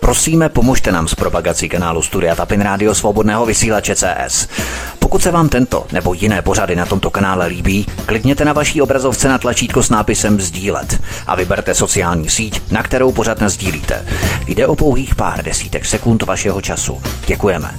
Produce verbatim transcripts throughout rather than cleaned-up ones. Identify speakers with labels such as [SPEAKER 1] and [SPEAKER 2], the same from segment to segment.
[SPEAKER 1] Prosíme, pomožte nám s propagací kanálu Studia Tapin Rádio Svobodného vysílače C S. Pokud se vám tento nebo jiné pořady na tomto kanále líbí, klikněte na vaší obrazovce na tlačítko s nápisem sdílet a vyberte sociální síť, na kterou pořad nasdílíte. Jde o pouhých pár desítek sekund vašeho času. Děkujeme.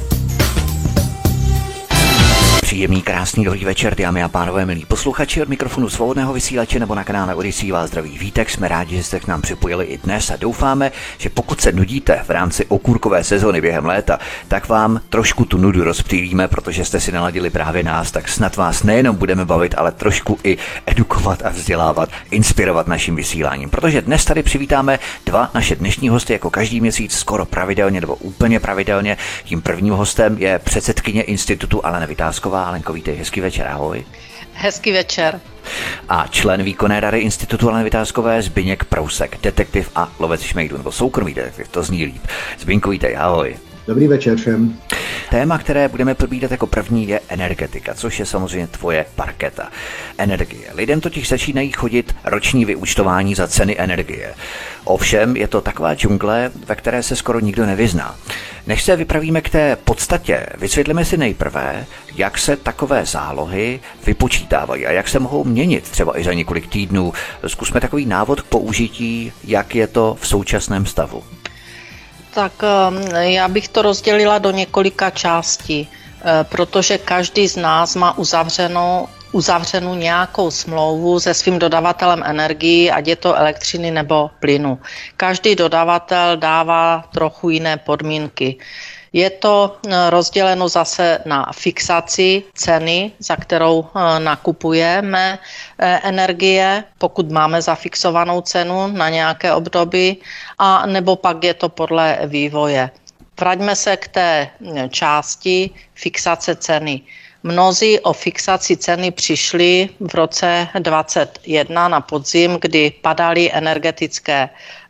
[SPEAKER 1] Příjemný, krásný, dobrý večer, dámy a pánové, milí posluchači, od mikrofonu Svobodného vysílače nebo na kanále Odyssey vás zdraví Vítek. Jsme rádi, že jste k nám připojili i dnes a doufáme, že pokud se nudíte v rámci okurkové sezony během léta, tak vám trošku tu nudu rozptýlíme, protože jste si naladili právě nás, tak snad vás nejenom budeme bavit, ale trošku i edukovat a vzdělávat, inspirovat naším vysíláním. Protože dnes tady přivítáme dva naše dnešní hosty, jako každý měsíc skoro pravidelně nebo úplně pravidelně. Tím prvním hostem je předsedkyně institutu Alena Vytázková. Alenko, vítej, hezký večer, ahoj.
[SPEAKER 2] Hezký večer.
[SPEAKER 1] A člen výkonné rady institutu Aleny Vytázkové Zbyněk Prousek, detektiv a lovec šmejdů, nebo soukromý detektiv, to zní líp. Zbyňku, vítej, ahoj.
[SPEAKER 3] Dobrý večer všem.
[SPEAKER 1] Téma, které budeme probírat jako první, je energetika, což je samozřejmě tvoje parketa. Energie. Lidem totiž začínají chodit roční vyúčtování za ceny energie. Ovšem je to taková džungle, ve které se skoro nikdo nevyzná. Než se vypravíme k té podstatě, vysvětlíme si nejprve, jak se takové zálohy vypočítávají a jak se mohou měnit třeba i za několik týdnů. Zkusme takový návod k použití, jak je to v současném stavu.
[SPEAKER 2] Tak já bych to rozdělila do několika částí, protože každý z nás má uzavřenou, uzavřenou nějakou smlouvu se svým dodavatelem energií, ať je to elektřiny nebo plynu. Každý dodavatel dává trochu jiné podmínky. Je to rozděleno zase na fixaci ceny, za kterou nakupujeme energie, pokud máme zafixovanou cenu na nějaké období, a nebo pak je to podle vývoje. Vraťme se k té části fixace ceny. Mnozí o fixaci ceny přišli v roce dvacet jedna na podzim, kdy padaly energetické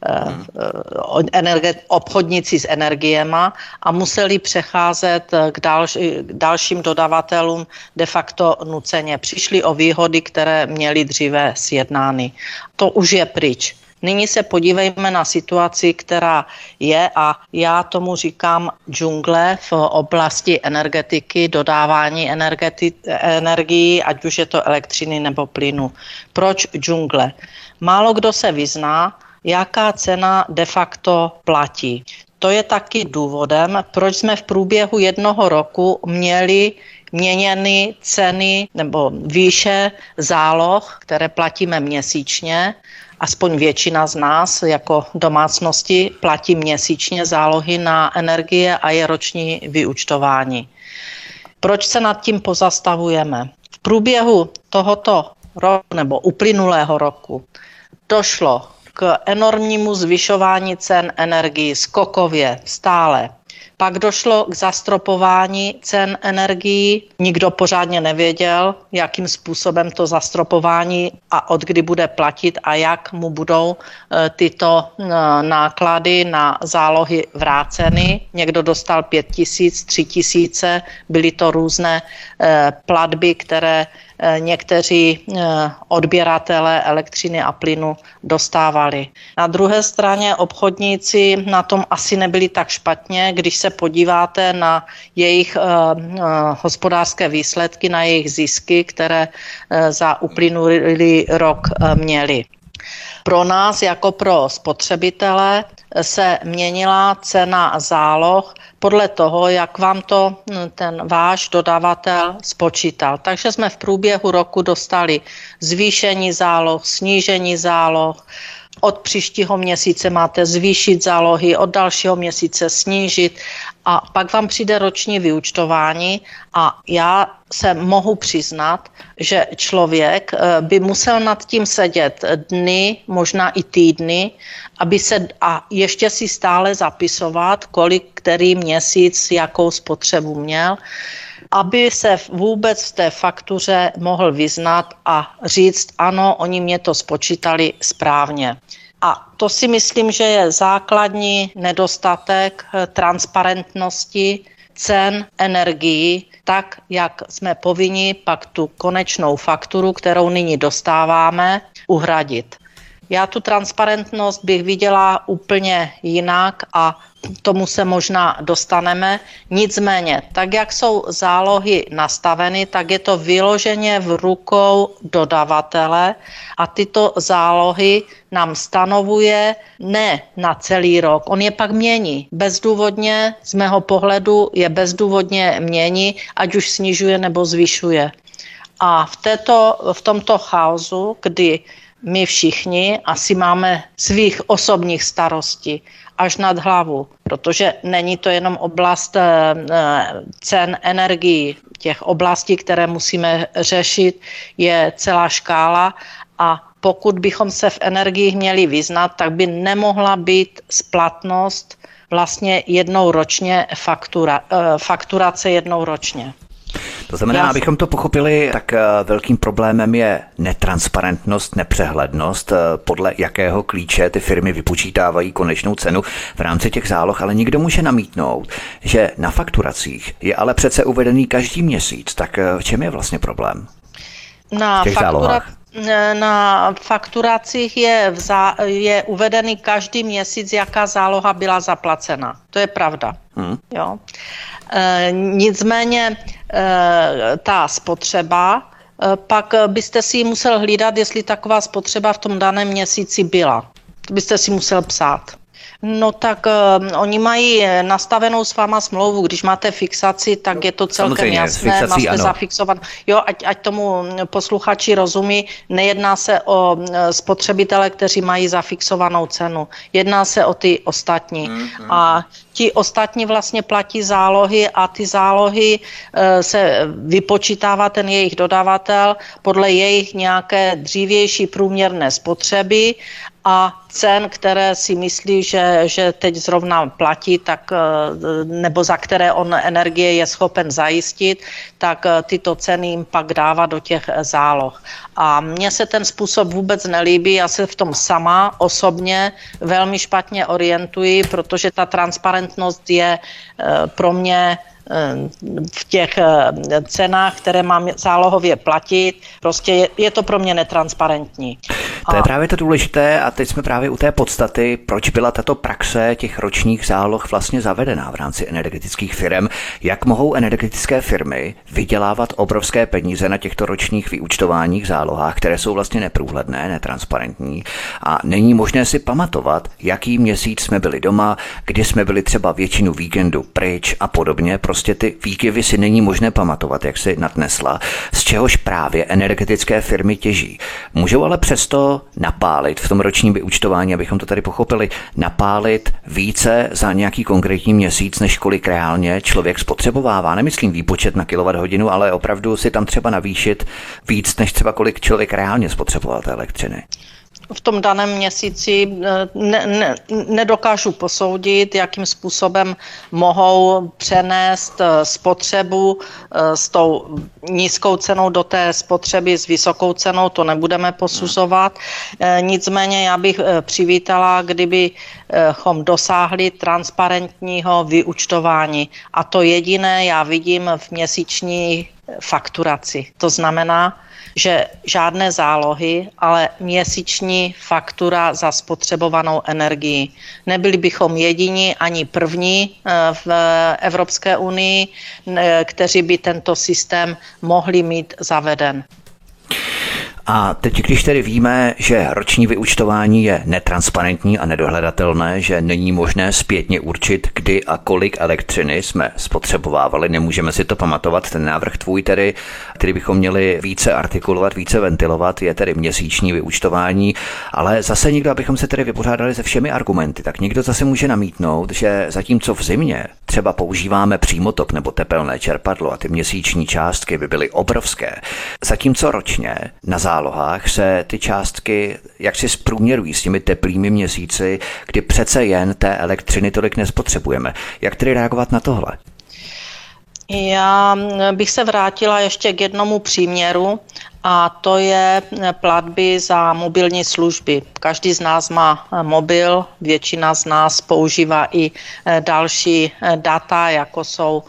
[SPEAKER 2] energe, obchodníci s energiema a museli přecházet k, další, k dalším dodavatelům de facto nuceně. Přišli o výhody, které měli dříve sjednány. To už je pryč. Nyní se podívejme na situaci, která je, a já tomu říkám džungle v oblasti energetiky, dodávání energeti- energií, ať už je to elektřiny nebo plynu. Proč džungle? Málo kdo se vyzná, jaká cena de facto platí. To je taky důvodem, proč jsme v průběhu jednoho roku měli měněny ceny nebo výše záloh, které platíme měsíčně. Aspoň většina z nás jako domácnosti platí měsíčně zálohy na energie a je roční vyúčtování. Proč se nad tím pozastavujeme? V průběhu tohoto roku nebo uplynulého roku došlo k enormnímu zvyšování cen energií skokově stále. Pak došlo k zastropování cen energií. Nikdo pořádně nevěděl, jakým způsobem to zastropování a od kdy bude platit a jak mu budou tyto náklady na zálohy vráceny. Někdo dostal pět tisíc, tři tisíce, byly to různé platby, které někteří odběratelé elektřiny a plynu dostávali. Na druhé straně obchodníci na tom asi nebyli tak špatně, když se podíváte na jejich hospodářské výsledky, na jejich zisky, které za uplynulý rok měli. Pro nás jako pro spotřebitele se měnila cena záloh podle toho, jak vám to ten váš dodavatel spočítal. Takže jsme v průběhu roku dostali zvýšení záloh, snížení záloh. Od příštího měsíce máte zvýšit zálohy, od dalšího měsíce snížit a pak vám přijde roční vyúčtování a já se mohu přiznat, že člověk by musel nad tím sedět dny, možná i týdny, aby se a ještě si stále zapisovat, kolik který měsíc jakou spotřebu měl, aby se vůbec v té faktuře mohl vyznat a říct, ano, oni mě to spočítali správně. A to si myslím, že je základní nedostatek transparentnosti cen energií, tak jak jsme povinni pak tu konečnou fakturu, kterou nyní dostáváme, uhradit. Já tu transparentnost bych viděla úplně jinak a tomu se možná dostaneme. Nicméně, tak jak jsou zálohy nastaveny, tak je to vyloženě v rukou dodavatele a tyto zálohy nám stanovuje ne na celý rok. On je pak mění. Bezdůvodně, z mého pohledu, je bezdůvodně mění, ať už snižuje nebo zvyšuje. A v, této, v tomto chaosu, kdy my všichni asi máme svých osobních starostí až nad hlavu, protože není to jenom oblast cen energií. Těch oblastí, které musíme řešit, je celá škála a pokud bychom se v energiích měli vyznat, tak by nemohla být splatnost vlastně jednou ročně, faktura, fakturace jednou ročně.
[SPEAKER 1] To znamená, Já... abychom to pochopili, tak velkým problémem je netransparentnost, nepřehlednost, podle jakého klíče ty firmy vypočítávají konečnou cenu v rámci těch záloh, ale někdo může namítnout, že na fakturacích je ale přece uvedený každý měsíc, tak v čem je vlastně problém?
[SPEAKER 2] Na faktura... Na fakturacích je, vzá, je uvedený každý měsíc, jaká záloha byla zaplacena. To je pravda. Hmm. Jo. E, nicméně e, ta spotřeba, e, pak byste si ji musel hlídat, jestli taková spotřeba v tom daném měsíci byla. To byste si musel psát. No tak uh, oni mají nastavenou s váma smlouvu, když máte fixaci, tak je to celkem Samozřejmě, jasné, máte zafixovat. Jo, ať, ať tomu posluchači rozumí, nejedná se o uh, spotřebitele, kteří mají zafixovanou cenu, jedná se o ty ostatní. Mm-hmm. A ti ostatní vlastně platí zálohy a ty zálohy uh, se vypočítává ten jejich dodavatel podle jejich nějaké dřívější průměrné spotřeby a cen, které si myslí, že, že teď zrovna platí, tak, nebo za které on energie je schopen zajistit, tak tyto ceny jim pak dává do těch záloh. A mně se ten způsob vůbec nelíbí, já se v tom sama osobně velmi špatně orientuji, protože ta transparentnost je pro mě v těch cenách, které mám zálohově platit, prostě je, je to pro mě netransparentní.
[SPEAKER 1] To je právě to důležité a teď jsme právě u té podstaty, proč byla tato praxe těch ročních záloh vlastně zavedená v rámci energetických firm. Jak mohou energetické firmy vydělávat obrovské peníze na těchto ročních vyúčtováních zálohách, které jsou vlastně neprůhledné, netransparentní a není možné si pamatovat, jaký měsíc jsme byli doma, kdy jsme byli třeba většinu víkendu pryč a podobně. Prostě ty výkyvy si není možné pamatovat, jak si nadnesla, z čehož právě energetické firmy těží. Můžou ale přesto napálit v tom ročním vyúčtování, abychom to tady pochopili, napálit více za nějaký konkrétní měsíc, než kolik reálně člověk spotřebovává. Nemyslím výpočet na kilowatthodinu, ale opravdu si tam třeba navýšit víc, než třeba kolik člověk reálně spotřeboval té elektřiny.
[SPEAKER 2] V tom daném měsíci ne, ne, nedokážu posoudit, jakým způsobem mohou přenést spotřebu s tou nízkou cenou do té spotřeby s vysokou cenou, to nebudeme posuzovat. Nicméně já bych přivítala, kdybychom dosáhli transparentního vyúčtování. A to jediné já vidím v měsíční fakturaci. To znamená, že žádné zálohy, ale měsíční faktura za spotřebovanou energii. Nebyli bychom jediní ani první v Evropské unii, kteří by tento systém mohli mít zaveden.
[SPEAKER 1] A teď, když tedy víme, že roční vyúčtování je netransparentní a nedohledatelné, že není možné zpětně určit, kdy a kolik elektřiny jsme spotřebovávali, nemůžeme si to pamatovat, ten návrh tvůj tedy, který bychom měli více artikulovat, více ventilovat, je tedy měsíční vyúčtování, ale zase někdo, abychom se tedy vypořádali se všemi argumenty, tak někdo zase může namítnout, že zatímco v zimě třeba používáme přímotok nebo tepelné čerpadlo a ty měsíční částky by byly obrovské, zatímco ročně na zálohách se ty částky jaksi zprůměrují s těmi teplými měsíci, kdy přece jen té elektřiny tolik nespotřebujeme. Jak tedy reagovat na tohle?
[SPEAKER 2] Já bych se vrátila ještě k jednomu příměru a to je platby za mobilní služby. Každý z nás má mobil, většina z nás používá i další data, jako jsou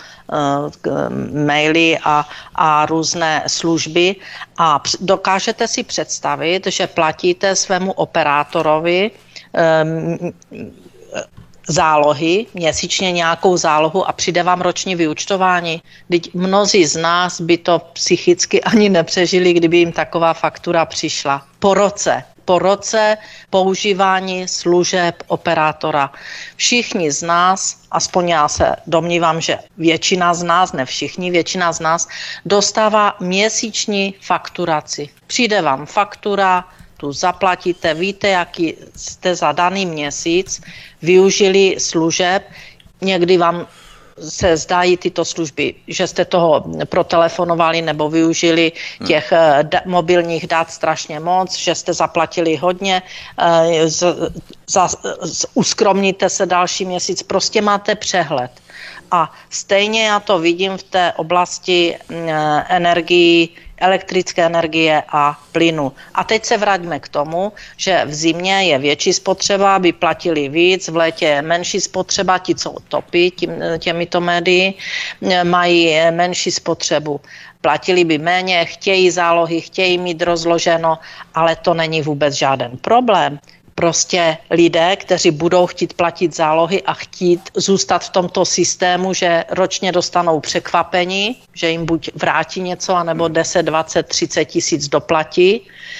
[SPEAKER 2] maily a, a různé služby. A dokážete si představit, že platíte svému operátorovi um, zálohy, měsíčně nějakou zálohu a přijde vám roční vyúčtování. Vždyť mnozí z nás by to psychicky ani nepřežili, kdyby jim taková faktura přišla. Po roce. Po roce používání služeb operátora. Všichni z nás, aspoň já se domnívám, že většina z nás, ne všichni, většina z nás dostává měsíční fakturaci. Přijde vám faktura, tu zaplatíte, víte, jaký jste za daný měsíc využili služeb, někdy vám se zdají tyto služby, že jste toho protelefonovali nebo využili těch da- mobilních dat strašně moc, že jste zaplatili hodně, e, z, za, z, uskromníte se další měsíc, prostě máte přehled. A stejně já to vidím v té oblasti e, energií, elektrické energie a plynu. A teď se vraťme k tomu, že v zimě je větší spotřeba, aby platili víc, v létě je menší spotřeba, ti, co topí tím, těmito médii, mají menší spotřebu. Platili by méně, chtějí zálohy, chtějí mít rozloženo, ale to není vůbec žádný problém. Prostě lidé, kteří budou chtít platit zálohy a chtít zůstat v tomto systému, že ročně dostanou překvapení, že jim buď vrátí něco, anebo deset, dvacet, třicet tisíc doplatí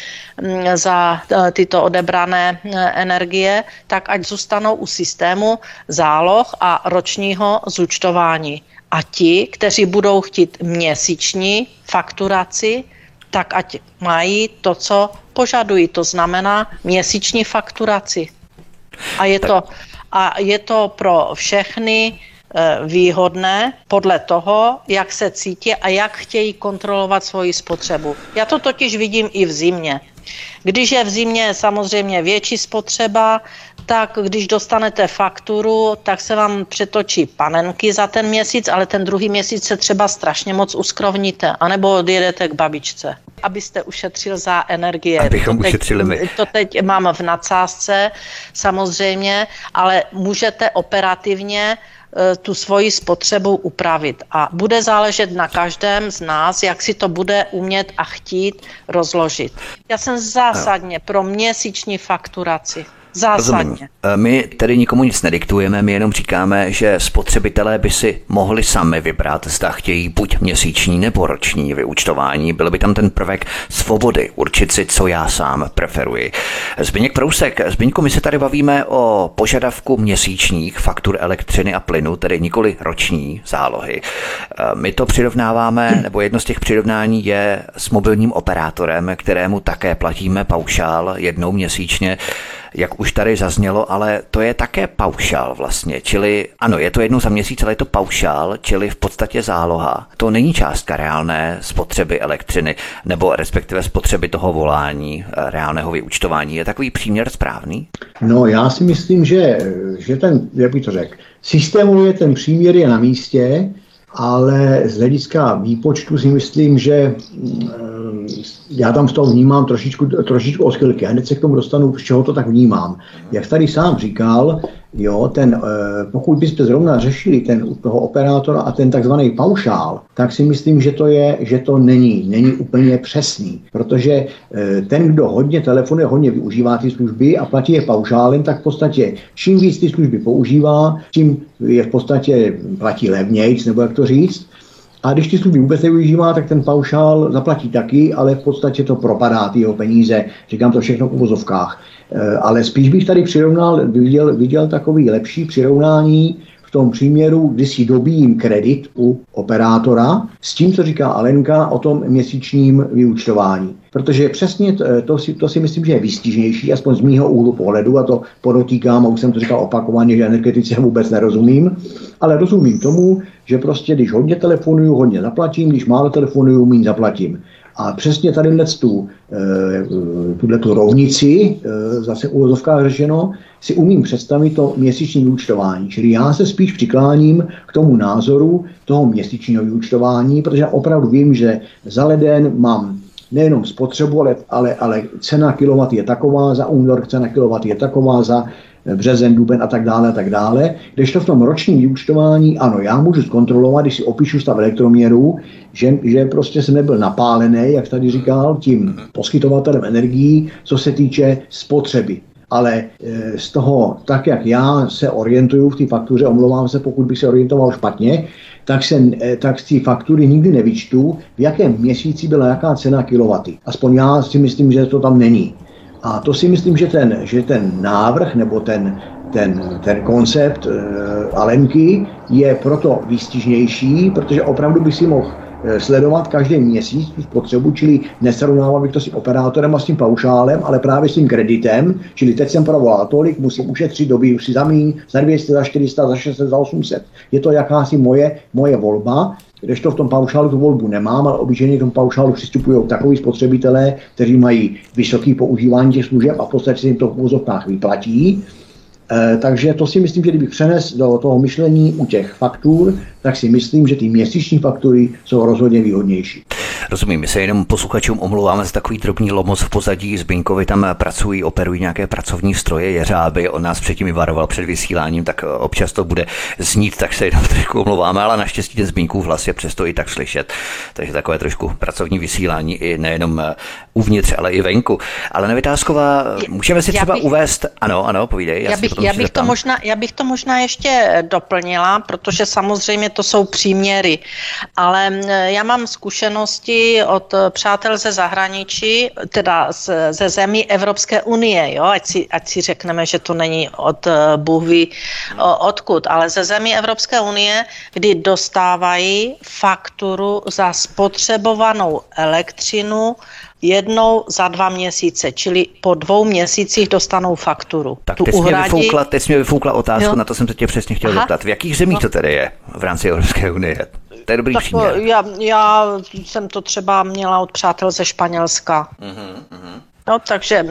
[SPEAKER 2] za tyto odebrané energie, tak ať zůstanou u systému záloh a ročního zúčtování. A ti, kteří budou chtít měsíční fakturaci, tak ať mají to, co požadují, to znamená měsíční fakturaci. A je to, a je to pro všechny výhodné podle toho, jak se cítí a jak chtějí kontrolovat svoji spotřebu. Já to totiž vidím i v zimě. Když je v zimě samozřejmě větší spotřeba, tak když dostanete fakturu, tak se vám přetočí panenky za ten měsíc, ale ten druhý měsíc se třeba strašně moc uskrovníte, anebo odjedete k babičce, abyste ušetřil za energie.
[SPEAKER 1] Abychom
[SPEAKER 2] to teď,
[SPEAKER 1] ušetřili my.
[SPEAKER 2] To teď mám v nadsázce samozřejmě, ale můžete operativně tu svoji spotřebu upravit. A bude záležet na každém z nás, jak si to bude umět a chtít rozložit. Já jsem zásadně pro měsíční fakturaci. Zásadně.
[SPEAKER 1] Rozumím. My tedy nikomu nic nediktujeme, my jenom říkáme, že spotřebitelé by si mohli sami vybrat, zda chtějí buď měsíční nebo roční vyúčtování. Byl by tam ten prvek svobody, určit si, co já sám preferuji. Zbyněk Prousek, Zbyňku, my se tady bavíme o požadavku měsíčních faktur elektřiny a plynu, tedy nikoli roční zálohy. My to přirovnáváme, nebo jedno z těch přirovnání je s mobilním operátorem, kterému také platíme paušál jednou měsíčně. Jak už tady zaznělo, ale to je také paušál vlastně, čili ano, je to jednou za měsíc, ale je to paušál, čili v podstatě záloha. To není částka reálné spotřeby elektřiny, nebo respektive spotřeby toho volání, reálného vyúčtování. Je takový příměr správný?
[SPEAKER 3] No, já si myslím, že, že ten, jak bych to řekl, systémově ten příměr je na místě, ale z hlediska výpočtu si myslím, že já tam z toho vnímám trošičku, trošičku odchylky. A hned se k tomu dostanu, z čeho to tak vnímám. Jak tady sám říkal, jo, ten, pokud byste zrovna řešili ten, toho operátora a ten takzvaný paušál, tak si myslím, že to, je, že to není, není úplně přesný. Protože ten, kdo hodně telefonuje, hodně využívá ty služby a platí je paušálem, tak v podstatě čím víc ty služby používá, tím je v podstatě platí levnějc, nebo jak to říct. A když ty služby vůbec nevyužívá, tak ten paušál zaplatí taky, ale v podstatě to propadá ty jeho peníze. Říkám to všechno v uvozovkách. E, ale spíš bych tady přirovnal, viděl, viděl takový lepší přirovnání v tom příměru, kdy si dobijím kredit u operátora s tím, co říká Alenka o tom měsíčním vyúčtování. Protože přesně to, to, si, to si myslím, že je výstižnější, aspoň z mýho úhlu pohledu, a to podotýkám, a už jsem to říkal opakovaně, že energetice vůbec nerozumím, ale rozumím tomu, že prostě když hodně telefonuju, hodně zaplatím, když málo telefonuju, méně zaplatím. A přesně tady tu, tuhletu rovnici, zase u uvozovkách řešeno, si umím představit to měsíční vyúčtování. Čili já se spíš přikláním k tomu názoru toho měsíčního vyúčtování, protože opravdu vím, že za leden mám nejenom spotřebu, ale, ale, ale cena kilowatt je taková za únor, cena kilowatt je taková za březen, duben a tak dále a tak dále. Kdežto v tom ročním vyúčtování, ano, já můžu zkontrolovat, když si opíšu stav elektroměru, že, že prostě jsem nebyl napálený, jak tady říkal, tím poskytovatelem energií, co se týče spotřeby. Ale e, z toho, tak jak já se orientuju v té faktuře, omlouvám se, pokud bych se orientoval špatně, tak, se, e, tak z té faktury nikdy nevyčtu, v jakém měsíci byla jaká cena kilowaty. Aspoň já si myslím, že to tam není. A to si myslím, že ten, že ten návrh nebo ten, ten, ten koncept e, Alenky je proto výstižnější, protože opravdu by si mohl sledovat každý měsíc tu spotřebu, čili nesrovnával bych to s tím operátorem a s tím paušálem, ale právě s tím kreditem, čili teď jsem provolal tolik, musím ušetřit doby, už si zamíň za dvě stě, za čtyři sta, za šest set, za osm set. Je to jakási moje, moje volba, kdežto v tom paušálu tu volbu nemám, ale obyčejně k tomu paušálu přistupují takoví spotřebitelé, kteří mají vysoké používání těch služeb a v podstatě se jim to v úvozovkách vyplatí. E, takže to si myslím, že kdybych přenes do toho myšlení u těch faktur, tak si myslím, že ty měsíční faktury jsou rozhodně výhodnější.
[SPEAKER 1] Rozumím, my se jenom posluchačům omlouváme za takový drobný lomos v pozadí. Zbyňkovi tam pracují, operují nějaké pracovní stroje, jeřáby, on nás předtím i varoval před vysíláním, tak občas to bude znít, tak se jenom trošku omlouváme, ale naštěstí ten Zbyňkův hlas je přesto i tak slyšet. Takže takové trošku pracovní vysílání i nejenom uvnitř, ale i venku. Ale Nevytázková, můžeme si třeba bych, uvést, ano, ano, povídej.
[SPEAKER 2] Já, já, bych, já, bych to možná, já bych to možná ještě doplnila, protože samozřejmě to jsou příměry, ale já mám zkušenosti od přátel ze zahraničí, teda ze zemí Evropské unie, jo? Ať, si, ať si řekneme, že to není od Bůh ví odkud, ale ze zemí Evropské unie, kdy dostávají fakturu za spotřebovanou elektřinu jednou za dva měsíce, čili po dvou měsících dostanou fakturu.
[SPEAKER 1] Tak
[SPEAKER 2] tu
[SPEAKER 1] teď,
[SPEAKER 2] uhradí...
[SPEAKER 1] mě vyfoukla, teď mě vyfoukla otázku, jo. Na to jsem se tě přesně chtěl
[SPEAKER 2] Aha.
[SPEAKER 1] zeptat. V jakých zemích to tedy je v rámci Evropské unie? To je dobrý
[SPEAKER 2] tak
[SPEAKER 1] příměr.
[SPEAKER 2] Já, já jsem to třeba měla od přátel ze Španělska.
[SPEAKER 1] Uh-huh, uh-huh.
[SPEAKER 2] No, takže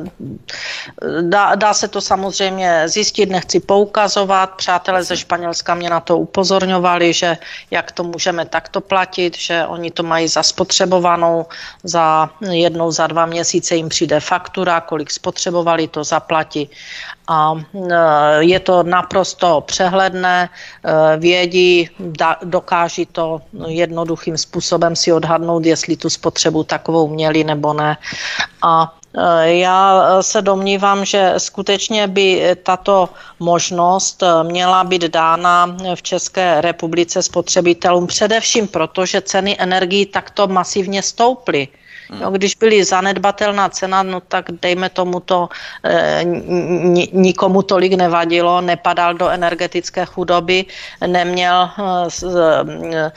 [SPEAKER 2] dá, dá se to samozřejmě zjistit, nechci poukazovat. Přátelé ze Španělska mě na to upozorňovali, že jak to můžeme takto platit, že oni to mají zaspotřebovanou, za jednou za dva měsíce jim přijde faktura, kolik spotřebovali, to zaplatí. A je to naprosto přehledné, vědí, dokáží to jednoduchým způsobem si odhadnout, jestli tu spotřebu takovou měli nebo ne. A já se domnívám, že skutečně by tato možnost měla být dána v České republice spotřebitelům, především proto, že ceny energií takto masivně stouply. No, když byly zanedbatelná cena, no tak dejme tomu to e, nikomu tolik nevadilo, nepadal do energetické chudoby, neměl e, e,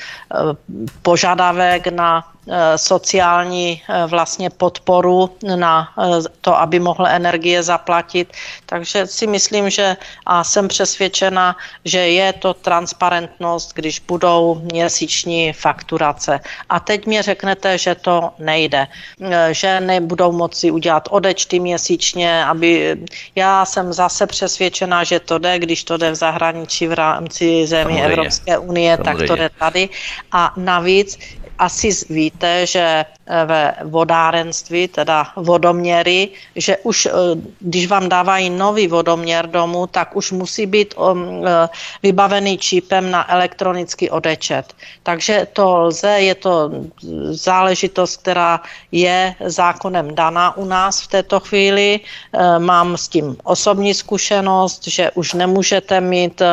[SPEAKER 2] požadavek na sociální vlastně podporu na to, aby mohl energie zaplatit. Takže si myslím, že a jsem přesvědčena, že je to transparentnost, když budou měsíční fakturace. A teď mi řeknete, že to nejde, že nebudou moci udělat odečty měsíčně, aby já jsem zase přesvědčena, že to jde, když to jde v zahraničí v rámci zemí Evropské unie,
[SPEAKER 1] Samozřejmě.
[SPEAKER 2] Tak to jde tady. A navíc asi víte, že ve vodárenství, teda vodoměry, že už když vám dávají nový vodoměr domů, tak už musí být vybavený čipem na elektronický odečet. Takže to lze, je to záležitost, která je zákonem daná u nás v této chvíli. Mám s tím osobní zkušenost, že už nemůžete mít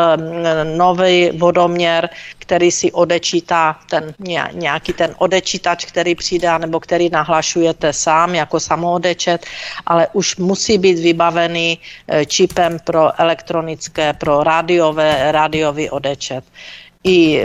[SPEAKER 2] nový vodoměr, který si odečítá ten nějaký ten odečítač, který přijde, nebo který nahlašujete sám jako samoodečet, ale už musí být vybavený čipem pro elektronické, pro rádiové, rádiový odečet. I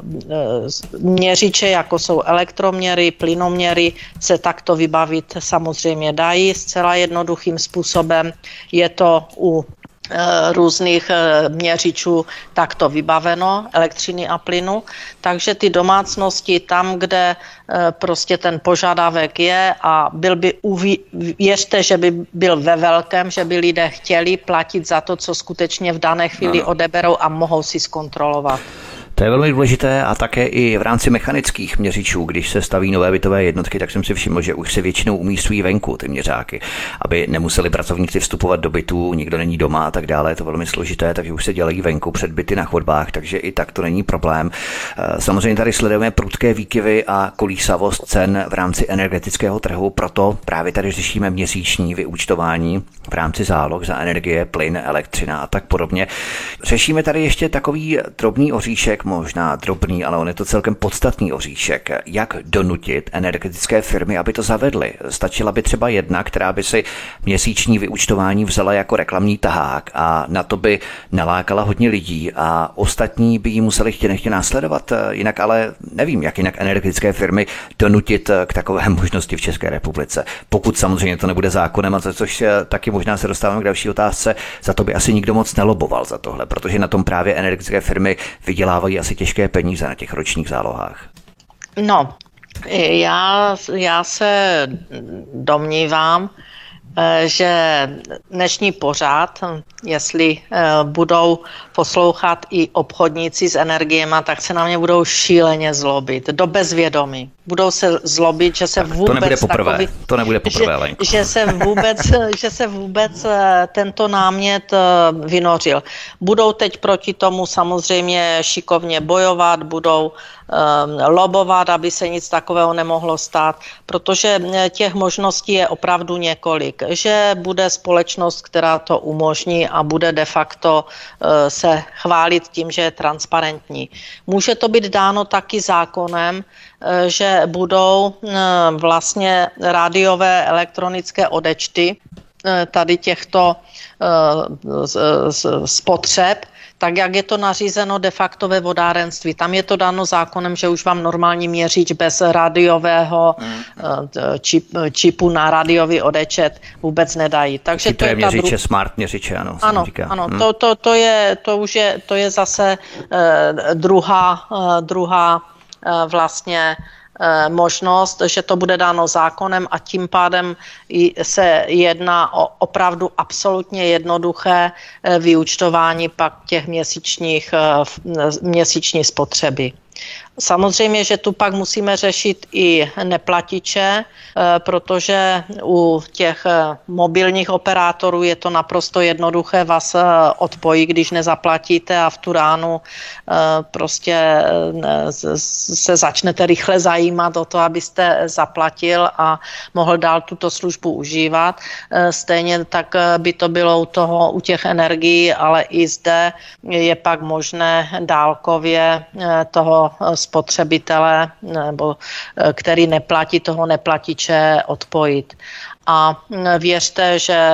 [SPEAKER 2] měřiče, jako jsou elektroměry, plynoměry, se takto vybavit samozřejmě dají zcela jednoduchým způsobem. Je to u různých měřičů takto vybaveno, elektřiny a plynu. Takže ty domácnosti tam, kde prostě ten požadavek je a byl by, uví, věřte, že by byl ve velkém, že by lidé chtěli platit za to, co skutečně v dané chvíli
[SPEAKER 1] ano.
[SPEAKER 2] odeberou a mohou si zkontrolovat.
[SPEAKER 1] To je velmi důležité a také i v rámci mechanických měřičů, když se staví nové bytové jednotky, tak jsem si všiml, že už se většinou umístují venku ty měřáky, aby nemuseli pracovníci vstupovat do bytů, nikdo není doma a tak dále. Je to velmi složité, takže už se dělají venku před byty na chodbách, takže i tak to není problém. Samozřejmě tady sledujeme prudké výkyvy a kolísavost cen v rámci energetického trhu, proto právě tady řešíme měsíční vyúčtování v rámci záloh za energie, plyn, elektřina a tak podobně. Řešíme tady ještě takový drobný oříšek, možná drobný, ale on je to celkem podstatný oříšek. Jak donutit energetické firmy, aby to zavedly? Stačila by třeba jedna, která by si měsíční vyúčtování vzala jako reklamní tahák a na to by nalákala hodně lidí a ostatní by jí museli chtě nechtě následovat. Jinak ale nevím, jak jinak energetické firmy donutit k takové možnosti v České republice. Pokud samozřejmě to nebude zákonem, a to, což taky možná se dostáváme k další otázce, za to by asi nikdo moc neloboval za tohle, protože na tom právě energetické firmy vydělávají asi těžké peníze na těch ročních zálohách.
[SPEAKER 2] No, já, já se domnívám, že dnešní pořad, jestli budou poslouchat i obchodníci s energiema, tak se na mě budou šíleně zlobit, do bezvědomí. Budou se zlobit, že se
[SPEAKER 1] tak
[SPEAKER 2] vůbec
[SPEAKER 1] to nebude poprvé,
[SPEAKER 2] takový,
[SPEAKER 1] to nebude poprvé,
[SPEAKER 2] že, že se vůbec, že se vůbec tento námět vynořil. Budou teď proti tomu samozřejmě šikovně bojovat, budou um, lobovat, aby se nic takového nemohlo stát, protože těch možností je opravdu několik. Že bude společnost, která to umožní a bude de facto uh, se chválit tím, že je transparentní. Může to být dáno taky zákonem, že budou vlastně rádiové elektronické odečty tady těchto spotřeb, tak jak je to nařízeno de facto ve vodárenství. Tam je to dáno zákonem, že už vám normální měřič bez rádiového čip, čipu na rádiový odečet vůbec nedají. Takže to je
[SPEAKER 1] měřiče,
[SPEAKER 2] dru...
[SPEAKER 1] smart měřiče, ano.
[SPEAKER 2] Ano,
[SPEAKER 1] říká.
[SPEAKER 2] ano
[SPEAKER 1] hmm.
[SPEAKER 2] to, to, to, je, to už je, to je zase eh, druhá, eh, druhá eh, vlastně možnost, že to bude dáno zákonem a tím pádem se jedná o opravdu absolutně jednoduché vyúčtování pak těch měsíčních, měsíční spotřeby. Samozřejmě, že tu pak musíme řešit i neplatiče, protože u těch mobilních operátorů je to naprosto jednoduché, vás odpojí, když nezaplatíte a v tu ránu prostě se začnete rychle zajímat o to, abyste zaplatil a mohl dál tuto službu užívat. Stejně tak by to bylo u toho, u těch energií, ale i zde je pak možné dálkově toho spotřebitele, nebo který neplatí, toho neplatiče odpojit. A věřte, že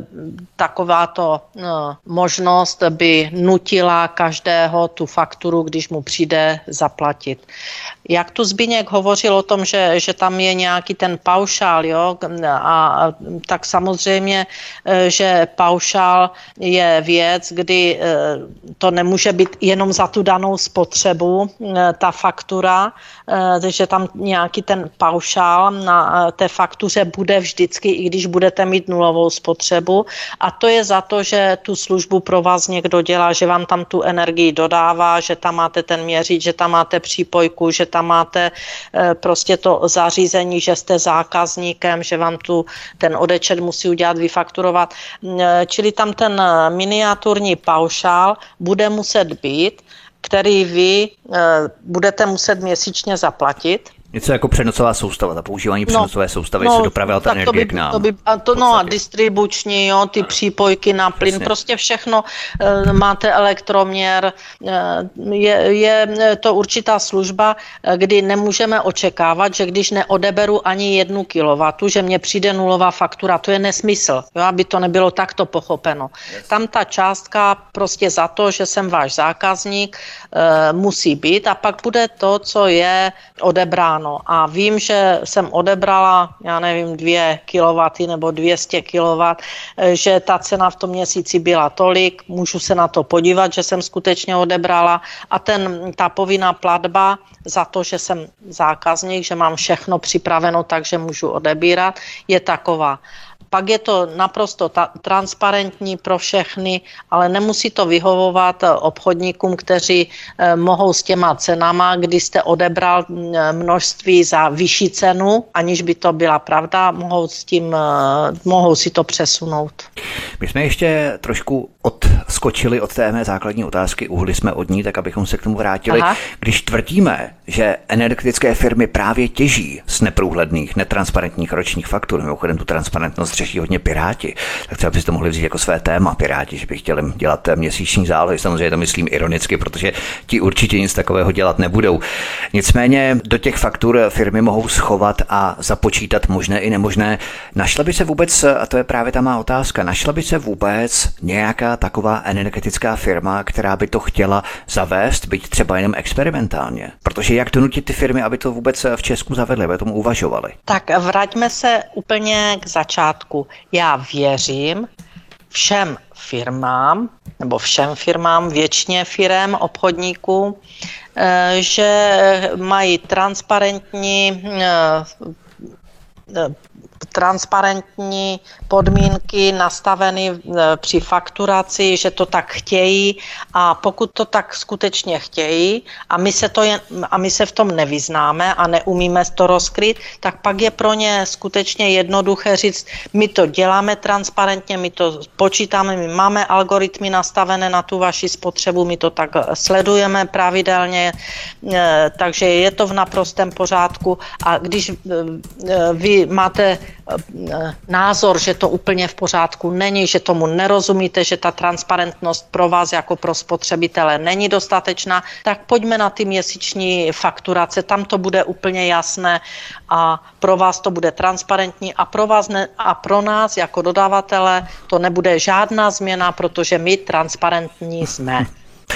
[SPEAKER 2] takováto možnost by nutila každého tu fakturu, když mu přijde, zaplatit. Jak tu Zbyněk hovořil o tom, že, že tam je nějaký ten paušál, jo? A tak samozřejmě, že paušál je věc, kdy to nemůže být jenom za tu danou spotřebu, ta faktura, že tam nějaký ten paušál na té faktuře bude vždycky, i když budete mít nulovou spotřebu. A to je za to, že tu službu pro vás někdo dělá, že vám tam tu energii dodává, že tam máte ten měřič, že tam máte přípojku, že tam máte prostě to zařízení, že jste zákazníkem, že vám tu ten odečet musí udělat, vyfakturovat. Čili tam ten miniaturní paušál bude muset být, který vy budete muset měsíčně zaplatit.
[SPEAKER 1] Něco jako přenosová soustava, ta používání přenosové no, soustavy, no, se dopravila ta energie
[SPEAKER 2] by,
[SPEAKER 1] k nám.
[SPEAKER 2] To by, a to, no a distribuční, jo, ty přípojky na plyn, Přesně. prostě všechno, e, máte elektroměr, e, je, je to určitá služba, kdy nemůžeme očekávat, že když neodeberu ani jednu kilowattu, že mně přijde nulová faktura, to je nesmysl, jo, aby to nebylo takto pochopeno. Yes. Tam ta částka prostě za to, že jsem váš zákazník, e, musí být a pak bude to, co je odebráno. A vím, že jsem odebrala, já nevím, dvě kilowatty nebo dvě stě kilowattů, že ta cena v tom měsíci byla tolik, můžu se na to podívat, že jsem skutečně odebrala a ten, ta povinná platba za to, že jsem zákazník, že mám všechno připraveno, takže můžu odebírat, je taková. pak je to naprosto ta- transparentní pro všechny, ale nemusí to vyhovovat obchodníkům, kteří eh, mohou s těma cenama, kdy jste odebral množství za vyšší cenu, aniž by to byla pravda, mohou s tím, eh, mohou si to přesunout.
[SPEAKER 1] My jsme ještě trošku odskočili od té mé základní otázky, uhli jsme od ní, tak abychom se k tomu vrátili. Aha. Když tvrdíme, že energetické firmy právě těží z neprůhledných, netransparentních ročních faktur, mimochodem tu transparentnost řeší hodně Piráti, tak třeba byste mohli vzít jako své téma Piráti, že by chtěli dělat měsíční zálohy, samozřejmě to myslím ironicky, protože ti určitě nic takového dělat nebudou. Nicméně do těch faktur firmy mohou schovat a započítat možné i nemožné. Našla by se vůbec, a to je právě ta má otázka, našla by se vůbec nějaká taková energetická firma, která by to chtěla zavést, byť třeba jenom experimentálně? Protože jak donutit ty firmy, aby to vůbec v Česku zavedly, aby tomu uvažovali?
[SPEAKER 2] Tak vraťme se úplně k začátku. Já věřím všem firmám, nebo všem firmám, většině firem, obchodníků, že mají transparentní transparentní podmínky nastaveny při fakturaci, že to tak chtějí a pokud to tak skutečně chtějí a my se, to jen, a my se v tom nevyznáme a neumíme to rozkryt, tak pak je pro ně skutečně jednoduché říct, my to děláme transparentně, my to počítáme, my máme algoritmy nastavené na tu vaši spotřebu, my to tak sledujeme pravidelně, takže je to v naprostém pořádku a když vy máte názor, že to úplně v pořádku není, že tomu nerozumíte, že ta transparentnost pro vás jako pro spotřebitele není dostatečná, tak pojďme na ty měsíční fakturace, tam to bude úplně jasné a pro vás to bude transparentní a pro vás ne, a pro nás jako dodavatele to nebude žádná změna, protože my transparentní jsme.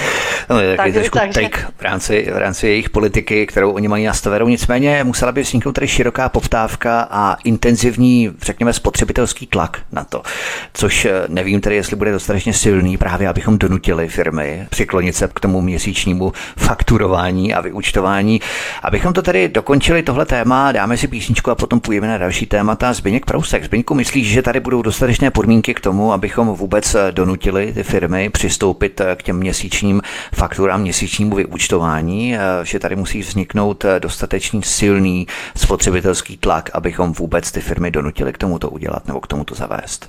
[SPEAKER 1] No, je takový
[SPEAKER 2] tak,
[SPEAKER 1] trošku
[SPEAKER 2] takže...
[SPEAKER 1] trik v rámci, v rámci jejich politiky, kterou oni mají nastavenou. Nicméně musela by vzniknout tady široká poptávka a intenzivní, řekněme, spotřebitelský tlak na to. Což nevím tedy, jestli bude dostatečně silný právě, abychom donutili firmy přiklonit se k tomu měsíčnímu fakturování a vyúčtování. Abychom to tedy dokončili tohle téma, dáme si písničku a potom půjdeme na další témata. Zbyněk Prousek. Zbyňku, myslíš, že tady budou dostatečné podmínky k tomu, abychom vůbec donutili ty firmy přistoupit k těm měsíčním fakturám, měsíčnímu vyúčtování, že tady musí vzniknout dostatečný silný spotřebitelský tlak, abychom vůbec ty firmy donutili k tomu to udělat nebo k tomu to zavést?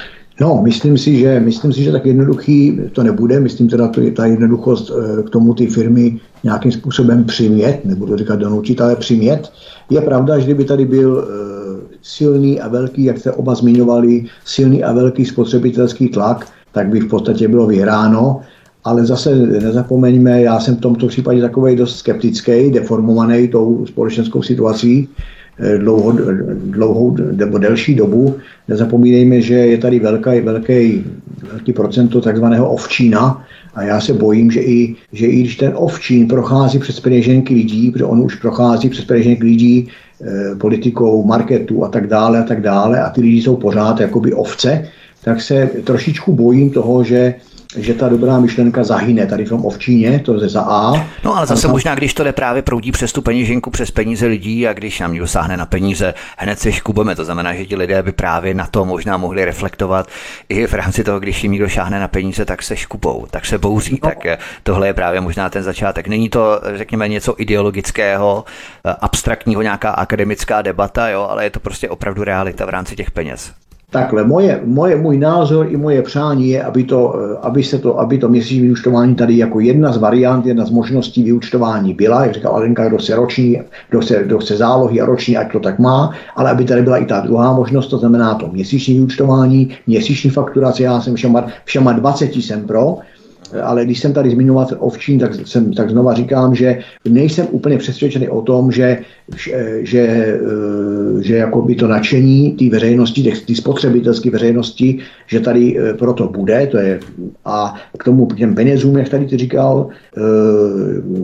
[SPEAKER 3] No, myslím si, že, myslím si, že tak jednoduchý to nebude. Myslím teda, to je ta jednoduchost k tomu ty firmy nějakým způsobem přimět, nebudu říkat donutit, ale přimět. Je pravda, že kdyby tady byl silný a velký, jak jste oba zmiňovali, silný a velký spotřebitelský tlak, tak by v podstatě bylo vyhráno. Ale zase nezapomeňme, já jsem v tomto případě takovej dost skeptický, deformovaný tou společenskou situací dlouho, dlouhou nebo delší dobu. Nezapomínejme, že je tady velký, velký, velký procento takzvaného ovčína a já se bojím, že i, že i když ten ovčín prochází přes peněženky lidí, protože on už prochází přes peněženky lidí eh, politikou, marketu a tak dále a tak dále a ty lidi jsou pořád jakoby ovce, tak se trošičku bojím toho, že že ta dobrá myšlenka zahyne tady v tom ovčíně, to je za A.
[SPEAKER 1] No ale zase tam... možná, když to jde právě proudí přes tu peněženku, přes peníze lidí a když nám někdo sáhne na peníze, hned se škubeme. To znamená, že ti lidé by právě na to možná mohli reflektovat i v rámci toho, když jim někdo šáhne na peníze, tak se škubou, tak se bouří. No. Tak tohle je právě možná ten začátek. Není to, řekněme, něco ideologického, abstraktního, nějaká akademická debata, jo, ale je to prostě opravdu realita v rámci těch peněz.
[SPEAKER 3] Takhle, moje, moje, můj názor i moje přání je, aby to, aby se to, aby to měsíční vyúčtování tady jako jedna z variant, jedna z možností vyúčtování byla, jak říkal Alenka, kdo se roční, kdo se, kdo se zálohy a roční, ať to tak má, ale aby tady byla i ta druhá možnost, to znamená to měsíční vyúčtování, měsíční fakturace, já jsem všema, všema dvaceti jsem pro, ale když jsem tady zmiňoval ovčín, tak, jsem, tak znova říkám, že nejsem úplně přesvědčený o tom, že, že, že jako by to nadšení té veřejnosti, té spotřebitelské veřejnosti, že tady proto bude. To je, a k tomu těm penězům, jak tady ty říkal,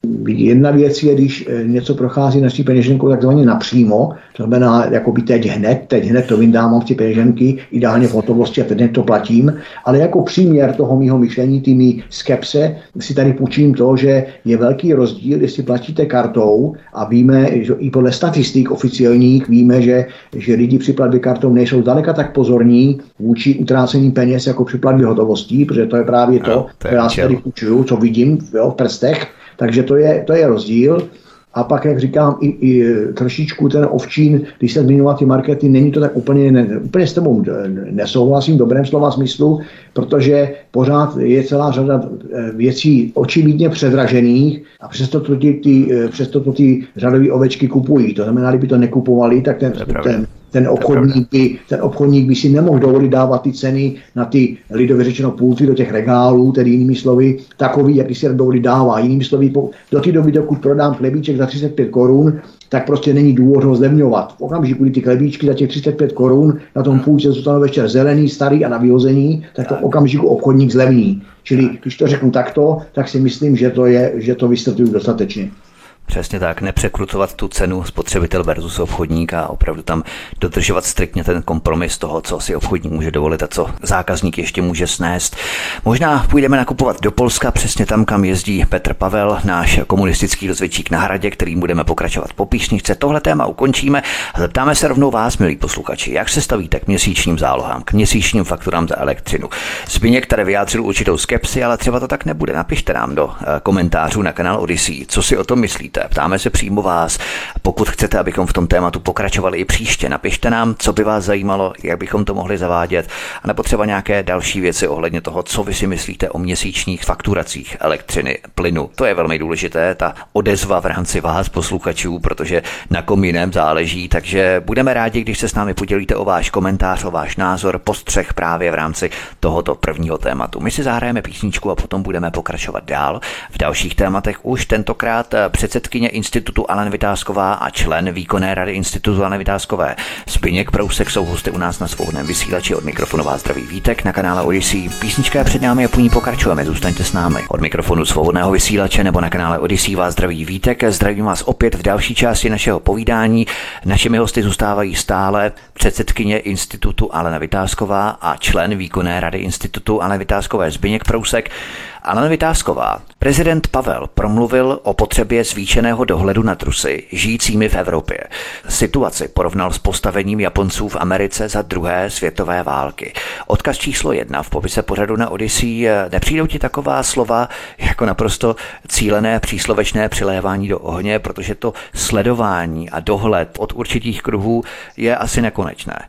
[SPEAKER 3] jedna věc je, když něco prochází naší peněženkou takzvaně napřímo, to znamená, jako by teď hned, teď hned to vyndávám ty peněženky, ideálně v hotovosti a teď hned to platím, ale jako příměr toho mýho myšlení, ty mý skepse, si tady půjčím to, že je velký rozdíl, jestli platíte kartou a víme, že i podle statistik oficiálních víme, že, že lidi při platbě kartou nejsou zdaleka tak pozorní vůči utrácení peněz jako při platbě hotovostí, protože to je právě to, co já si tady půjčuju, co vidím jo, v prstech. Takže to je, to je rozdíl. A pak, jak říkám, i, i trošičku ten ovčín, když se zmiňoval ty markety, není to tak úplně, ne, úplně s tebou nesouhlasím v dobrém slova smyslu, protože pořád je celá řada věcí očividně předražených a přesto to ty, ty, přesto to ty řadové ovečky kupují. To znamená, kdyby to nekupovali, tak ten, ten, ten, obchodník by, ten obchodník by si nemohl dovolit dávat ty ceny na ty lidově řečeno pulty do těch regálů, tedy jinými slovy, takový, jaký si dovolit dává. Jinými slovy, do té doby, dokud prodám chlebíček za třicet pět korun, tak prostě není důvod ho zlevňovat. V okamžiku, kdy ty chlebíčky za těch třicet pět korun na tom půlce zůstanou večer zelený, starý a na vyhození, tak to v okamžiku obchodník zlevní. Čili když to řeknu takto, tak si myslím, že to je, že to vysvětluju dostatečně.
[SPEAKER 1] Přesně tak, nepřekrutovat tu cenu spotřebitel versus obchodník a opravdu tam dodržovat striktně ten kompromis toho, co si obchodník může dovolit a co zákazník ještě může snést. Možná půjdeme nakupovat do Polska, přesně tam, kam jezdí Petr Pavel, náš komunistický rozvědčík na Hradě, kterým budeme pokračovat po písničce. Tohle téma ukončíme a zeptáme se rovnou vás, milí posluchači, jak se stavíte k měsíčním zálohám, k měsíčním fakturám za elektřinu. Zbyněk tady vyjádřil určitou skepsi, ale třeba to tak nebude. Napište nám do komentářů na kanál Odyssey, co si o tom myslíte. Ptáme se přímo vás. Pokud chcete, abychom v tom tématu pokračovali i příště, napište nám, co by vás zajímalo, jak bychom to mohli zavádět, a nebo třeba nějaké další věci ohledně toho, co vy si myslíte o měsíčních fakturacích elektřiny, plynu. To je velmi důležité, ta odezva v rámci vás, posluchačů, protože na kom jiném záleží, takže budeme rádi, když se s námi podělíte o váš komentář, o váš názor, postřeh právě v rámci tohoto prvního tématu. My si zahrajeme písničku a potom budeme pokračovat dál. V dalších tématech už tentokrát předsedkyně Institutu Alena Vitásková a člen výkonné rady Institutu Aleny Vitáskové Zbyněk Prousek jsou hosty u nás na Svobodném vysílači. Od mikrofonu vás zdraví Vítek na kanále Odyssey. Písnička je před námi a po ní pokračujeme. Zůstaňte s námi. Od mikrofonu Svobodného vysílače nebo na kanále Odyssey vás zdraví Vítek. Zdravím vás opět v další části našeho povídání. Našimi hosty zůstávají stále předsedkyně Institutu Alena Vitásková a člen výkonné rady Institutu Aleny Vitáskové Zbyněk Prousek. Alena Vitásková. Prezident Pavel promluvil o potřebě zvýšeného dohledu nad Rusy žijícími v Evropě. Situaci porovnal s postavením Japonců v Americe za druhé světové války. Odkaz číslo jedna v popise pořadu na Odyssey. Nepřijdou ti taková slova jako naprosto cílené příslovečné přilévání do ohně, protože to sledování a dohled od určitých kruhů je asi nekonečné.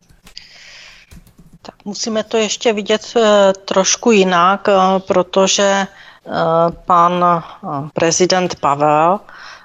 [SPEAKER 2] Tak musíme to ještě vidět trošku jinak, protože pan prezident Pavel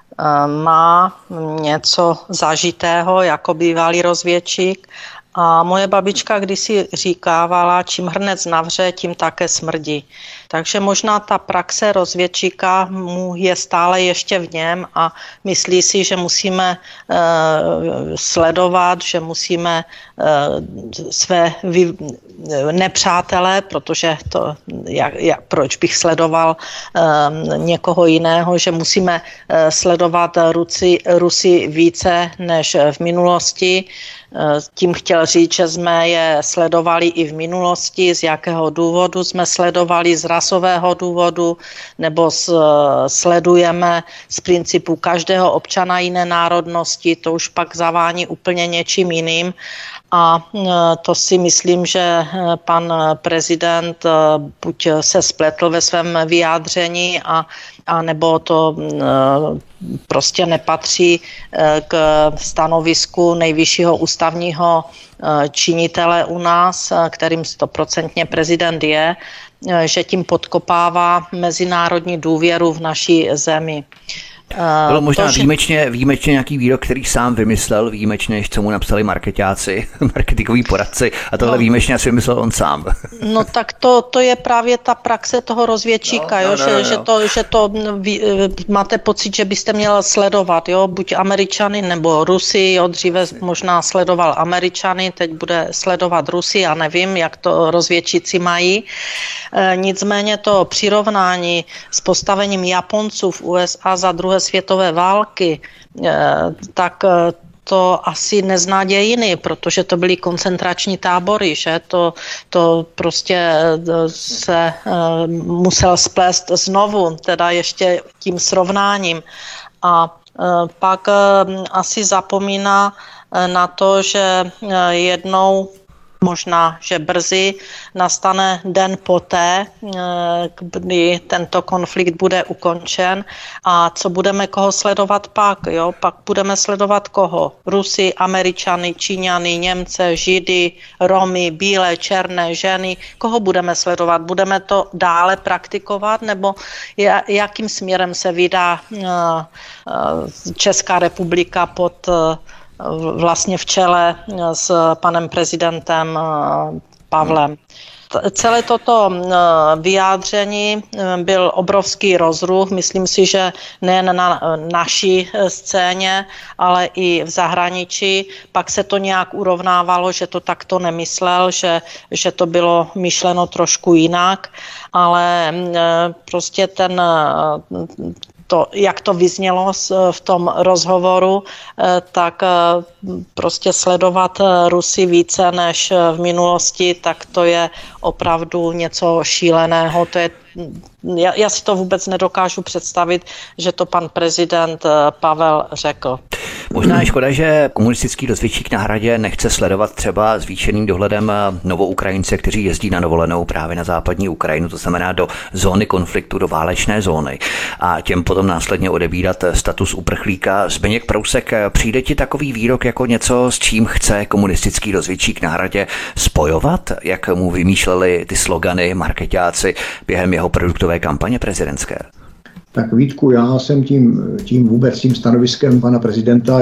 [SPEAKER 2] má něco zažitého jako bývalý rozvědčík a moje babička kdysi říkávala, čím hrnec navře, tím také smrdí. Takže možná ta praxe rozvědčíka mu je stále ještě v něm a myslí si, že musíme e, sledovat, že musíme e, své vy, nepřátelé, protože to, jak, jak, proč bych sledoval e, někoho jiného, že musíme e, sledovat Rusy, Rusy více než v minulosti. Tím chtěl říct, že jsme je sledovali i v minulosti, z jakého důvodu jsme sledovali, z rasového důvodu, nebo s, sledujeme z principu každého občana jiné národnosti, to už pak zavání úplně něčím jiným. A to si myslím, že pan prezident buď se spletl ve svém vyjádření, a, a nebo to prostě nepatří k stanovisku nejvyššího ústavního činitele u nás, kterým stoprocentně prezident je, že tím podkopává mezinárodní důvěru v naší zemi.
[SPEAKER 1] Bylo možná
[SPEAKER 2] to, že...
[SPEAKER 1] výjimečně, výjimečně nějaký výrok, který sám vymyslel, výjimečně, než co mu napsali marketáci, marketingoví poradci, a tohle no. výjimečně asi vymyslel on sám.
[SPEAKER 2] No tak to, to je právě ta praxe toho rozvědčíka, no, jo, no, no, že, no. Že, to, že to vy, máte pocit, že byste měl sledovat, jo, buď Američany nebo Rusy, jo, dříve možná sledoval Američany, teď bude sledovat Rusy, já nevím, jak to rozvědčíci mají. E, nicméně to přirovnání s postavením Japonců v U S A za druhé světové války, e, tak to asi nezná dějiny, protože to byly koncentrační tábory, že to, to prostě se uh, musel splést znovu, teda ještě tím srovnáním. A uh, pak uh, asi zapomíná uh, na to, že uh, jednou možná, že brzy nastane den poté, kdy tento konflikt bude ukončen a co budeme koho sledovat pak, jo? Pak budeme sledovat koho? Rusy, Američany, Číňany, Němce, Židy, Romy, bílé, černé, ženy. Koho budeme sledovat? Budeme to dále praktikovat nebo jakým směrem se vydá Česká republika pod vlastně v čele s panem prezidentem Pavlem. Celé toto vyjádření byl obrovský rozruch. Myslím si, že nejen na naší scéně, ale i v zahraničí. Pak se to nějak urovnávalo, že to takto nemyslel, že, že to bylo myšleno trošku jinak, ale prostě ten to, jak to vyznělo v tom rozhovoru, tak prostě sledovat Rusy více než v minulosti, tak to je opravdu něco šíleného. To je, já, já si to vůbec nedokážu představit, že to pan prezident Pavel řekl.
[SPEAKER 1] Možná je škoda, že komunistický rozvědčík na Hradě nechce sledovat třeba zvýšeným dohledem Novoukrajince, kteří jezdí na dovolenou právě na západní Ukrajinu, to znamená do zóny konfliktu, do válečné zóny a těm potom následně odebírat status uprchlíka. Zbyněk Prousek, přijde ti takový výrok jako něco, s čím chce komunistický rozvědčík na Hradě spojovat, jak mu vymýšleli ty slogany marketáci během jeho produktové kampaně prezidentské?
[SPEAKER 3] Tak Vítku, já jsem tím, tím vůbec tím stanoviskem pana prezidenta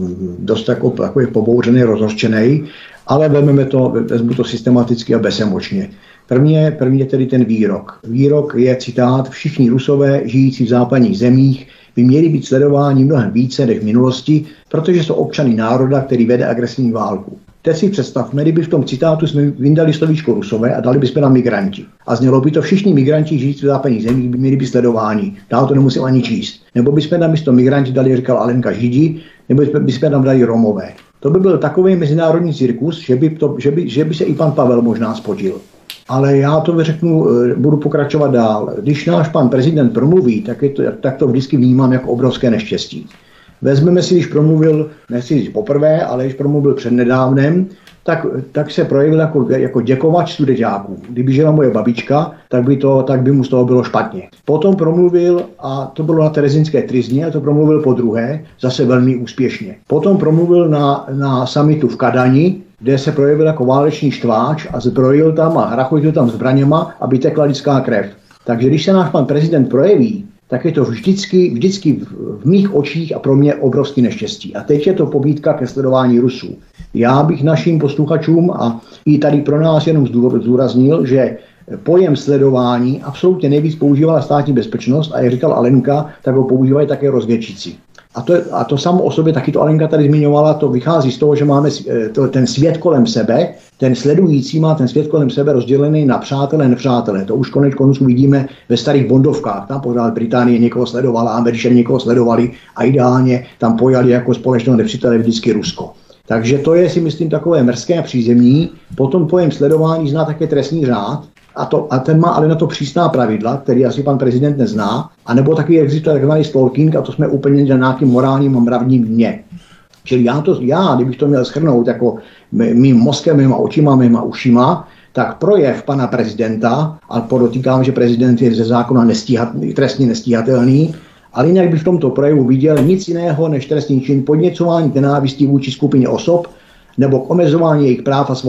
[SPEAKER 3] dost jako, takový pobouřený, rozhořčený, ale vezmeme to, vezmu to systematicky a bezemočně. První, první je tedy ten výrok. Výrok je citát: všichni Rusové žijící v západních zemích by měli být sledováni mnohem více než v minulosti, protože jsou občany národa, který vede agresivní válku. Teď si představme, kdyby v tom citátu jsme vyndali slovíčko Rusové a dali bychom na migranti. A znělo by to: všichni migranti žijící v západních zemích by měli být sledováni. Dál to nemusím ani číst. Nebo bychom na místo migranti dali, říkal Alenka, Židi, nebo bychom tam dali Romové. To by byl takový mezinárodní cirkus, že by, to, že by, že by se i pan Pavel možná spodil. Ale já to řeknu, budu pokračovat dál. Když náš pan prezident promluví, tak, je to, tak to vždycky vnímám jako obrovské neštěstí. Vezmeme si, když promluvil, nechci říct poprvé, ale když promluvil přednedávnem, tak, tak se projevil jako, jako děkovač studentáků. Kdyby žila moje babička, tak by, to, tak by mu z toho bylo špatně. Potom promluvil, a to bylo na Terezínské tryzně, a to promluvil po druhé, zase velmi úspěšně. Potom promluvil na, na summitu v Kadani, kde se projevil jako válečný štváč a zbrojil tam a hrachotil tam zbraněma, aby tekla lidská krev. Takže když se náš pan prezident projeví, tak je to vždycky, vždycky v mých očích a pro mě obrovský neštěstí. A teď je to pobídka ke sledování Rusů. Já bych našim posluchačům a i tady pro nás jenom zdůraznil, že pojem sledování absolutně nejvíc používala státní bezpečnost a jak říkal Alenka, tak ho používají také rozvědčíci. A to, a to samo o sobě, taky to Alenka tady zmiňovala, to vychází z toho, že máme to, ten svět kolem sebe, ten sledující má ten svět kolem sebe rozdělený na přátelé a nepřátelé. To už konec konců vidíme ve starých bondovkách. Tam pořád Británie někoho sledovala, Američané někoho sledovali a ideálně tam pojali jako společného nepřítele vždycky Rusko. Takže to je, si myslím, takové mrzké a přízemní. Potom pojem sledování zná také trestní řád. A, to, a ten má ale na to přísná pravidla, který asi pan prezident nezná, anebo taky existuje takzvaný stalking, a to jsme úplně na nějakým morálním a mravním dně. Čili já, to, já, kdybych to měl shrnout jako mým mozkem, mýma očima, mýma ušima, tak projev pana prezidenta, a podotýkám, že prezident je ze zákona nestíhat, trestně nestíhatelný, ale jinak bych v tomto projevu viděl nic jiného než trestný čin podněcování k nenávisti vůči skupině osob nebo k omezování jejich práv a svobod.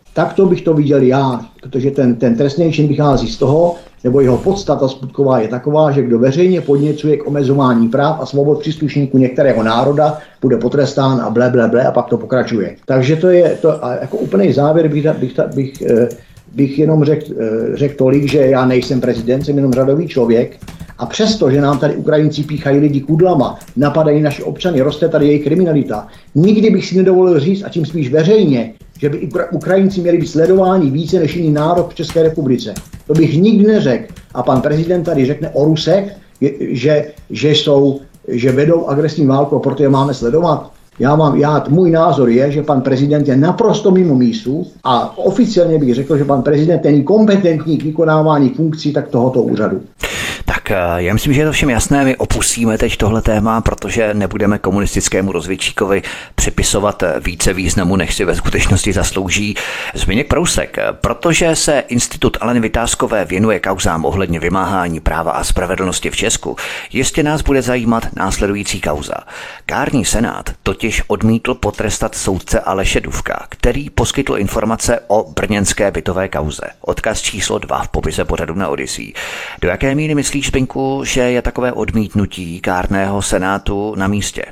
[SPEAKER 3] Tak to bych to viděl já, protože ten, ten trestný čin vychází z toho, nebo jeho podstata skutková je taková, že kdo veřejně podněcuje k omezování práv a svobod příslušníků některého národa, bude potrestán a ble, ble, ble a pak to pokračuje. Takže to je, to, a jako úplný závěr bych, bych, bych, bych jenom řekl řek tolik, že já nejsem prezident, jsem jenom řadový člověk a přesto, že nám tady Ukrajinci píchají lidi kudlama, napadají naše občany, roste tady jejich kriminalita, nikdy bych si nedovolil říct, a tím spíš veřejně, že by Ukrajinci měli být sledováni více než jiný národ v České republice. To bych nikdy neřekl. A pan prezident tady řekne o Rusech, že, že, jsou, že vedou agresivní válku a proto je máme sledovat. Já mám, já, můj názor je, že pan prezident je naprosto mimo mísu a oficiálně bych řekl, že pan prezident není kompetentní k vykonávání funkcí tak tohoto úřadu.
[SPEAKER 1] Tak já myslím, že je to všem jasné, my opustíme teď tohle téma, protože nebudeme komunistickému rozvědčíkovi připisovat více významu, než si ve skutečnosti zaslouží. Zbyněk Prousek, protože se Institut Aleny Vitáskové věnuje kauzám ohledně vymáhání práva a spravedlnosti v Česku, jistě nás bude zajímat následující kauza. Kárný senát totiž odmítl potrestat soudce Aleše Dufka, který poskytl informace o brněnské bytové kauze. Odkaz číslo dva v popise pořadu na Odyssey. Do jaké míry myslíš, Zbyňku, že je takové odmítnutí kárného senátu na místě?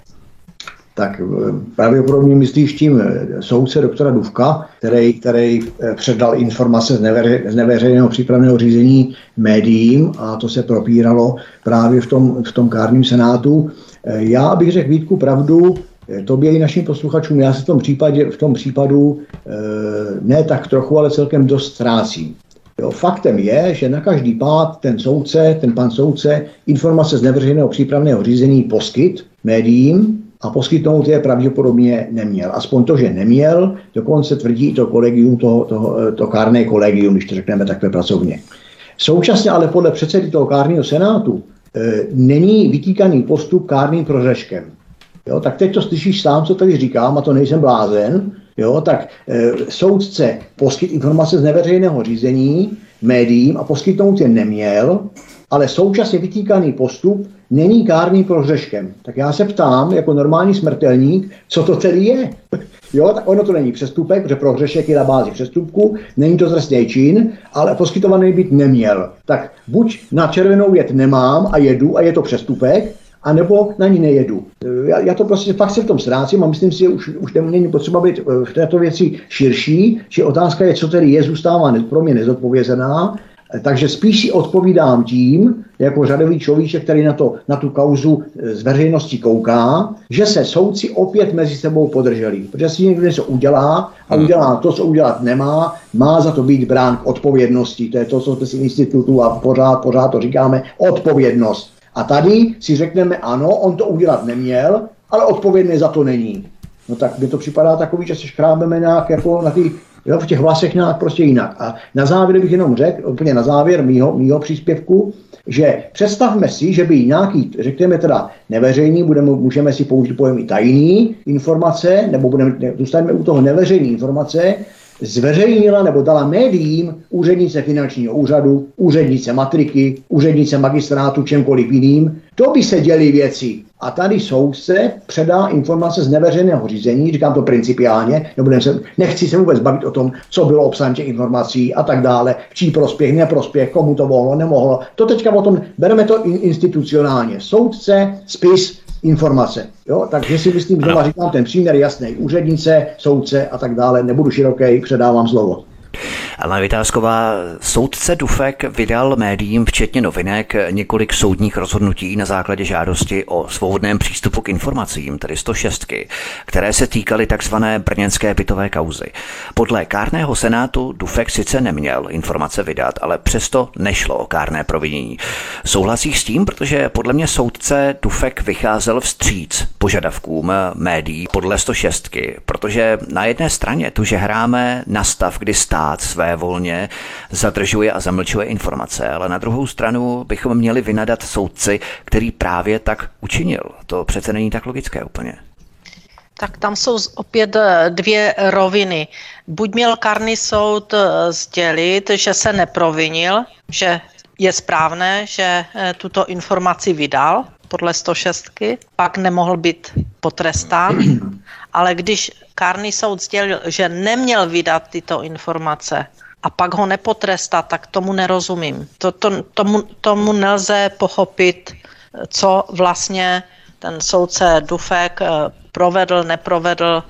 [SPEAKER 3] Tak pravděpodobně myslíš tím soudce doktora Dufka, který, který předal informace z, neveře, z neveřejného přípravného řízení médiím a to se propíralo právě v tom, v tom kárném senátu. Já bych řekl, Vítku, pravdu, tobě i našim posluchačům, já se v tom, případě, v tom případu ne tak trochu, ale celkem dost ztrácím. Jo, faktem je, že na každý pád ten soudce, ten pan soudce informace z neveřejného přípravného řízení poskyt médiím a poskytnout je pravděpodobně neměl. Aspoň to, že neměl, dokonce tvrdí to kolegium, toho, toho, to kárné kolegium, když to řekneme takhle pracovně. Současně ale podle předsedy toho kárného senátu e, není vytýkaný postup kárným prohřeškem. Jo, tak teď to slyšíš sám, co tady říkám, a to nejsem blázen. Jo, tak e, soudce poskyt informace z neveřejného řízení médiím a poskytnout je neměl, ale současně vytýkaný postup není kárným prohřeškem. Tak já se ptám, jako normální smrtelník, co to tedy je? Jo, tak ono to není přestupek, protože prohřešek je na bázi přestupku, není to trestný čin, ale poskytovaný být neměl. Tak buď na červenou jet nemám a jedu a je to přestupek, a nebo na ní nejedu. Já, já to prostě fakt se v tom ztrácím a myslím si, že už, už není potřeba být v této věci širší, že otázka je, co tedy je, zůstává pro mě nezodpovězená, takže spíš si odpovídám tím, jako řadový človíček, který na, to, na tu kauzu z veřejnosti kouká, že se soudci opět mezi sebou podrželi, protože si někdo něco udělá a udělá to, co udělat nemá, má za to být brán k odpovědnosti. To je to, co jsme si institutu a pořád, pořád to říkáme, odpovědnost. A tady si řekneme, ano, on to udělat neměl, ale odpovědný za to není. No tak mi to připadá takový, že se škrábeme nějak jako na ty, jo, v těch vlasech nějak prostě jinak. A na závěr bych jenom řekl, úplně na závěr mýho, mýho příspěvku, že představme si, že by nějaký, řekněme teda neveřejný, budeme, můžeme si použít pojem i tajný informace, nebo budeme, zůstaneme u toho neveřejný informace, zveřejnila nebo dala médiím úřednice finančního úřadu, úřednice matriky, úřednice magistrátu, čemkoliv jiným, to by se děly věci. A tady soudce předá informace z neveřejného řízení, říkám to principiálně, se, nechci se vůbec bavit o tom, co bylo obsahem těch informací a tak dále, v čí prospěch, neprospěch, komu to mohlo, nemohlo. To teďka o tom, bereme to institucionálně. Soudce, spis, informace. Jo? Takže si myslím, že říkám ten příměr jasný. Úřednice, soudce a tak dále. Nebudu široký, předávám slovo.
[SPEAKER 1] Alena Vitásková, soudce Dufek vydal médiím, včetně novinek, několik soudních rozhodnutí na základě žádosti o svobodném přístupu k informacím, tedy sto šest, které se týkaly takzvané brněnské bytové kauzy. Podle kárného senátu Dufek sice neměl informace vydat, ale přesto nešlo o kárné provinění. Souhlasíš s tím, protože podle mě soudce Dufek vycházel vstříc požadavkům médií podle sto šest, protože na jedné straně tu, že hráme na stav, kdy stát své volně zadržuje a zamlčuje informace, ale na druhou stranu bychom měli vynadat soudci, který právě tak učinil. To přece není tak logické úplně.
[SPEAKER 2] Tak tam jsou opět dvě roviny. Buď měl kárný soud sdělit, že se neprovinil, že je správné, že tuto informaci vydal podle sto šest, pak nemohl být potrestán, ale když kárný soud sdělil, že neměl vydat tyto informace a pak ho nepotrestá, tak tomu nerozumím. To, to, tomu, tomu nelze pochopit, co vlastně ten soudce Dufek provedl, neprovedl,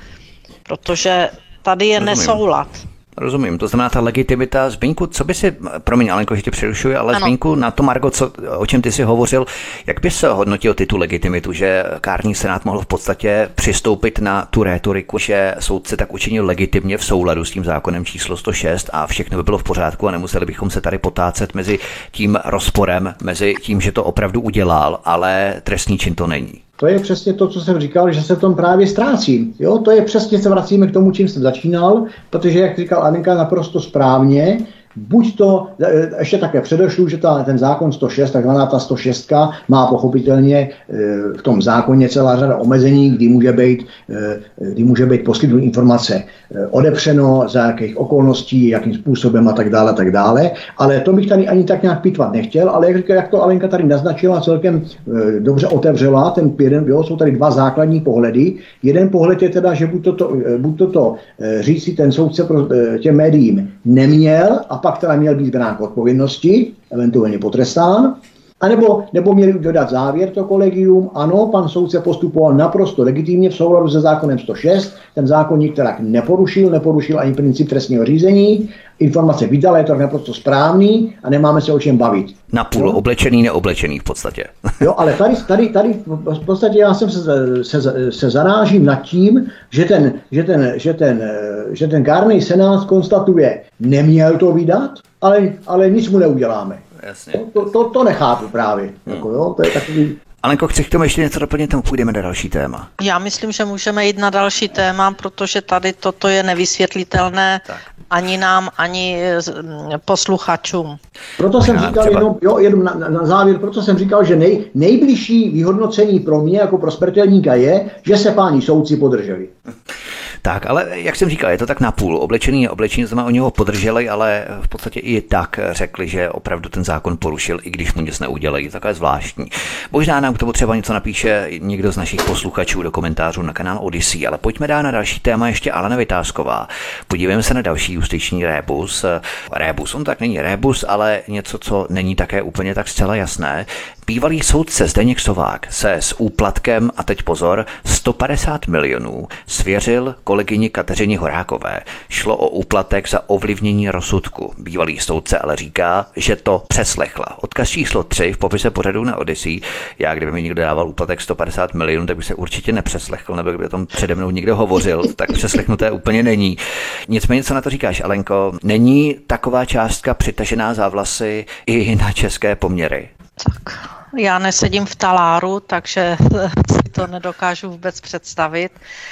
[SPEAKER 2] protože tady je
[SPEAKER 1] Rozumím.
[SPEAKER 2] nesoulad.
[SPEAKER 1] Rozumím, to znamená ta legitimita. Zbyňku, co by si, promiň Alenko, že tě přerušuji, ale ano. Zbyňku, na to, Margo, co, o čem ty jsi hovořil, jak bys hodnotil ty tu legitimitu, že kárný senát mohl v podstatě přistoupit na tu rétoriku, že soudce tak učinil legitimně v souladu s tím zákonem číslo sto šest a všechno by bylo v pořádku a nemuseli bychom se tady potácet mezi tím rozporem, mezi tím, že to opravdu udělal, ale trestný čin to není.
[SPEAKER 3] To je přesně to, co jsem říkal, že se v tom právě ztrácím. Jo, to je přesně, se vracíme k tomu, čím jsem začínal, protože, jak říkal Alenka naprosto správně, buď to, ještě také předešlu, že ta, ten zákon sto šest, takzvaná ta sto šest, má pochopitelně v tom zákoně celá řada omezení, kdy může být, kdy může být poskytnuta informace odepřeno, za jakých okolností, jakým způsobem a tak dále, tak dále. Ale to bych tady ani tak nějak pitvat nechtěl, ale jak říká, jak to Alenka tady naznačila, celkem dobře otevřela, ten jeden, jo, jsou tady dva základní pohledy. Jeden pohled je teda, že buď toto, buď toto říct si ten soudce pro těm médiím neměl a pak teda měl být brán k odpovědnosti, eventuálně potrestán, anebo, nebo měli dodat závěr to kolegium, ano, pan soudce postupoval naprosto legitimně v souladu se zákonem sto šest, ten zákon nikterak neporušil, neporušil ani princip trestního řízení, informace vydal, je to naprosto správný a nemáme se o čem bavit.
[SPEAKER 1] Napůl no? Oblečený, neoblečený v podstatě.
[SPEAKER 3] Jo, ale tady, tady, tady v podstatě já jsem se, se, se zarážím nad tím, že ten, že ten, že ten, že ten kárný senát konstatuje, neměl to vydat, ale, ale nic mu neuděláme.
[SPEAKER 1] Jasně.
[SPEAKER 3] To, to, to, to nechápu právě. Hmm. Jako, jo, to je takový...
[SPEAKER 1] Alenko, chci k tomu ještě něco doplnit, tam půjdeme na další téma.
[SPEAKER 2] Já myslím, že můžeme jít na další téma, protože tady toto je nevysvětlitelné tak. ani nám, ani posluchačům.
[SPEAKER 3] Proto jsem říkal třeba... jenom, jo, jenom na, na závěr, proto jsem říkal, že nej, nejbližší vyhodnocení pro mě jako pro smrtelníka je, že se páni soudci podrželi.
[SPEAKER 1] Tak, ale jak jsem říkal, je to tak napůl. Oblečený je oblečený, znamená, oni ho podrželi, ale v podstatě i tak řekli, že opravdu ten zákon porušil, i když mu nic neudělají. Takové zvláštní. Možná nám k tomu třeba něco napíše někdo z našich posluchačů do komentářů na kanál Odyssey, ale pojďme dát na další téma ještě Alena Vytázková. Podívejme se na další justiční rébus. Rébus, on tak není rébus, ale něco, co není také úplně tak zcela jasné. Bývalý soudce Zdeněk Sovák se s úplatkem, a teď pozor, sto padesát milionů svěřil kolegyni Kateřině Horákové. Šlo o úplatek za ovlivnění rozsudku. Bývalý soudce ale říká, že to přeslechla. Odkaz číslo tři v popise pořadu na Odyssey. Já, kdyby mi někdo dával úplatek sto padesát milionů, tak by se určitě nepřeslechl, nebo kdyby o tom přede mnou někdo hovořil, tak přeslechnuté úplně není. Nicméně, co na to říkáš, Alenko? Není taková částka přitažená za vlasy i na české poměry?
[SPEAKER 2] Tak. Já nesedím v taláru, takže si to nedokážu vůbec představit,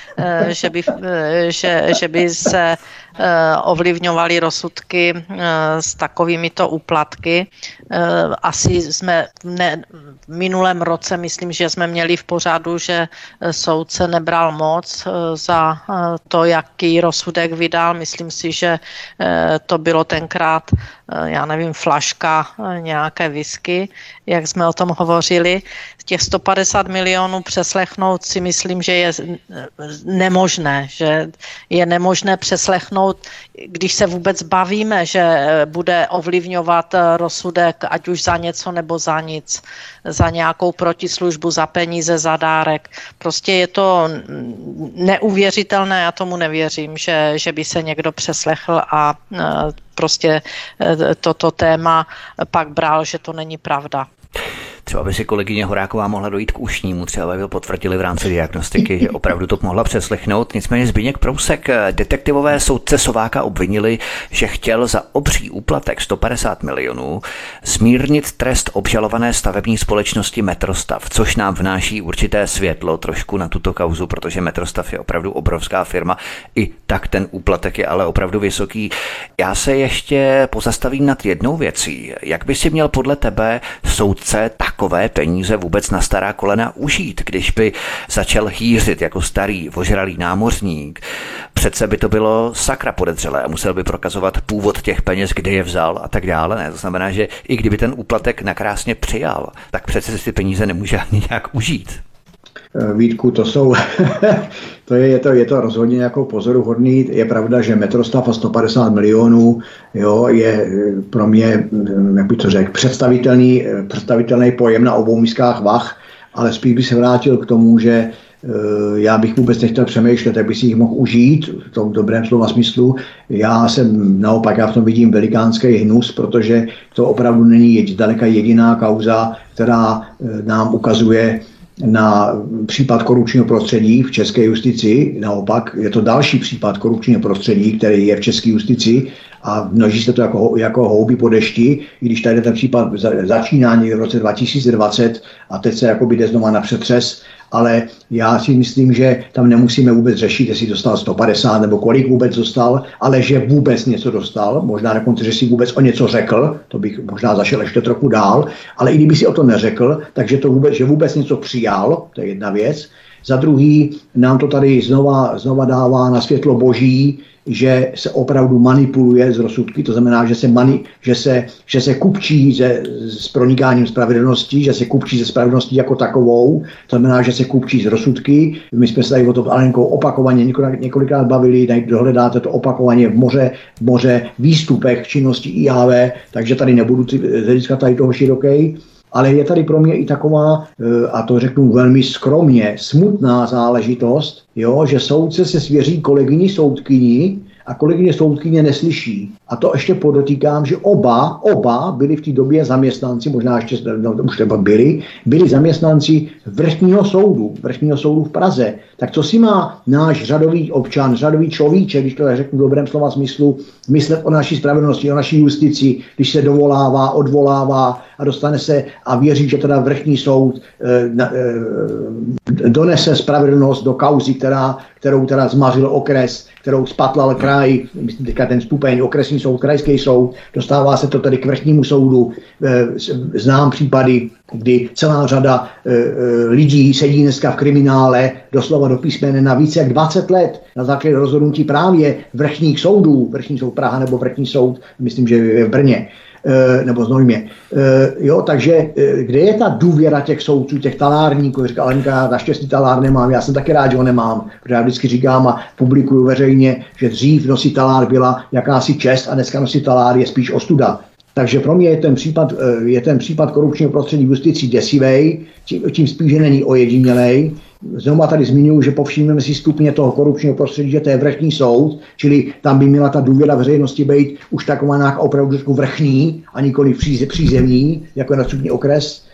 [SPEAKER 2] že by, že, že by se ovlivňovaly rozsudky s takovýmito úplatky. Asi jsme ne, v minulém roce, myslím, že jsme měli v pořadu, že soudce nebral moc za to, jaký rozsudek vydal. Myslím si, že to bylo tenkrát, já nevím, flaška nějaké whisky, jak jsme o tom hovořili. Těch sto padesát milionů přeslechnout si myslím, že je nemožné, že je nemožné přeslechnout, když se vůbec bavíme, že bude ovlivňovat rozsudek, ať už za něco nebo za nic, za nějakou protislužbu, za peníze, za dárek. Prostě je to neuvěřitelné, já tomu nevěřím, že, že by se někdo přeslechl a prostě toto téma pak bral, že to není pravda.
[SPEAKER 1] Třeba by si kolegyně Horáková mohla dojít k ušnímu, třeba by to potvrdili v rámci diagnostiky, že opravdu to mohla přeslechnout. Nicméně Zbyněk Prousek, detektivové soudce Sováka obvinili, že chtěl za obří úplatek sto padesát milionů zmírnit trest obžalované stavební společnosti Metrostav, což nám vnáší určité světlo trošku na tuto kauzu, protože Metrostav je opravdu obrovská firma, i tak ten úplatek je ale opravdu vysoký. Já se ještě pozastavím nad jednou věcí. Jak by si měl podle tebe soudce takové peníze vůbec na stará kolena užít, když by začal hýřit jako starý ožralý námořník? Přece by to bylo sakra podezřelé a musel by prokazovat původ těch peněz, kde je vzal a tak dále. Ne? To znamená, že i kdyby ten úplatek nakrásně přijal, tak přece si ty peníze nemůže ani nějak užít.
[SPEAKER 3] Vítku, to jsou, to je, je, to, je to rozhodně jako pozoruhodný. Je pravda, že metrostav a sto padesát milionů jo, je pro mě, jak bych to řekl, představitelný, představitelný pojem na obou miskách vah, ale spíš bych se vrátil k tomu, že já bych vůbec nechtěl přemýšlet, jak bych si jich mohl užít v tom dobrém slova smyslu. Já jsem naopak, já v tom vidím velikánský hnus, protože to opravdu není zdaleka jediná kauza, která nám ukazuje na případ korupčního prostředí v české justici. Naopak je to další případ korupčního prostředí, který je v české justici a množí se to jako, jako houby po dešti, i když tady ten případ začíná někde v roce dva tisíce dvacet a teď se jakoby jde znova na přetřes, ale já si myslím, že tam nemusíme vůbec řešit, jestli dostal sto padesát nebo kolik vůbec dostal, ale že vůbec něco dostal, možná dokonce, že si vůbec o něco řekl, to bych možná zašel ještě trochu dál, ale i kdyby si o to neřekl, takže to vůbec, že vůbec něco přijal, to je jedna věc. Za druhý nám to tady znova, znova dává na světlo boží, že se opravdu manipuluje z rozsudky, to znamená, že se, mani, že se, že se kupčí se, s pronikáním spravedlnosti, že se kupčí se spravedlností jako takovou, to znamená, že se kupčí z rozsudky. My jsme se tady o tom Alenkou opakovaně několik, několikrát bavili, dohledáte to opakovaně v moře, v moře výstupech činnosti I A V, takže tady nebudu z hlediska tady toho široký. Ale je tady pro mě i taková, a to řeknu velmi skromně, smutná záležitost, jo, že soudce se svěří kolegyni soudkyni a kolegyně soudkyně neslyší. A to ještě podotýkám, že oba, oba byli v té době zaměstnanci, možná ještě no, už třeba byli, byli zaměstnanci vrchního soudu, vrchního soudu v Praze. Tak co si má náš řadový občan, řadový človíček, když to řeknu v dobrém slova smyslu, myslet o naší spravedlnosti, o naší justici, když se dovolává, odvolává a dostane se a věří, že teda vrchní soud eh, eh, donese spravedlnost do kauzy, která, kterou teda zmařil okres, kterou spatlal kraj, myslím teďka ten stupeň, okresní soud, krajský soud, dostává se to tedy k vrchnímu soudu. Znám případy, kdy celá řada lidí sedí dneska v kriminále, doslova do písmene na více jak dvacet let na základě rozhodnutí právě vrchních soudů, vrchní soud Praha nebo vrchní soud, myslím, že je v Brně, nebo Znojmě. Jo, takže kde je ta důvěra těch soudců, těch talárníků? Říká Alenka, naštěstí talár nemám, já jsem taky rád, že ho nemám, protože já vždycky říkám a publikuju veřejně, že dřív nosí talár byla jakási čest a dneska nosí talár je spíš ostuda. Takže pro mě je ten případ, je ten případ korupčního prostředí v justici děsivej, tím spíš, že není ojedinělej. Znovu tady zmiňuji, že povšimneme si stupně toho korupčního prostředí, že to je vrchní soud, čili tam by měla ta důvěra veřejnosti být už taková nějak opravdu vrchní a nikoli přízemní, jako je nadstupní okres.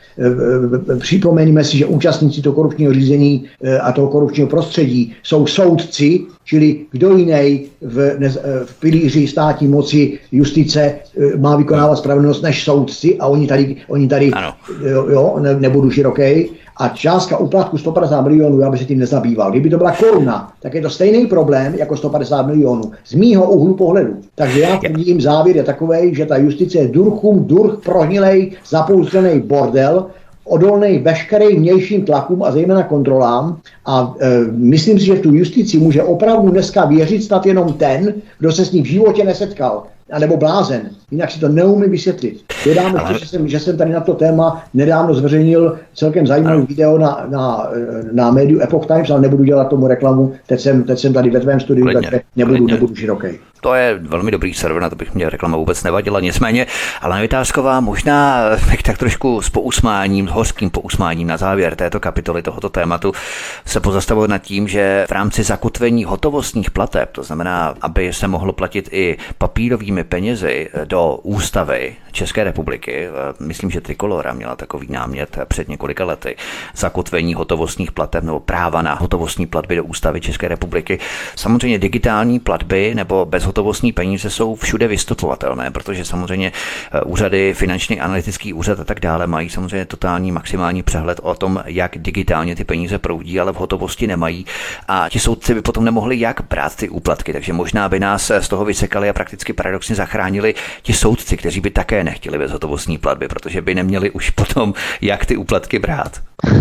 [SPEAKER 3] Připomeňme si, že účastníci toho korupčního řízení a toho korupčního prostředí jsou soudci, čili kdo jiný v, v pilíři státní moci justice má vykonávat spravedlnost než soudci a oni tady, oni tady jo, jo, ne, nebudu široký. A částka úplatku sto padesát milionů, já bych se tím nezabýval. Kdyby to byla koruna, tak je to stejný problém jako sto padesát milionů. Z mýho úhlu pohledu. Takže já tvrdím, závěr je takovej, že ta justice je durchum, durch, prohnilej, zapouzřený bordel, odolný veškerým vnějším tlakům a zejména kontrolám. A e, myslím si, že v tu justici může opravdu dneska věřit snad jenom ten, kdo se s ní v životě nesetkal. A nebo blázen. Jinak si to neumím vysvětlit. Dodám ještě, že jsem, že jsem tady na to téma nedávno zveřejnil celkem zajímavý video na, na, na médiu Epoch Times, ale nebudu dělat tomu reklamu. Teď jsem, teď jsem tady ve tvém studiu,
[SPEAKER 1] Klidně,
[SPEAKER 3] takže nebudu,
[SPEAKER 1] klidně.
[SPEAKER 3] nebudu široký.
[SPEAKER 1] To je velmi dobrý server, na to bych mě reklama vůbec nevadila. Nicméně, ale Vytázková, možná tak trošku s pousmáním, s hořkým pousmáním na závěr této kapitoly, tohoto tématu, se pozastavovat nad tím, že v rámci zakotvení hotovostních plateb, to znamená, aby se mohlo platit i papírovými penězi do ústavy České republiky, myslím, že Trikolora měla takový námět před několika lety, zakotvení hotovostních plateb nebo práva na hotovostní platby do ústavy České republiky. Samozřejmě digitální platby nebo bezhotovostní peníze jsou všude vystupovatelné, protože samozřejmě úřady, finanční analytický úřad a tak dále mají samozřejmě totální maximální přehled o tom, jak digitálně ty peníze proudí, ale v hotovosti nemají a ti soudci by potom nemohli jak brát ty úplatky, takže možná by nás z toho vysekali a prakticky paradoxně zachránili ti soudci, kteří by také nechtěli bezhotovostní platby, protože by neměli už potom jak ty úplatky brát.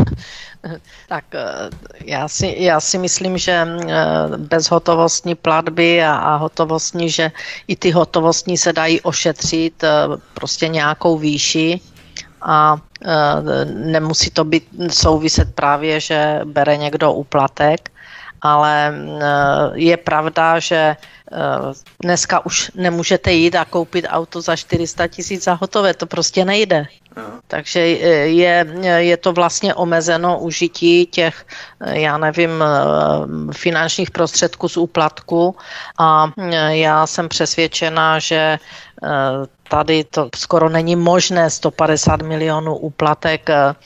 [SPEAKER 2] Tak já si, já si myslím, že bezhotovostní platby a, a hotovostní, že i ty hotovostní se dají ošetřit prostě nějakou výši a nemusí to být souviset právě, že bere někdo úplatek, ale je pravda, že dneska už nemůžete jít a koupit auto za čtyři sta tisíc za hotové, to prostě nejde. No. Takže je, je to vlastně omezeno užití těch, já nevím, finančních prostředků z úplatku a já jsem přesvědčena, že tady to skoro není možné sto padesát milionů úplatek,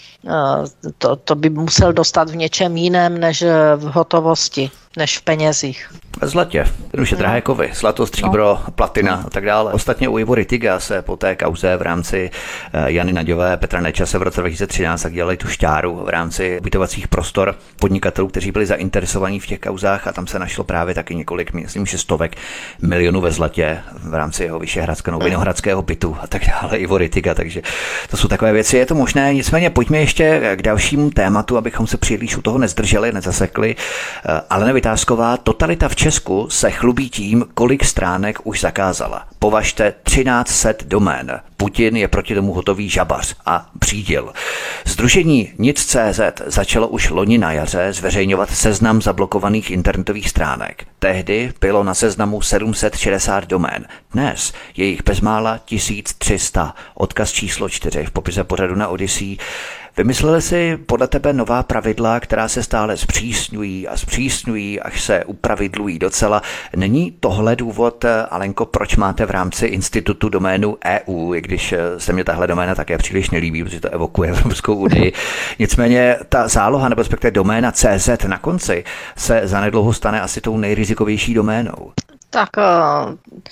[SPEAKER 2] to, to by musel dostat v něčem jiném než v hotovosti, než v penězích.
[SPEAKER 1] Ve zlatě, ten už je drahé kovy, zlato, stříbro, no. platina a tak dále. Ostatně u Ivo Rittiga se po té kauze v rámci Jany Naďové, Petra Nečase v roce dva tisíce třináct tak dělali tu šťáru v rámci ubytovacích prostor podnikatelů, kteří byli zainteresovaní v těch kauzách a tam se našlo právě taky několik, myslím, že stovek milionů ve zlatě v rámci jeho vyšehradského vinohradského bytu a tak dále, Ivo Rittiga, takže to jsou takové věci, je to možné, nicméně pojďme ještě k dalšímu tématu, abychom se příliš u toho nezdrželi, nezasekli. Alena Vitásková, totalita v Česku se chlubí tím, kolik stránek už zakázala. Považte třináct set domén. Putin je proti tomu hotový žabař a příděl. Sdružení nic tečka cé zet začalo už loni na jaře zveřejňovat seznam zablokovaných internetových stránek. Tehdy bylo na seznamu sedm set šedesát domén. Dnes je jich bezmála tisíc tři sta. Odkaz číslo čtyři v popise pořadu na Odyssey. Vymysleli si podle tebe nová pravidla, která se stále zpřísňují a zpřísňují, až se upravidlují docela. Není tohle důvod, Alenko, proč máte v rámci institutu doménu E U, i když se mě tahle doména také příliš nelíbí, protože to evokuje Evropskou unii. Nicméně ta záloha, nebo respektive doména C Z na konci, se zanedlouho stane asi tou nejrizikovější doménou.
[SPEAKER 2] Tak... Uh...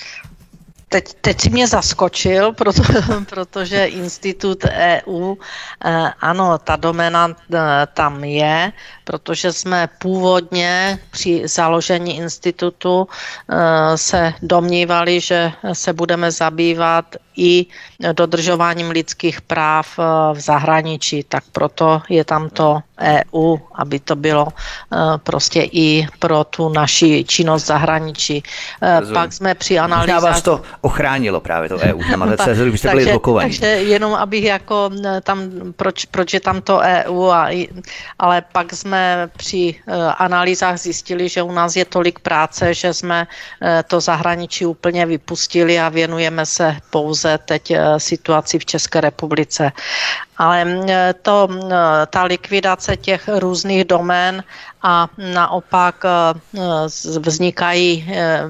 [SPEAKER 2] Teď, teď si mě zaskočil, proto, protože institut E U, eh, ano, ta doména eh, tam je, protože jsme původně při založení institutu eh, se domnívali, že se budeme zabývat i dodržováním lidských práv v zahraničí, tak proto je tam to E U, aby to bylo prostě i pro tu naši činnost v zahraničí. Rozumím. Pak jsme při analýzách...
[SPEAKER 1] Možná vás to ochránilo právě to E U, tam máte cé zet, byste byli blokovaní.
[SPEAKER 2] Takže jenom abych jako tam, proč, proč je tam to E U, a, ale pak jsme při analýzách zjistili, že u nás je tolik práce, že jsme to zahraničí úplně vypustili a věnujeme se pouze teď situaci v České republice. Ale to, ta likvidace těch různých domén a naopak vznikají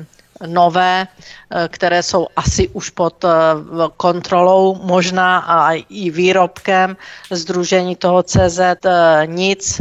[SPEAKER 2] nové, které jsou asi už pod kontrolou, možná a i výrobkem sdružení toho C Z nic,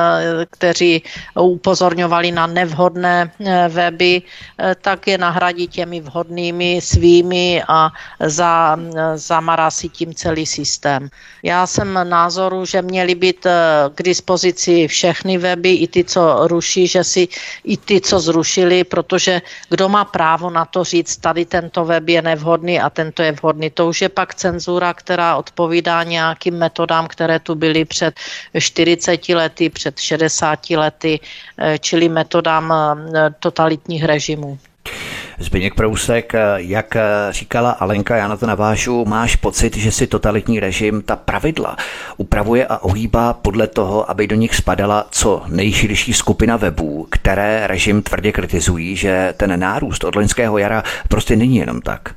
[SPEAKER 2] kteří upozorňovali na nevhodné weby, tak je nahradí těmi vhodnými svými a za, zamará si tím celý systém. Já jsem názoru, že měly být k dispozici všechny weby, i ty, co ruší, že si i ty, co zrušili, protože kdo má právo na to říct, tady tento web je nevhodný a tento je vhodný. To už je pak cenzura, která odpovídá nějakým metodám, které tu byly před čtyřiceti lety, před šedesáti lety, čili metodám totalitních režimů.
[SPEAKER 1] Zbyněk Prousek, jak říkala Alenka, já na to navážu, máš pocit, že si totalitní režim ta pravidla upravuje a ohýbá podle toho, aby do nich spadala co nejširší skupina webů, které režim tvrdě kritizují, že ten nárůst od loňského jara prostě není jenom tak?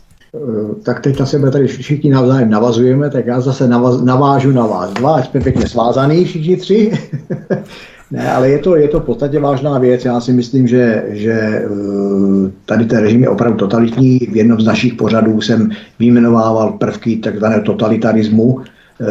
[SPEAKER 3] Tak teď na sebe tady všichni navzájem navazujeme, tak já zase navaz, navážu na vás dva, ať jsme pěkně svázaný všichni tři. Ne, ale je to, je to v podstatě vážná věc. Já si myslím, že, že tady ten režim je opravdu totalitní. V jednom z našich pořadů jsem vyjmenovával prvky takzvaného totalitarismu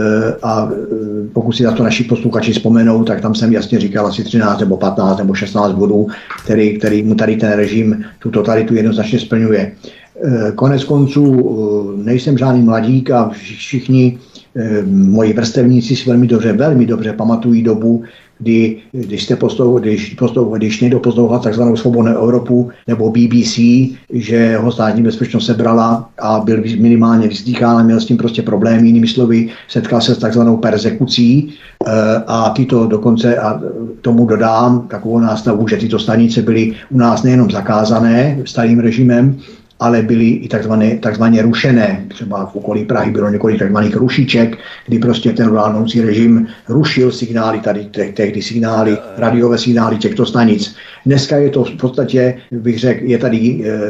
[SPEAKER 3] a pokud si na to naši posluchači vzpomenou, tak tam jsem jasně říkal asi třináct nebo patnáct nebo šestnáct bodů, který, který mu tady ten režim tu totalitu jednoznačně splňuje. Konec konců nejsem žádný mladík a všichni moji vrstevníci si velmi dobře, velmi dobře pamatují dobu, kdy, když, jste poslouchali, když, poslouchali, když někdo poslouchal takzvanou Svobodnou Evropu nebo B B C, že ho státní bezpečnost sebrala a byl minimálně vyslýchán a měl s tím prostě problém, jinými slovy, setkal se s takzvanou perzekucí a tyto dokonce, a tomu dodám takovou nástavu, že tyto stanice byly u nás nejenom zakázané starým režimem, ale byly i takzvané, takzvaně rušené. Třeba v okolí Prahy bylo několik takzvaných rušiček, kdy prostě ten vládnoucí režim rušil signály, tady tehdy signály, radiové signály těchto stanic. Dneska je to v podstatě, bych řekl, je tady, e, e,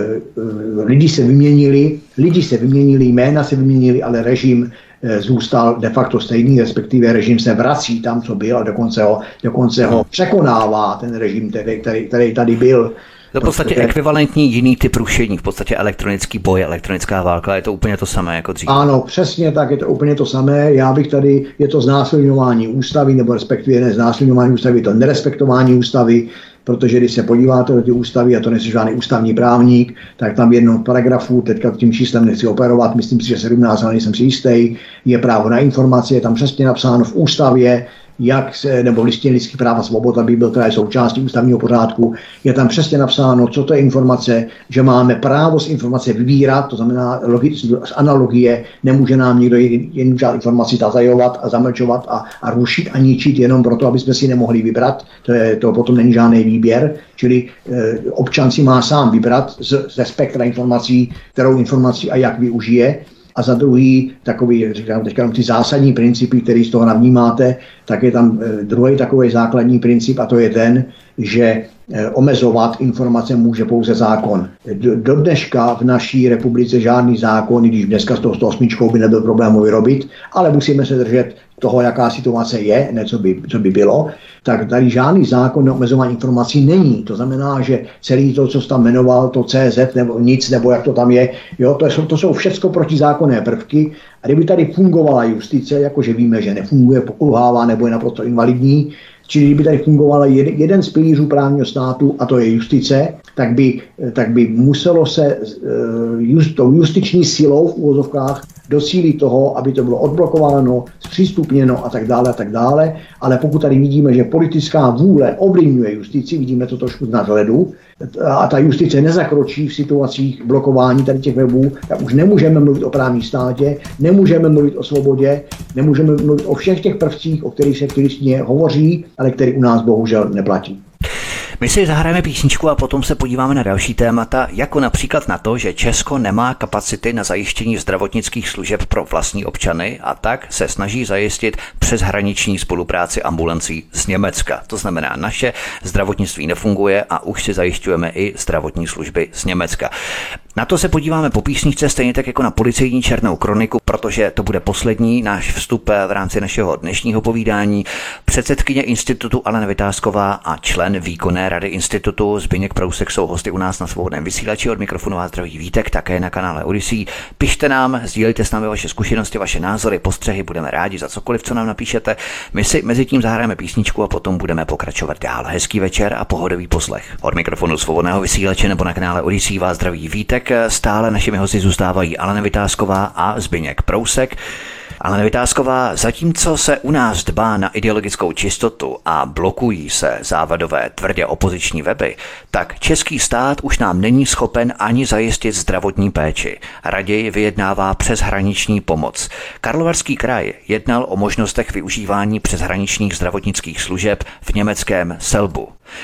[SPEAKER 3] lidi se vyměnili, lidi se vyměnili, jména se vyměnili, ale režim e, zůstal de facto stejný, respektive režim se vrací tam, co byl, a dokonce ho, dokonce ho překonává ten režim, který, který, který tady byl.
[SPEAKER 1] To v podstatě ekvivalentní jiný typ rušení, v podstatě elektronický boj, elektronická válka, je to úplně to samé jako dřív.
[SPEAKER 3] Ano, přesně tak, je to úplně to samé. Já bych tady, je to znásilňování ústavy, nebo respektive ne znásilňování ústavy, je to nerespektování ústavy, protože když se podíváte do ty ústavy, a to nejsi žádný ústavní právník, tak tam v jednom paragrafu, teďka tím číslem nechci operovat, myslím si, že sedmnáct, ale nejsem si jistý, je právo na informaci, je tam přesně napsáno v ústavě, jak se, nebo v listině lidských práv a svobod, aby byl teda součástí ústavního pořádku, je tam přesně napsáno, co to je informace, že máme právo z informace vybírat, to znamená z analogie, nemůže nám někdo jen žádnou informaci zatajovat a zamlčovat a, a rušit a ničit jenom proto, aby jsme si nemohli vybrat, to, je, to potom není žádný výběr, čili e, občan si má sám vybrat z, ze spektra informací, kterou informaci a jak využije. A za druhý, takový, říkám teďka ty zásadní principy, které z toho navnímáte, tak je tam druhý takový základní princip, a to je ten, že omezovat informace může pouze zákon. Do dneška v naší republice žádný zákon, i když dneska s tou sto osm by nebyl problém vyrobit, ale musíme se držet toho, jaká situace je, ne co by, co by bylo, tak tady žádný zákon na omezování informací není. To znamená, že celý to, co jsi tam jmenoval, to C Z nebo nic, nebo jak to tam je, jo, to, jsou, to jsou všechno protizákonné prvky. A kdyby tady fungovala justice, jakože víme, že nefunguje, pokulhává nebo je naprosto invalidní, čili kdyby tady fungoval jeden z pilířů právního státu, a to je justice, tak by, tak by muselo se just, tou justiční silou v úvozovkách docílit toho, aby to bylo odblokováno, zpřístupněno a tak dále a tak dále. Ale pokud tady vidíme, že politická vůle ovlivňuje justici, vidíme to trošku z nadhledu, a ta justice nezakročí v situacích blokování tady těch webů, tak už nemůžeme mluvit o právním státě, nemůžeme mluvit o svobodě, nemůžeme mluvit o všech těch prvcích, o kterých se v listině hovoří, ale který u nás bohužel neplatí.
[SPEAKER 1] My si zahrajeme písničku a potom se podíváme na další témata, jako například na to, že Česko nemá kapacity na zajištění zdravotnických služeb pro vlastní občany a tak se snaží zajistit přeshraniční spolupráci ambulancí z Německa. To znamená, naše zdravotnictví nefunguje a už si zajišťujeme i zdravotní služby z Německa. Na to se podíváme po písničce, stejně tak jako na policejní černou kroniku, protože to bude poslední náš vstup v rámci našeho dnešního povídání. Předsedkyně institutu Alena Vitásková a člen výkonné rady institutu Zbyněk Prousek jsou hosty u nás na Svobodném vysílači. Od mikrofonu vás zdraví Vítek, také na kanále Odyssey. Pište nám, sdílejte s námi vaše zkušenosti, vaše názory, postřehy, budeme rádi za cokoliv, co nám napíšete. My si mezi tím zahrajeme písničku a potom budeme pokračovat dál. Hezký večer a pohodový poslech. Od mikrofonu Svobodného vysílače nebo na kanále Odyssey vás zdraví Vítek. Stále našimi hosty zůstávají Alena Vitásková a Zbyněk Prousek. Alena Vitásková, zatímco se u nás dbá na ideologickou čistotu a blokují se závadové tvrdě opoziční weby, tak český stát už nám není schopen ani zajistit zdravotní péči. Raději vyjednává přeshraniční pomoc. Karlovarský kraj jednal o možnostech využívání přeshraničních zdravotnických služeb v německém Selbu.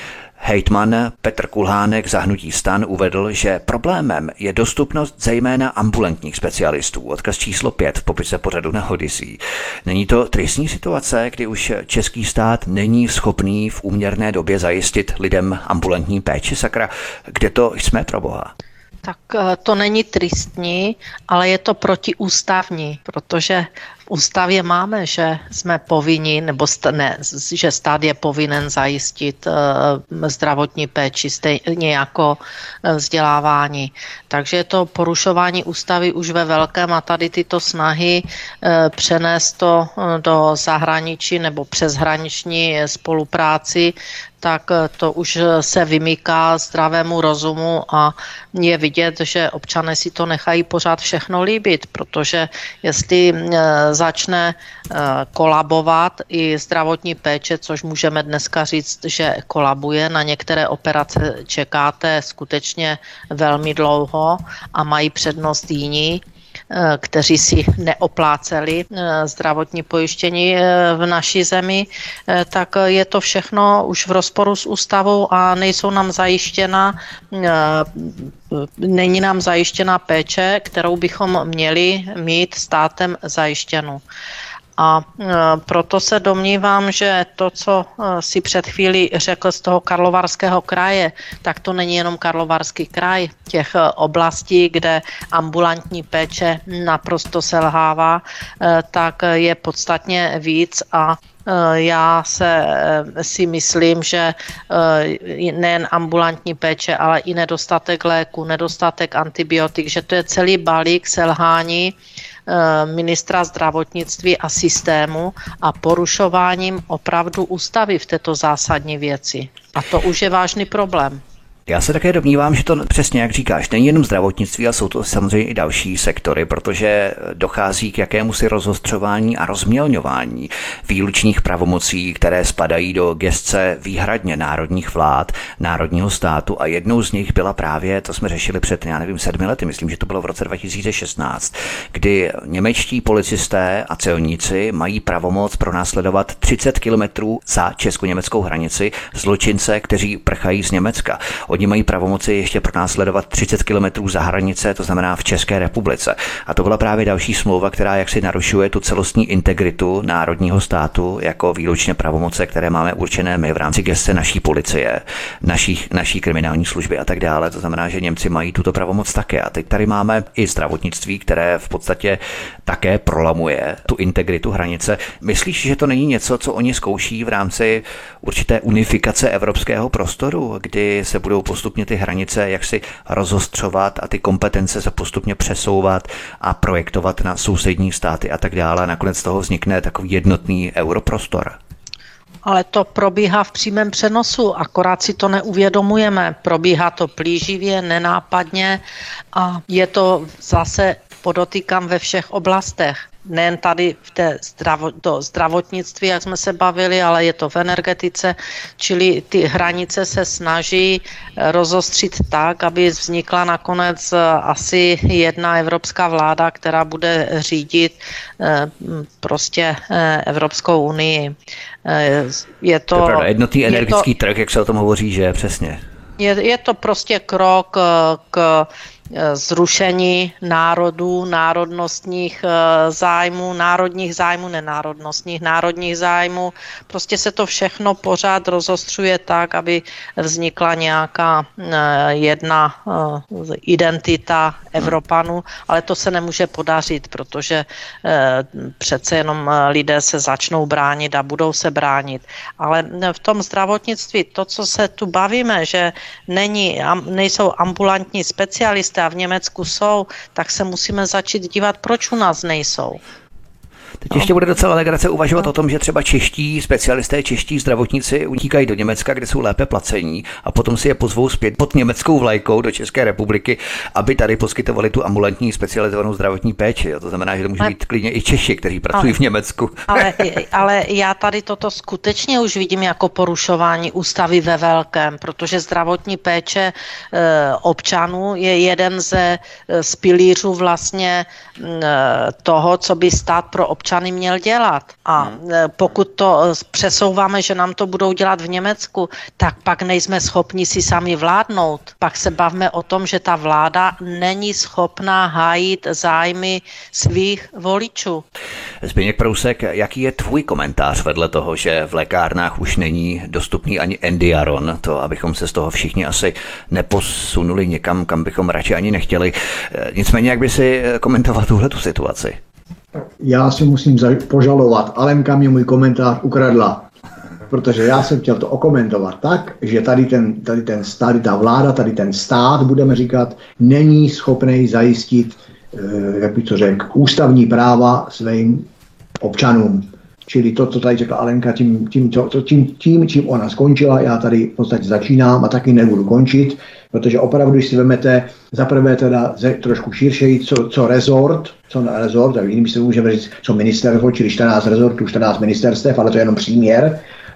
[SPEAKER 1] Hejtman Petr Kulhánek za hnutí STAN uvedl, že problémem je dostupnost zejména ambulantních specialistů. Odkaz číslo pět v popise pořadu na Odyssey. Není to tristní situace, kdy už český stát není schopný v úměrné době zajistit lidem ambulantní péči? Sakra, kde to jsme, proboha?
[SPEAKER 2] Tak to není tristní, ale je to protiústavní, protože v ústavě máme, že jsme povinni, nebo st- ne, že stát je povinen zajistit uh, zdravotní péči stejně jako uh, vzdělávání. Takže je to porušování ústavy už ve velkém a tady tyto snahy uh, přenést to uh, do zahraničí nebo přeshraniční spolupráci, tak to už se vymyká zdravému rozumu a je vidět, že občané si to nechají pořád všechno líbit, protože jestli začne kolabovat i zdravotní péče, což můžeme dneska říct, že kolabuje, na některé operace čekáte skutečně velmi dlouho a mají přednost jiní, kteří si neopláceli zdravotní pojištění v naší zemi, tak je to všechno už v rozporu s ústavou a nejsou nám zajištěna, není nám zajištěna péče, kterou bychom měli mít státem zajištěnou. A proto se domnívám, že to, co si před chvílí řekl z toho Karlovarského kraje, tak to není jenom Karlovarský kraj. Těch oblastí, kde ambulantní péče naprosto selhává, tak je podstatně víc a já se, si myslím, že nejen ambulantní péče, ale i nedostatek léku, nedostatek antibiotik, že to je celý balík selhání ministra zdravotnictví a systému a porušováním opravdu ústavy v této zásadní věci. A to už je vážný problém.
[SPEAKER 1] Já se také domnívám, že to přesně, jak říkáš, není jenom zdravotnictví, ale jsou to samozřejmě i další sektory, protože dochází k jakémusi rozostřování a rozmělňování výlučných pravomocí, které spadají do gesce výhradně národních vlád, národního státu a jednou z nich byla právě, to jsme řešili před, já nevím, sedmi lety, myslím, že to bylo v roce dva tisíce šestnáct, kdy němečtí policisté a celníci mají pravomoc pronásledovat třicet kilometrů za česko-německou hranici zločince, kteří prchají z Německa. Oni mají pravomoci ještě pronásledovat třicet kilometrů za hranice, to znamená v České republice. A to byla právě další smlouva, která jaksi narušuje tu celostní integritu národního státu jako výlučně pravomoce, které máme určené my v rámci gesce naší policie, našich, naší kriminální služby a tak dále. To znamená, že Němci mají tuto pravomoc také. A teď tady máme i zdravotnictví, které v podstatě také prolamuje tu integritu hranice. Myslíš, že to není něco, co oni zkouší v rámci určité unifikace evropského prostoru, kdy se budou postupně ty hranice jaksi rozostřovat a ty kompetence se postupně přesouvat a projektovat na sousední státy a tak dále. A nakonec z toho vznikne takový jednotný europrostor.
[SPEAKER 2] Ale to probíhá v přímém přenosu, akorát si to neuvědomujeme. Probíhá to plíživě, nenápadně a je to zase, podotýkám, ve všech oblastech. Nejen tady v té zdravo, to zdravotnictví, jak jsme se bavili, ale je to v energetice, čili ty hranice se snaží rozostřit tak, aby vznikla nakonec asi jedna evropská vláda, která bude řídit prostě Evropskou unii. Je to,
[SPEAKER 1] to je pravda, jednotný energetický
[SPEAKER 2] to,
[SPEAKER 1] trh, jak se o tom hovoří, že přesně.
[SPEAKER 2] Je, je to prostě krok k zrušení národů, národnostních zájmů, národních zájmů, nenárodnostních, národních zájmů. Prostě se to všechno pořád rozostřuje tak, aby vznikla nějaká jedna identita Evropanů, ale to se nemůže podařit, protože přece jenom lidé se začnou bránit a budou se bránit. Ale v tom zdravotnictví, to, co se tu bavíme, že není, nejsou ambulantní specialisté, a v Německu jsou, tak se musíme začít dívat, proč u nás nejsou.
[SPEAKER 1] Teď ještě bude docela legrace uvažovat o tom, že třeba čeští specialisté, čeští zdravotníci utíkají do Německa, kde jsou lépe placení a potom si je pozvou zpět pod německou vlajkou do České republiky, aby tady poskytovali tu ambulantní specializovanou zdravotní péči. To znamená, že to může být klidně i Češi, kteří pracují
[SPEAKER 2] ale,
[SPEAKER 1] v Německu.
[SPEAKER 2] Ale, ale já tady toto skutečně už vidím jako porušování ústavy ve velkém, protože zdravotní péče e, občanů je jeden ze z pilířů vlastně e, toho, co by stát pro občany občany měl dělat. A pokud to přesouváme, že nám to budou dělat v Německu, tak pak nejsme schopni si sami vládnout. Pak se bavme o tom, že ta vláda není schopná hájit zájmy svých voličů.
[SPEAKER 1] Zbyněk Prousek, jaký je tvůj komentář vedle toho, že v lékárnách už není dostupný ani Endiaron, to abychom se z toho všichni asi neposunuli někam, kam bychom radši ani nechtěli. Nicméně, jak by si komentoval tuhletu situaci?
[SPEAKER 3] Já si musím požalovat. Alenka mě můj komentář ukradla, protože já jsem chtěl to okomentovat tak, že tady ten, tady ten tady ta vláda, tady ten stát, budeme říkat, není schopný zajistit, jak bych to řekl, ústavní práva svým občanům. Čili to, co tady řekla Alenka, tím, tím, to, tím, tím, čím ona skončila, já tady v podstatě začínám a taky nebudu končit, protože opravdu, když si vezmete zaprvé teda ze, trošku širšeji, co, co rezort, co na rezort, tak jinými se můžeme říct, co ministerstvo, čili čtrnáct rezortů, čtrnáct ministerstev, ale to je jenom příměr.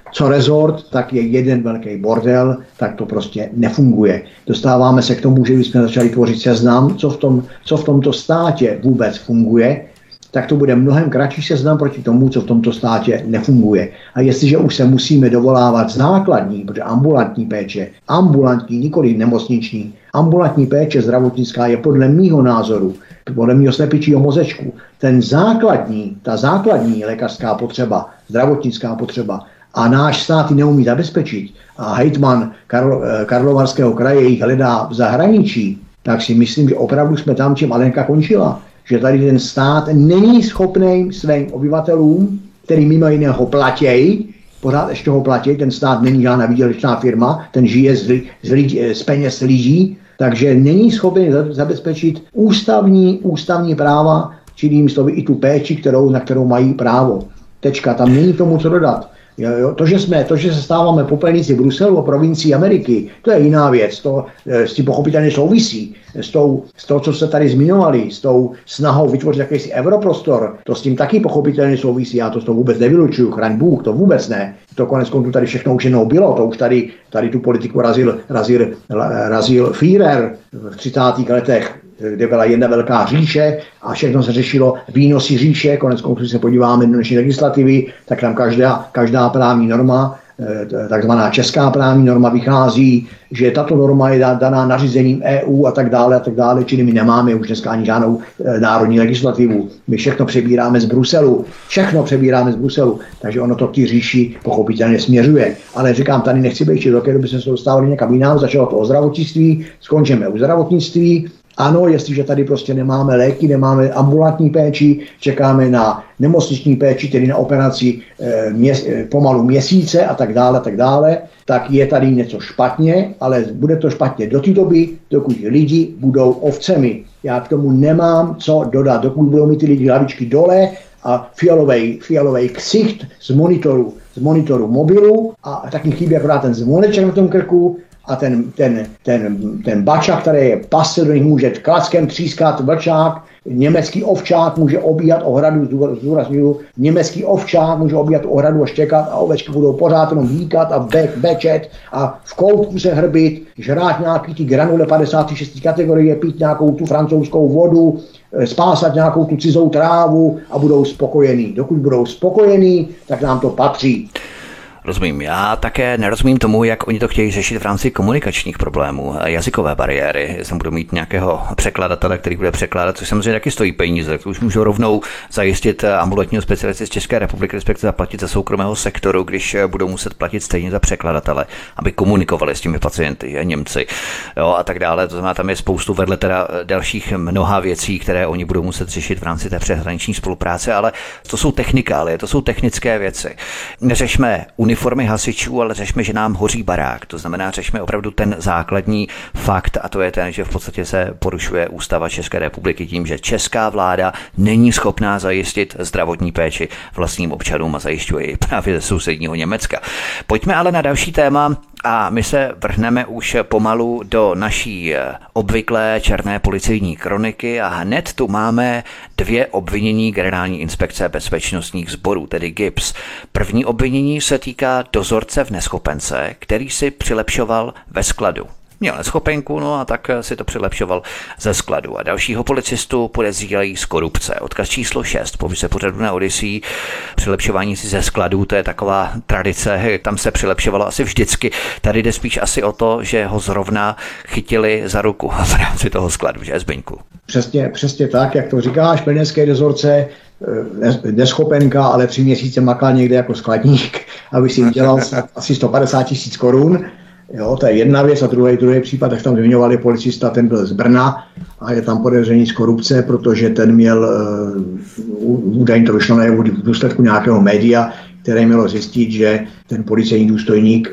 [SPEAKER 3] co rezort, tak je jeden velký bordel, tak to prostě nefunguje. Dostáváme se k tomu, že bychom začali tvořit seznam, co v, tom, co v tomto státě vůbec funguje, tak to bude mnohem kratší seznam proti tomu, co v tomto státě nefunguje. A jestliže už se musíme dovolávat základní, protože ambulantní péče, ambulantní, nikoli nemocniční, ambulantní péče zdravotnická je podle mýho názoru, podle mýho slepičího mozečku, ten základní, ta základní lékařská potřeba, zdravotnická potřeba, a náš stát ji neumí zabezpečit a hejtman Karlo, Karlovarského kraje jich hledá v zahraničí, tak si myslím, že opravdu jsme tam, čím Alenka končila. Že tady ten stát není schopný svým obyvatelům, který mimo jiného platějí, pořád ještě ho platí, ten stát není žádná výdělečná firma, ten žije z, z, lidí, z peněz lidí, takže není schopný zabezpečit ústavní, ústavní práva, čili slovy i tu péči, kterou, na kterou mají právo. Tečka, tam není tomu co dodat. Jo, jo. To, že jsme, to, že se stáváme popelníci Bruselu a provincií Ameriky, to je jiná věc, to e, s tím pochopitelně souvisí, s tou, s tou, co se tady zmiňovali, s tou snahou vytvořit jakýsi europrostor, to s tím taky pochopitelně souvisí, já to s tou vůbec nevylučuju, chraň Bůh, to vůbec ne, to konec konců tady všechno už jednou bylo, to už tady, tady tu politiku razil, razil, razil Führer v třicátých letech, kde byla jedna velká říše a všechno se řešilo výnosy říše, konec konců se podíváme do dnešní legislativy, tak tam každá, každá právní norma, takzvaná česká právní norma vychází, že tato norma je daná nařízením E U a tak dále a tak dále, čili my nemáme už dneska ani žádnou národní legislativu. My všechno přebíráme z Bruselu, všechno přebíráme z Bruselu, takže ono to k té říši pochopitelně směřuje. Ale říkám, tady nechci být do kdyby jsme se dostávali někam jinam, začalo to o zdravotnictví, skončíme u zdravotnictví. Ano, jestliže tady prostě nemáme léky, nemáme ambulantní péči, čekáme na nemocniční péči, tedy na operaci e, měs, e, pomalu měsíce a tak dále, a tak dále, tak je tady něco špatně, ale bude to špatně do té doby, dokud lidi budou ovcemi. Já k tomu nemám co dodat, dokud budou mít ty lidi hlavičky dole a fialovej, fialovej ksicht z monitoru, z monitoru mobilu a taky chybí akorát ten zvoneček na tom krku, a ten, ten, ten, ten bača, který je pasel, do nich může klackem třískat vlčák, německý ovčák může obíhat ohradu, zdůrazňuju, německý ovčák může obíhat ohradu a štěkat a ovečky budou pořád jenom výkat a be, bečet a v koutku se hrbit, žrát nějaký ty granule padesát šest kategorie, pít nějakou tu francouzskou vodu, spásat nějakou tu cizou trávu a budou spokojení. Dokud budou spokojení, tak nám to patří.
[SPEAKER 1] Rozumím. Já také nerozumím tomu, jak oni to chtějí řešit v rámci komunikačních problémů, jazykové bariéry. Jestli budou mít nějakého překladatele, který bude překládat, což samozřejmě taky stojí peníze, tak už můžou rovnou zajistit ambulantního specialisty z České republiky, respektive zaplatit ze soukromého sektoru, když budou muset platit stejně za překladatele, aby komunikovali s těmi pacienty, že? Němci, jo, a tak dále. To znamená, tam je spoustu vedle teda dalších mnoha věcí, které oni budou muset řešit v rámci té přeshraniční spolupráce, ale to jsou technikálie, to jsou technické věci. Neřešme uniformy hasičů, ale řešme, že nám hoří barák. To znamená, řešme opravdu ten základní fakt a to je ten, že v podstatě se porušuje ústava České republiky tím, že česká vláda není schopná zajistit zdravotní péči vlastním občanům a zajišťuje ji právě ze sousedního Německa. Pojďme ale na další téma a my se vrhneme už pomalu do naší obvyklé černé policejní kroniky a hned tu máme dvě obvinění Generální inspekce bezpečnostních sborů, tedy G I B S. První obvinění se týká dozorce v neschopence, který si přilepšoval ve skladu. Měl neschopenku, no a tak si to přilepšoval ze skladu. A dalšího policistu podezřívají z korupce. Odkaz číslo šest, povise pořadu na Odyssey. Přilepšování si ze skladu, to je taková tradice, tam se přilepšovalo asi vždycky. Tady jde spíš asi o to, že ho zrovna chytili za ruku v rámci toho skladu, že, Zbyňku?
[SPEAKER 3] Přesně, přesně tak, jak to říkáš, plněnský dozorce, neschopenka, ale tři měsíce makal někde jako skladník, aby si vydělal asi sto padesát tisíc korun. Jo, to je jedna věc a druhý, druhý případ, jak tam zmiňovali policista, ten byl z Brna a je tam podezření z korupce, protože ten měl, údajně to vyšlo najevo v důsledku nějakého média, které mělo zjistit, že ten policejní důstojník,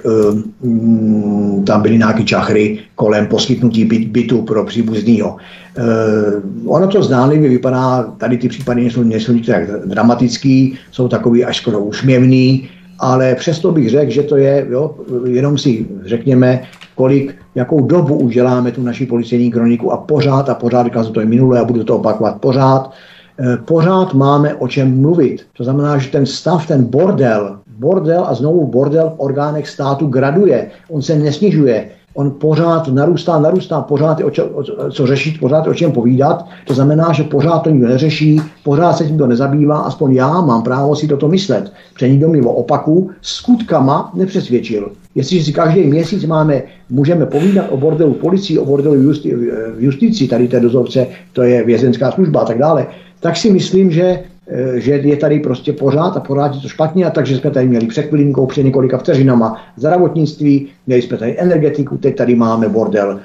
[SPEAKER 3] um, tam byly nějaké čachry kolem poskytnutí byt, bytu pro příbuznýho. Uh, ono to zdánlivě vypadá, tady ty případy nejsou, nejsou tak dramatický, jsou takový až skoro úsměvný, ale přesto bych řekl, že to je, jo, jenom si řekněme, kolik, jakou dobu už děláme tu naši policejní kroniku a pořád a pořád, říkal jsem to i minule a budu to opakovat pořád, pořád máme o čem mluvit. To znamená, že ten stav, ten bordel bordel a znovu bordel v orgánech státu graduje. On se nesnižuje. On pořád narůstá, narůstá, pořád je o, čo, o co řešit, pořád je o čem povídat. To znamená, že pořád to nikdo neřeší, pořád se tím to nezabývá, aspoň já mám právo si toto myslet. Protože nikdo mě o opaku skutkama nepřesvědčil. Jestliže si každý měsíc máme, můžeme povídat o bordelu policii, o bordelu justi, v justici, tady té dozorce, to je vězenská služba a tak dále, tak si myslím, že že je tady prostě pořád a pořád je to špatně, a takže jsme tady měli před chvilinkou, před několika vteřinama zdravotnictví, měli jsme tady energetiku, teď tady máme bordel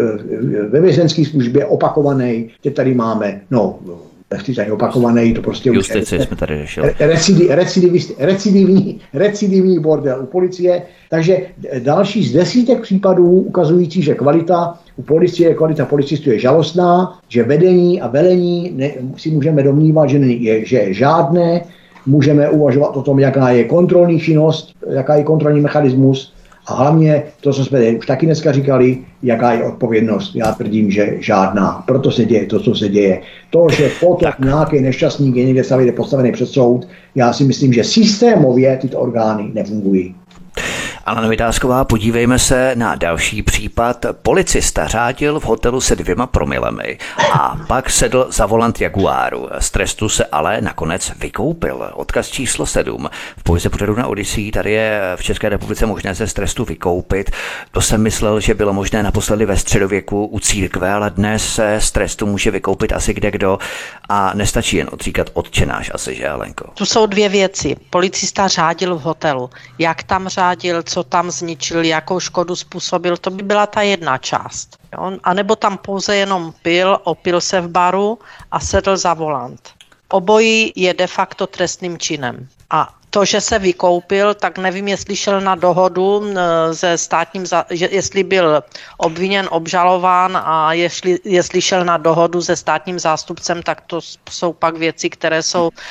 [SPEAKER 3] ve vězenské službě opakovaný, teď tady máme, no, nechci tady opakovaný, to prostě
[SPEAKER 1] justici už jsme tady řešili.
[SPEAKER 3] Recidivní, recidivní, recidivní bordel u policie, takže další z desítek případů ukazující, že kvalita u policie, kvalita policistů je žalostná, že vedení a velení ne, si můžeme domnívat, že je, že je žádné, můžeme uvažovat o tom, jaká je kontrolní činnost, jaká je kontrolní mechanismus a hlavně to, co jsme už taky dneska říkali, jaká je odpovědnost. Já tvrdím, že žádná. Proto se děje to, co se děje. To, že potom nějaký nešťastník je někde stavit postavený před soud, já si myslím, že systémově tyto orgány nefungují.
[SPEAKER 1] Alena Vitásková, podívejme se na další případ. Policista řádil v hotelu se dvěma promilemi a pak sedl za volant Jaguaru. Z trestu se ale nakonec vykoupil. Odkaz číslo sedm. V pořadu pořadu na Odyssey tady je v České republice možné se z trestu vykoupit. To jsem myslel, že bylo možné naposledy ve středověku u církve, ale dnes se z trestu může vykoupit asi kde kdo a nestačí jen odříkat Otčenáš asi, že Alenko?
[SPEAKER 2] Tu jsou dvě věci. Policista řádil v hotelu. Jak tam řádil, co tam zničil, jakou škodu způsobil, to by byla ta jedna část. Jo? A nebo tam pouze jenom pil, opil se v baru a sedl za volant. Obojí je de facto trestným činem. A to, že se vykoupil, tak nevím, jestli šel na dohodu se státním, jestli byl obviněn, obžalován a jestli, jestli šel na dohodu se státním zástupcem, tak to jsou pak věci, které jsou um,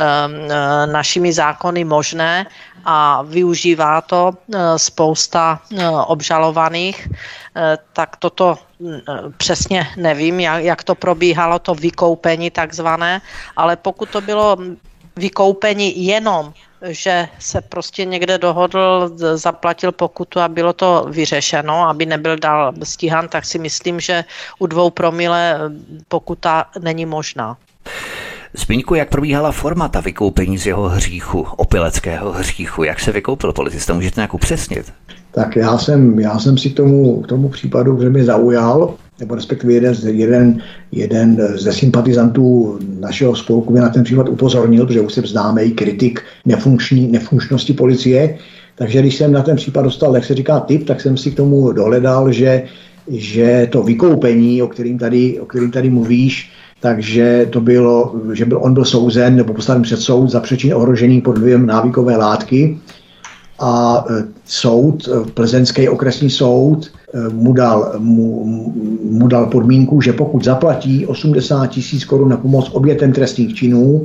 [SPEAKER 2] našimi zákony možné a využívá to uh, spousta uh, obžalovaných. Uh, tak toto uh, přesně nevím, jak, jak to probíhalo, to vykoupení takzvané, ale pokud to bylo vykoupení jenom, že se prostě někde dohodl, zaplatil pokutu a bylo to vyřešeno, aby nebyl dál stíhan, tak si myslím, že u dvou promile pokuta není možná.
[SPEAKER 1] Zbyňku, jak probíhala formata vykoupení z jeho hříchu, opileckého hříchu? Jak se vykoupil policista? Můžete nějak upřesnit?
[SPEAKER 3] Tak já jsem, já jsem si k tomu, k tomu případu, že mě zaujal, nebo respektive jeden, jeden, jeden ze sympatizantů našeho spolku mě na ten případ upozornil, protože už jsem známý kritik nefunkční, nefunkčnosti policie. Takže když jsem na ten případ dostal, jak se říká, tip, tak jsem si k tomu dohledal, že, že to vykoupení, o kterým tady, o kterým tady mluvíš, takže to bylo, že byl, on byl souzen nebo postaven před soud za přečin ohrožení pod vlivem návykové látky a soud, plzeňský okresní soud, mu dal, mu, mu dal podmínku, že pokud zaplatí osmdesát tisíc korun na pomoc obětem trestných činů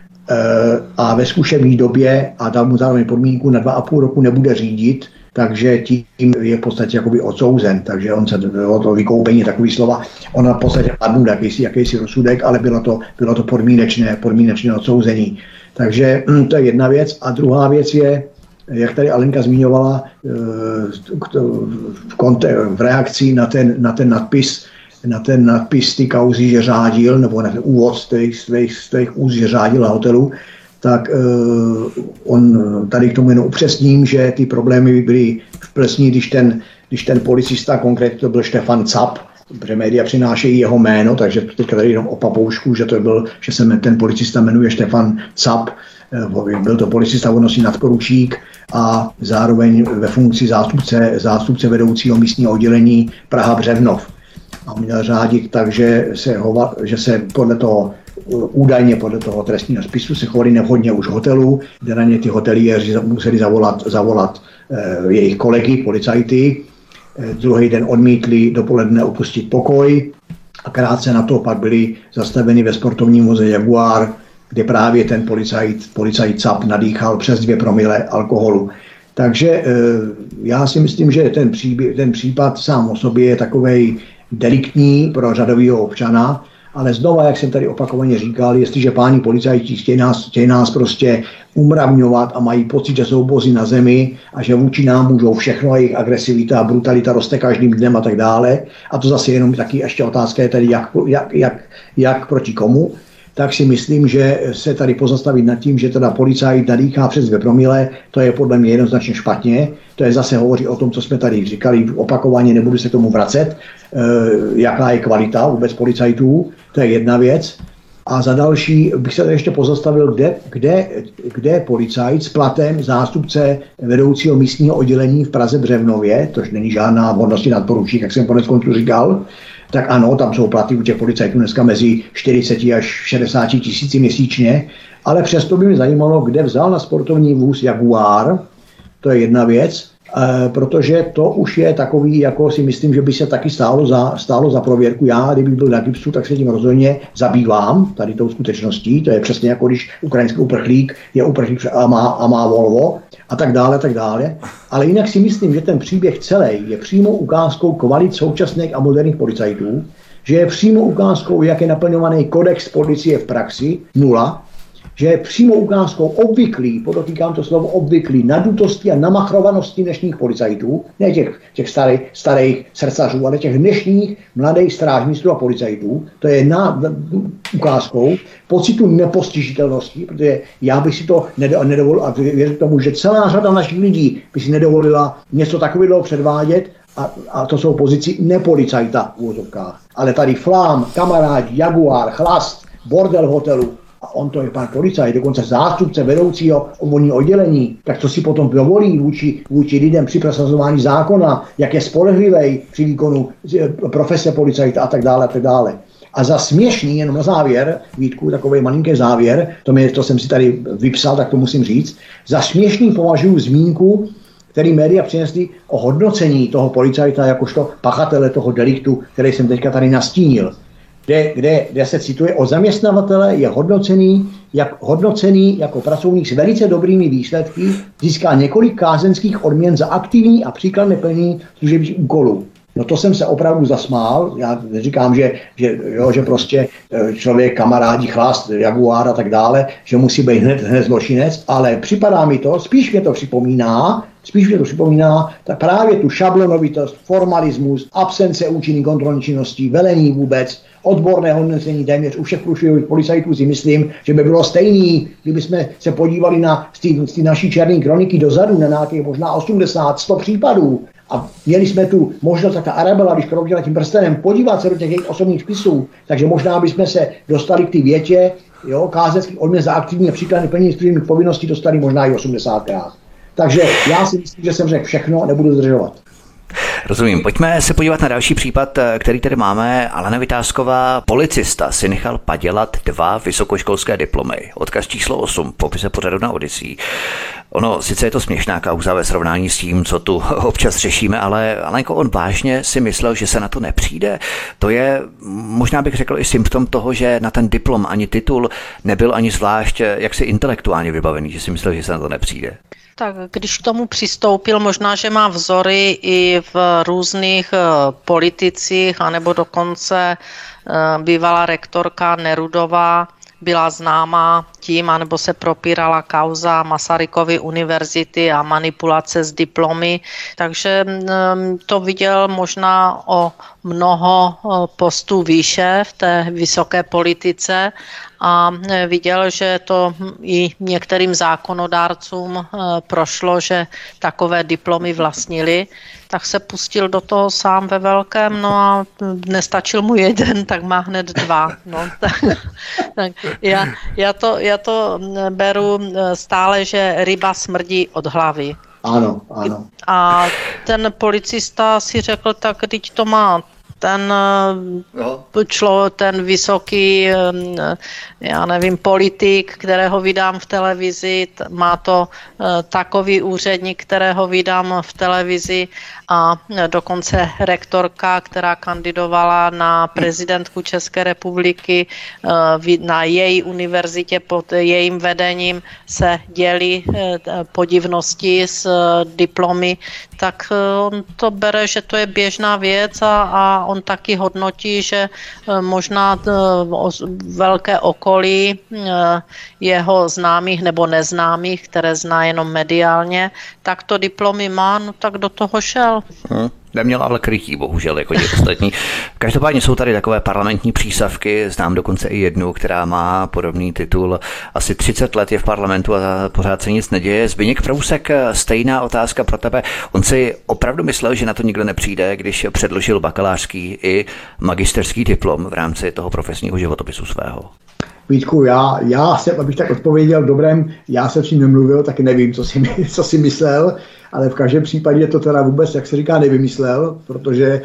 [SPEAKER 3] a ve zkušební době a dal mu zároveň podmínku na dva a půl roku nebude řídit, takže tím je v podstatě jakoby odsouzen, takže on se o to vykoupení, takový slova, ona v podstatě padnul jakýsi, jakýsi rozsudek, ale bylo to, bylo to podmínečné, podmínečné odsouzení. Takže to je jedna věc. A druhá věc je, jak tady Alenka zmiňovala, v reakci na ten, na ten nadpis, na ten nadpis ty kauzy, že řádil, nebo na ten úvod z těch, z těch úst, že řádil na hotelu, tak uh, on tady k tomu jenom upřesním, že ty problémy byly v Plzni, když ten, když ten policista, konkrétně to byl Štefan Cap, protože média přinášejí jeho jméno, takže teďka tady jenom o papoušku, že to byl, že se ten policista jmenuje Štefan Cap, byl to policista, on nosí nadporučík a zároveň ve funkci zástupce, zástupce vedoucího místního oddělení Praha Břevnov. A měl řádit tak, že se, hova, že se podle toho údajně podle toho trestního spisu se chovali nevhodně už v hotelu, kde na ně ty hoteliéři museli zavolat, zavolat eh, jejich kolegy, policajty. Eh, druhý den odmítli dopoledne opustit pokoj a krátce na to pak byli zastaveni ve sportovním voze Jaguar, kde právě ten policajt, policajt Cap nadýchal přes dvě promile alkoholu. Takže eh, já si myslím, že ten, příběh, ten případ sám o sobě je takovej deliktní pro řadového občana, ale znova, jak jsem tady opakovaně říkal, jestliže páni policajti chtějí nás, chtějí nás prostě umravňovat a mají pocit, že jsou bozi na zemi a že vůči nám můžou všechno a jejich agresivita a brutalita roste každým dnem a tak dále, a to zase jenom taky ještě otázka je tady, jak, jak, jak, jak proti komu, tak si myslím, že se tady pozastavit nad tím, že teda policajt nadýchá přes dvě promile, to je podle mě jednoznačně špatně. To je zase hovoří o tom, co jsme tady říkali opakovaně, nebudu se k tomu vracet, e, jaká je kvalita vůbec policajtů, to je jedna věc. A za další bych se tady ještě pozastavil, kde, kde, kde policajt s platem zástupce vedoucího místního oddělení v Praze Břevnově, tož není žádná hodnosti nadporučík, jak jsem konec konců říkal, tak ano, tam jsou platy u těch policajtů dneska mezi čtyřicet až šedesát tisíci měsíčně, ale přesto by mě zajímalo, kde vzal na sportovní vůz Jaguar, to je jedna věc, e, protože to už je takový, jako si myslím, že by se taky stálo za, stálo za prověrku. Já, kdybych byl na gipsu, tak se tím rozhodně zabývám, tady tou skutečností, to je přesně jako když ukrajinský uprchlík je uprchlík a má, a má Volvo, a tak dále, tak dále. Ale jinak si myslím, že ten příběh celý je přímou ukázkou kvalit současných a moderních policajtů, že je přímou ukázkou, jak je naplňovaný kodex policie v praxi, nula, že je přímou ukázkou obvyklý, podotýkám to slovo obvyklý, nadutosti a namachrovanosti dnešních policajtů, ne těch, těch starých, starých srdcařů, ale těch dnešních mladých strážníků a policajtů, to je na, na, ukázkou pocitu nepostižitelnosti, protože já bych si to nedovolil a věřím tomu, že celá řada našich lidí by si nedovolila něco takového předvádět, a, a to jsou pozici nepolicajta v úvozovkách. Ale tady flám, kamarád, Jaguar, chlast, bordel v hotelu, a on to je pan policajt, dokonce zástupce vedoucího obvodního oddělení, tak co si potom dovolí vůči, vůči lidem při prosazování zákona, jak je spolehlivý při výkonu profese policajta a tak dále, a tak dále. A za směšný, jenom na závěr, Vítku, takový malinký závěr, to, mě, to jsem si tady vypsal, tak to musím říct, za směšný považuji zmínku, který média přinesli o hodnocení toho policajta jakožto pachatele toho deliktu, který jsem teďka tady nastínil. Kde, kde, kde se cituje, o zaměstnavatele je hodnocený, jak, hodnocený jako pracovník s velice dobrými výsledky, získá několik kázeňských odměn za aktivní a příkladné plnění služebních úkolů. No to jsem se opravdu zasmál, já neříkám, že, že, jo, že prostě člověk, kamarádi, chlast, Jaguár a tak dále, že musí být hned, hned zločinec, ale připadá mi to, spíš mě to připomíná, spíš mě to připomíná, tak právě tu šablonovitost, formalismus, absence účinný kontrolní činností, velení vůbec, odborné hodnocení téměř u všech průšvihových policajtů si myslím, že by bylo stejný, kdyby jsme se podívali na z té naší černé kroniky dozadu, na nějakých možná osmdesát sto případů. A měli jsme tu možnost, tak ta Arabela, když kroutila tím prstenem, podívat se do těch jejich osobních spisů, takže možná bychom se dostali k té větě, jo, kázeňských odměn za aktivní a příkladné plnění služebních povinností dostali možná i osmdesátkrát. Takže já si myslím, že jsem řekl všechno, nebudu zdržovat.
[SPEAKER 1] Rozumím. Pojďme se podívat na další případ, který tady máme. Alena Vytázková, policista, si nechal padělat dva vysokoškolské diplomy. Odkaz číslo osm, popise pořadu na Odysee. Ono, sice je to směšná kauza ve srovnání s tím, co tu občas řešíme, ale Alenko, on vážně si myslel, že se na to nepřijde. To je, možná bych řekl, i symptom toho, že na ten diplom ani titul nebyl ani zvlášť jaksi intelektuálně vybavený, že si myslel, že se na to nepřijde.
[SPEAKER 2] Tak když k tomu přistoupil, možná, že má vzory i v různých politicích, anebo dokonce bývalá rektorka Nerudová byla známá tím, anebo se propírala kauza Masarykovy univerzity a manipulace s diplomy, takže to viděl možná o mnoho postů výše v té vysoké politice a viděl, že to i některým zákonodárcům prošlo, že takové diplomy vlastnili, tak se pustil do toho sám ve velkém, no a nestačil mu jeden, tak má hned dva. No, tak, tak já, já, to, já to beru stále, že ryba smrdí od hlavy.
[SPEAKER 3] Ano, ano.
[SPEAKER 2] A ten policista si řekl, tak teď to má ten člo, ten vysoký, já nevím, politik, kterého vydám v televizi, má to takový úředník, kterého vydám v televizi a dokonce rektorka, která kandidovala na prezidentku České republiky, na její univerzitě pod jejím vedením se dělí podivnosti s diplomy, tak on to bere, že to je běžná věc a, a on taky hodnotí, že možná velké okolí jeho známých nebo neznámých, které zná jenom mediálně, tak to diplomy má, no tak do toho šel.
[SPEAKER 1] Hmm. Neměl ale krytí, bohužel, jako ti ostatní. Každopádně jsou tady takové parlamentní přísavky, znám dokonce i jednu, která má podobný titul. Asi třicet let je v parlamentu a pořád se nic neděje. Zbyněk Prousek, stejná otázka pro tebe. On si opravdu myslel, že na to nikdo nepřijde, když předložil bakalářský i magisterský diplom v rámci toho profesního životopisu svého.
[SPEAKER 3] Vítku, já, já jsem, abych tak odpověděl dobrém, já jsem s ním nemluvil, tak nevím, co si, co si myslel, ale v každém případě to teda vůbec, jak se říká, nevymyslel, protože e,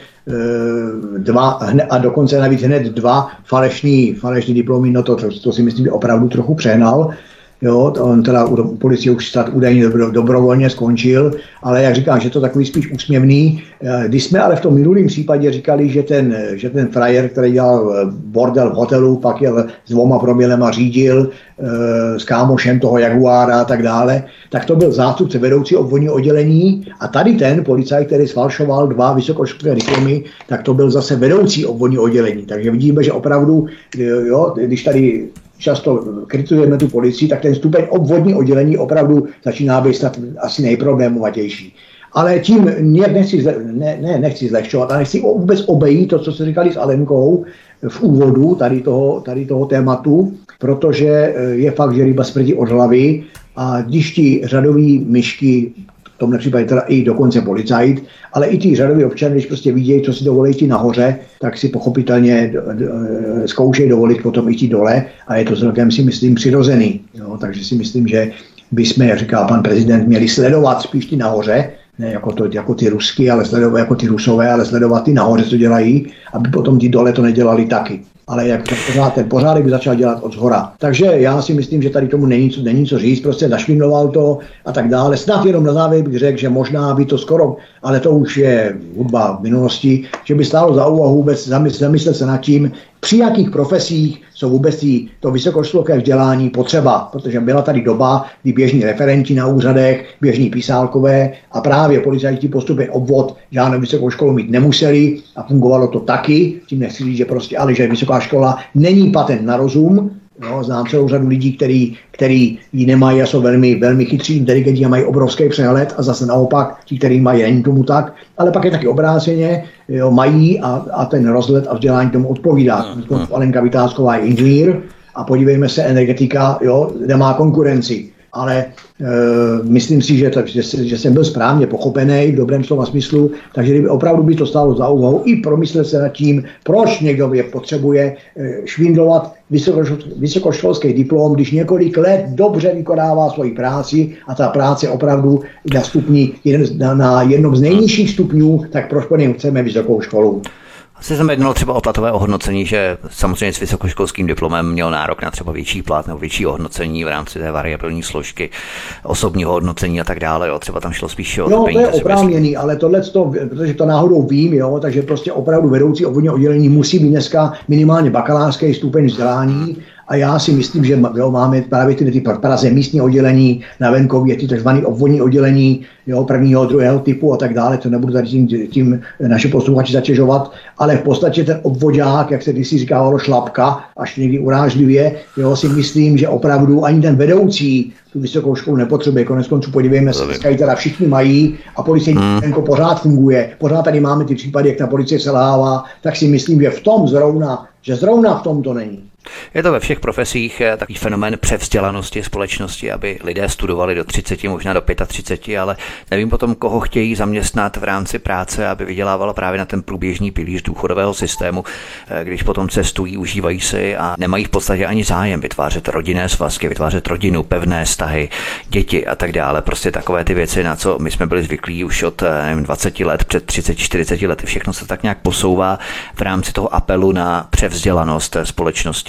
[SPEAKER 3] dva, a dokonce navíc hned dva falešní, falešní diplomy, no to, to, to si myslím, že opravdu trochu přehnal. Jo, on teda u policie už stát údajně dobro, dobrovolně skončil, ale jak říkám, že to takový spíš úsměvný. Když jsme ale v tom minulém případě říkali, že ten, že ten frajer, který dělal bordel v hotelu, pak jel s dvoma promilema řídil e, s kámošem toho Jaguára a tak dále, tak to byl zástupce vedoucí obvodního oddělení a tady ten policajt, který sfalšoval dva vysokoškolské diplomy, tak to byl zase vedoucí obvodního oddělení. Takže vidíme, že opravdu, jo, když tady často kritizujeme tu policii, tak ten stupeň obvodní oddělení opravdu začíná být asi nejproblémovatější. Ale tím nějak nechci, zle, ne, ne, nechci zlehčovat, ale nechci vůbec obejít to, co se říkali s Alenkou v úvodu tady toho, tady toho tématu, protože je fakt, že ryba smrdí od hlavy a když ti řadoví myšky, v tomhle případě teda i dokonce policajt, ale i ty řadoví občané, když prostě vidějí, co si dovolí ti nahoře, tak si pochopitelně zkoušejí dovolit potom i ti dole a je to celkem, si myslím, přirozený. Jo, takže si myslím, že bychom, jak říká pan prezident, měli sledovat spíš ty nahoře, ne jako, to, jako ty Rusky, ale sledovat jako ty Rusové, ale sledovat ty nahoře, co dělají, aby potom ty dole to nedělali taky. Ale jak to pořád, ten pořádek by začal dělat od zhora. Takže já si myslím, že tady tomu není co, není co říct, prostě našvinoval to a tak dále. Snad jenom na závěr bych řekl, že možná by to skoro, ale to už je hudba v minulosti, že by stálo za úvahu vůbec zamyslet se nad tím, při jakých profesích jsou vůbec tí, to vysokoškolské vzdělání potřeba, protože byla tady doba, kdy běžní referenti na úřadech, běžní písálkové a právě policajti postupně obvod žádnou vysokou školu mít nemuseli a fungovalo to taky, tím nechci říct, že prostě, ale že vysoká škola není patent na rozum. No, znám celou řadu lidí, který, který ji nemají a jsou velmi, velmi chytří, inteligentní a mají obrovský přehled a zase naopak, ti, kteří mají, není tomu tak, ale pak je taky obráceně, jo, mají a, a ten rozhled a vzdělání tomu odpovídá. Alenka Vitásková je inženýr a podívejme se, energetika, jo, nemá konkurenci. Ale e, myslím si, že, to, že, že jsem byl správně pochopený v dobrém slova smyslu, takže kdyby opravdu by to stálo za úvahu i promyslet se nad tím, proč někdo je potřebuje e, švindlovat vysokoškolský diplom, když několik let dobře vykonává svoji práci a ta práce opravdu na, stupni, na, na jednom z nejnižších stupňů, tak proč po něm chceme vysokou školu?
[SPEAKER 1] Asi jsem jednalo třeba o platové ohodnocení, že samozřejmě s vysokoškolským diplomem měl nárok na třeba větší plat nebo větší ohodnocení v rámci té variabilní složky, osobního hodnocení a tak dále. Jo. Třeba tam šlo spíš o
[SPEAKER 3] no,
[SPEAKER 1] peníze.
[SPEAKER 3] To je oprávněný, ale tohle, protože to náhodou vím, jo, takže prostě opravdu vedoucí obvodního oddělení musí být dneska minimálně bakalářský stupeň vzdělání. A já si myslím, že jo, máme právě ty, ty Praze místní oddělení, na venkově ty tzv. Obvodní oddělení, jo, prvního, druhého typu a tak dále, to nebudu tady tím, tím naše posluchači zatěžovat, ale v podstatě ten obvodák, jak se kdysi říkávalo šlapka, až někdy urážlivě, jo, si myslím, že opravdu ani ten vedoucí tu vysokou školu nepotřebuje. Konec konců podívejme se, dneska ji teda všichni mají a policejní hmm. pořád funguje. Pořád tady máme ty případy, jak ta policie selhává, tak si myslím, že v tom zrovna, že zrovna v tom to není.
[SPEAKER 1] Je to ve všech profesích takový fenomén převzdělanosti společnosti, aby lidé studovali do třiceti, možná do třiceti pěti, ale nevím potom, koho chtějí zaměstnat v rámci práce, aby vydělávalo právě na ten průběžný pilíř důchodového systému, když potom cestují, užívají si a nemají v podstatě ani zájem vytvářet rodinné svazky, vytvářet rodinu, pevné vztahy, děti a tak dále. Prostě takové ty věci, na co my jsme byli zvyklí už od nevím, dvaceti let, před třiceti, čtyřiceti lety. Všechno se tak nějak posouvá v rámci toho apelu na převzdělanost společnosti.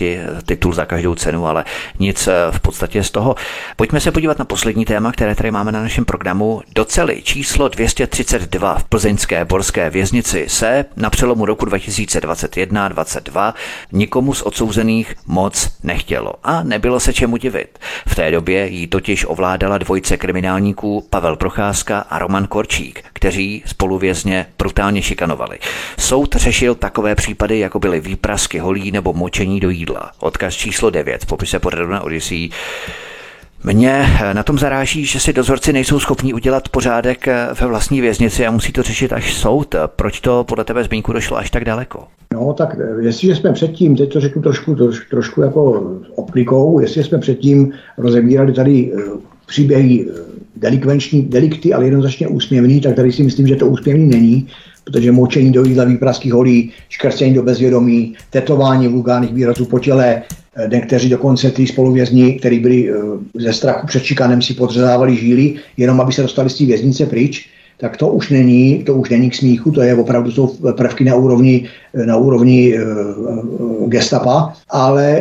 [SPEAKER 1] rádi titul za každou cenu, ale nic v podstatě z toho. Pojďme se podívat na poslední téma, které tady máme na našem programu. Do cely číslo dvě stě třicet dva v plzeňské Borské věznici se na přelomu roku dva tisíce dvacet jedna dvacet dva nikomu z odsouzených moc nechtělo a nebylo se čemu divit. V té době jí totiž ovládala dvojice kriminálníků Pavel Procházka a Roman Korčík, kteří spoluvězně brutálně šikanovali. Soud řešil takové případy, jako byly výprasky holí nebo močení do jídla. Odkaz číslo devět v popise pořadu na Odyssey. Mě na tom zaráží, že si dozorci nejsou schopni udělat pořádek ve vlastní věznici a musí to řešit až soud. Proč to podle tebe, Zbyňku, došlo až tak daleko?
[SPEAKER 3] No tak jestliže jsme předtím, teď to řeknu trošku, troš, trošku jako optikou, jestliže jsme předtím rozebírali tady příběhy delikvenční delikty, ale jednoznačně úsměvný, tak tady si myslím, že to úsměvný není, protože močení do jídla, výprasky holí, škrcení do bezvědomí, tetování vulgárních výrazů po těle, někteří dokonce ty spoluvězni, kteří byli ze strachu před šikanem, si podřezávali žíly, jenom aby se dostali z té věznice pryč, tak to už není, to už není k smíchu, to je opravdu jsou prvky na úrovni, na úrovni uh, gestapa, ale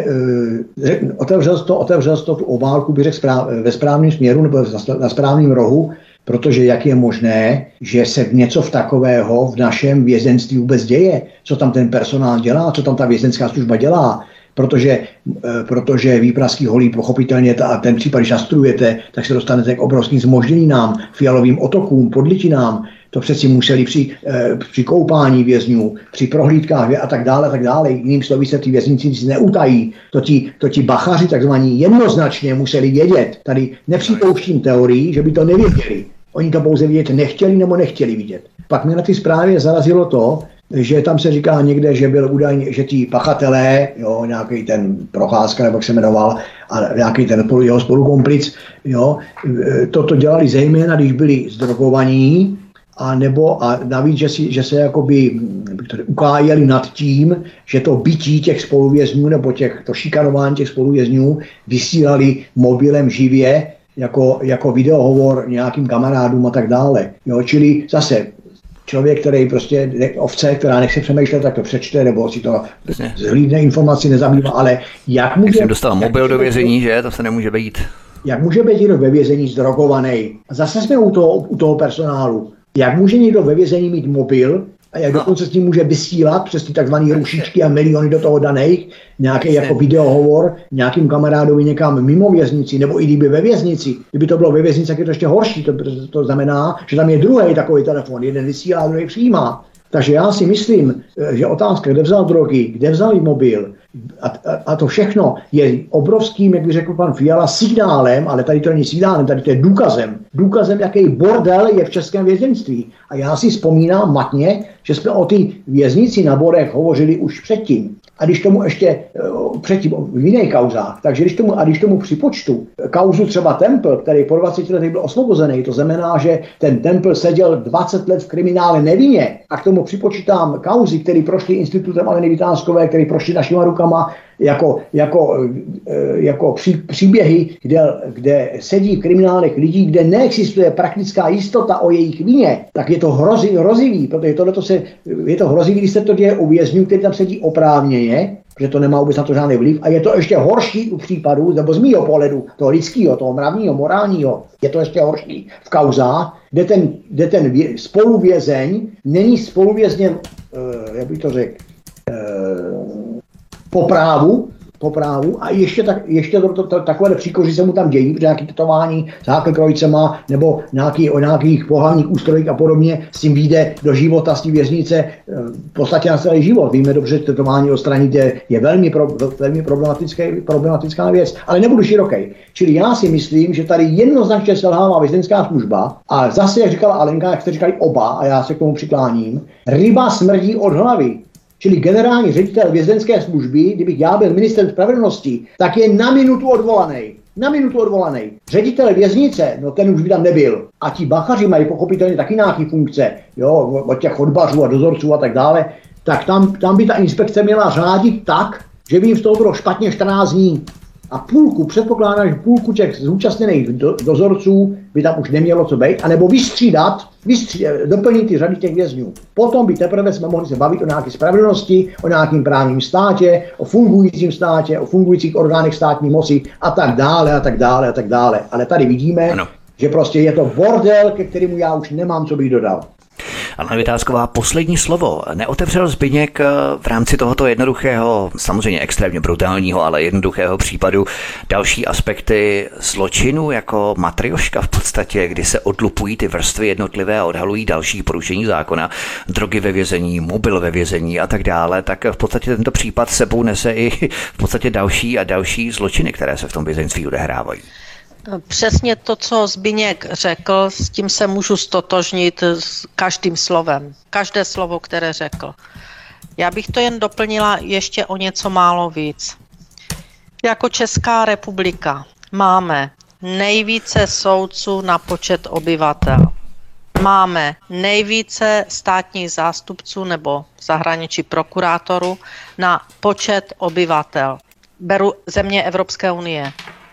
[SPEAKER 3] uh, otevřel to, otevřel to tu obálku, bych řekl správ, ve správném směru nebo na správném rohu, protože jak je možné, že se něco v takového v našem vězenství vůbec děje, co tam ten personál dělá, co tam ta vězenská služba dělá, protože, protože výprasky holí pochopitelně ta, a ten případ, když nastrujete, tak se dostanete k obrovským zmožděninám, fialovým otokům, podlitinám. To přeci museli při, při koupání vězňů, při prohlídkách a tak dále, tak dále. Jiným slovy se ty věznici neutají. To ti, to ti bachaři takzvaní jednoznačně museli vědět. Tady nepřipouštím teorii, že by to nevěděli. Oni to pouze vidět nechtěli nebo nechtěli vidět. Pak mě na ty zprávě zarazilo to, že tam se říká někde, že byl údajně, že ti pachatelé, jo, nějaký ten Procházka, nebo jak se jmenoval, a nějaký ten jeho spolukomplic, jo, toto dělali zejména, když byli zdrogovaní, a nebo a navíc, že, si, že se jakoby ukájeli nad tím, že to bytí těch spoluvězňů nebo těch, to šikanování těch spoluvězňů vysílali mobilem živě jako, jako videohovor nějakým kamarádům a tak dále. Jo, čili zase člověk, který prostě ovce, která nechce přemýšlet, tak to přečte, nebo si to zhlídne informaci, nezabývá, ale jak může...
[SPEAKER 1] Jak jsem dostal mobil do vězení, že? To se nemůže být.
[SPEAKER 3] Jak může být někdo ve vězení zdrogovaný? A zase jsme u toho, u toho personálu. Jak může někdo ve vězení mít mobil a jak no. dokonce s tím může vysílat přes ty takzvané rušičky a miliony do toho daných, nějaký jako videohovor nějakým kamarádovi někam mimo věznici, nebo i kdyby ve věznici. Kdyby to bylo ve věznici, tak je to ještě horší. To, to znamená, že tam je druhý takový telefon, jeden vysílá, druhý přijímá. Takže já si myslím, že otázka, kde vzal drogy, kde vzal mobil, a, a, a to všechno je obrovským, jak by řekl pan Fiala, signálem, ale tady to není signálem, tady to je důkazem. Důkazem, jaký bordel je v českém vězeňství. A já si vzpomínám matně, že jsme o ty věznici na Borech hovořili už předtím. A když tomu ještě uh, předtím v jiných kauzách, takže když tomu, a když tomu připočtu kauzu třeba Templ, který po dvaceti letech byl osvobozený, to znamená, že ten Templ seděl dvacet let v kriminále nevinně, a k tomu připočítám kauzy, které prošly institutem Aleny Vitánskové, které prošly našima rukama, jako, jako, jako pří, příběhy, kde, kde sedí v kriminálech lidí, kde neexistuje praktická jistota o jejich vině, tak je to hrozi, hrozivý, protože tohleto se, je to hrozivý, když se to děje u vězňů, kteří tam sedí oprávněně, protože to nemá vůbec na to žádný vliv, a je to ještě horší u případů, nebo z mýho pohledu, toho lidského, toho mravního, morálního, je to ještě horší v kauzách, kde ten, kde ten vě, spoluvězeň není spoluvězněm, uh, jak bych to řekl, uh, po právu, po právu a ještě, tak, ještě to, to, to, takové příkoří se mu tam dějí, protože nějaké tetování s hákekrojcema nebo nějaký, o nějakých pohlavních ústrojích a podobně s tím vyjde do života z té věznice v podstatě na celý život. Víme dobře, že tetování odstranit je, je velmi, pro, velmi problematická věc, ale nebudu široký. Čili já si myslím, že tady jednoznačně selhává vězenská služba a zase, jak říkala Alenka, jak jste říkali oba, a já se k tomu přikláním, ryba smrdí od hlavy. Čili generální ředitel vězenské služby, kdybych já byl ministrem spravedlnosti, tak je na minutu odvolaný. Na minutu odvolaný. Ředitel věznice, no ten už by tam nebyl. A ti bachaři mají pochopitelně taky nějaký funkce, jo, od těch chodbařů a dozorců a tak dále. Tak tam, tam by ta inspekce měla řádit tak, že by jim z toho bylo špatně čtrnáct dní. a půlku, předpokládám, že půlku těch zúčastněných do, dozorců by tam už nemělo co být, anebo vystřídat, vystřídat, doplnit ty řady těch vězňů. Potom by teprve jsme mohli se bavit o nějaké spravedlnosti, o nějakém právním státě, o fungujícím státě, o fungujících orgánech státní moci a tak dále a tak dále a tak dále. Ale tady vidíme, ano, že prostě je to bordel, ke kterému já už nemám, co bych dodal.
[SPEAKER 1] Alena Vytázková, poslední slovo. Neotevřel Zbyněk v rámci tohoto jednoduchého, samozřejmě extrémně brutálního, ale jednoduchého případu další aspekty zločinu jako matrioška v podstatě, kdy se odlupují ty vrstvy jednotlivé a odhalují další porušení zákona, drogy ve vězení, mobil ve vězení a tak dále, tak v podstatě tento případ sebou nese i v podstatě další a další zločiny, které se v tom vězeňství odehrávají.
[SPEAKER 2] Přesně to, co Zbyněk řekl, s tím se můžu stotožnit s každým slovem. Každé slovo, které řekl. Já bych to jen doplnila ještě o něco málo víc. Jako Česká republika máme nejvíce soudců na počet obyvatel. Máme nejvíce státních zástupců nebo v zahraničí prokurátorů na počet obyvatel. Beru země Evropské unie.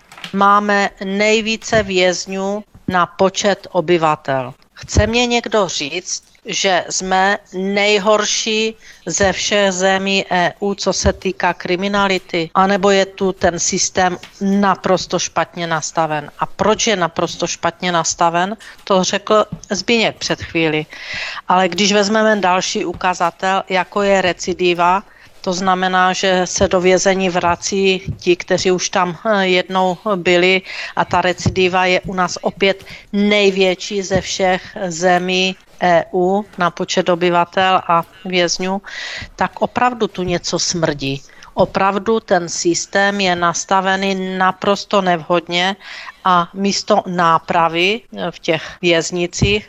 [SPEAKER 2] Máme nejvíce vězňů na počet obyvatel. Chce mě někdo říct, že jsme nejhorší ze všech zemí E U, co se týká kriminality? A nebo je tu ten systém naprosto špatně nastaven? A proč je naprosto špatně nastaven? To řekl Zbyněk před chvíli. Ale když vezmeme další ukazatel, jako je recidiva, to znamená, že se do vězení vrací ti, kteří už tam jednou byli a ta recidiva je u nás opět největší ze všech zemí E U na počet obyvatel a vězňů, tak opravdu tu něco smrdí. Opravdu ten systém je nastavený naprosto nevhodně a místo nápravy v těch věznicích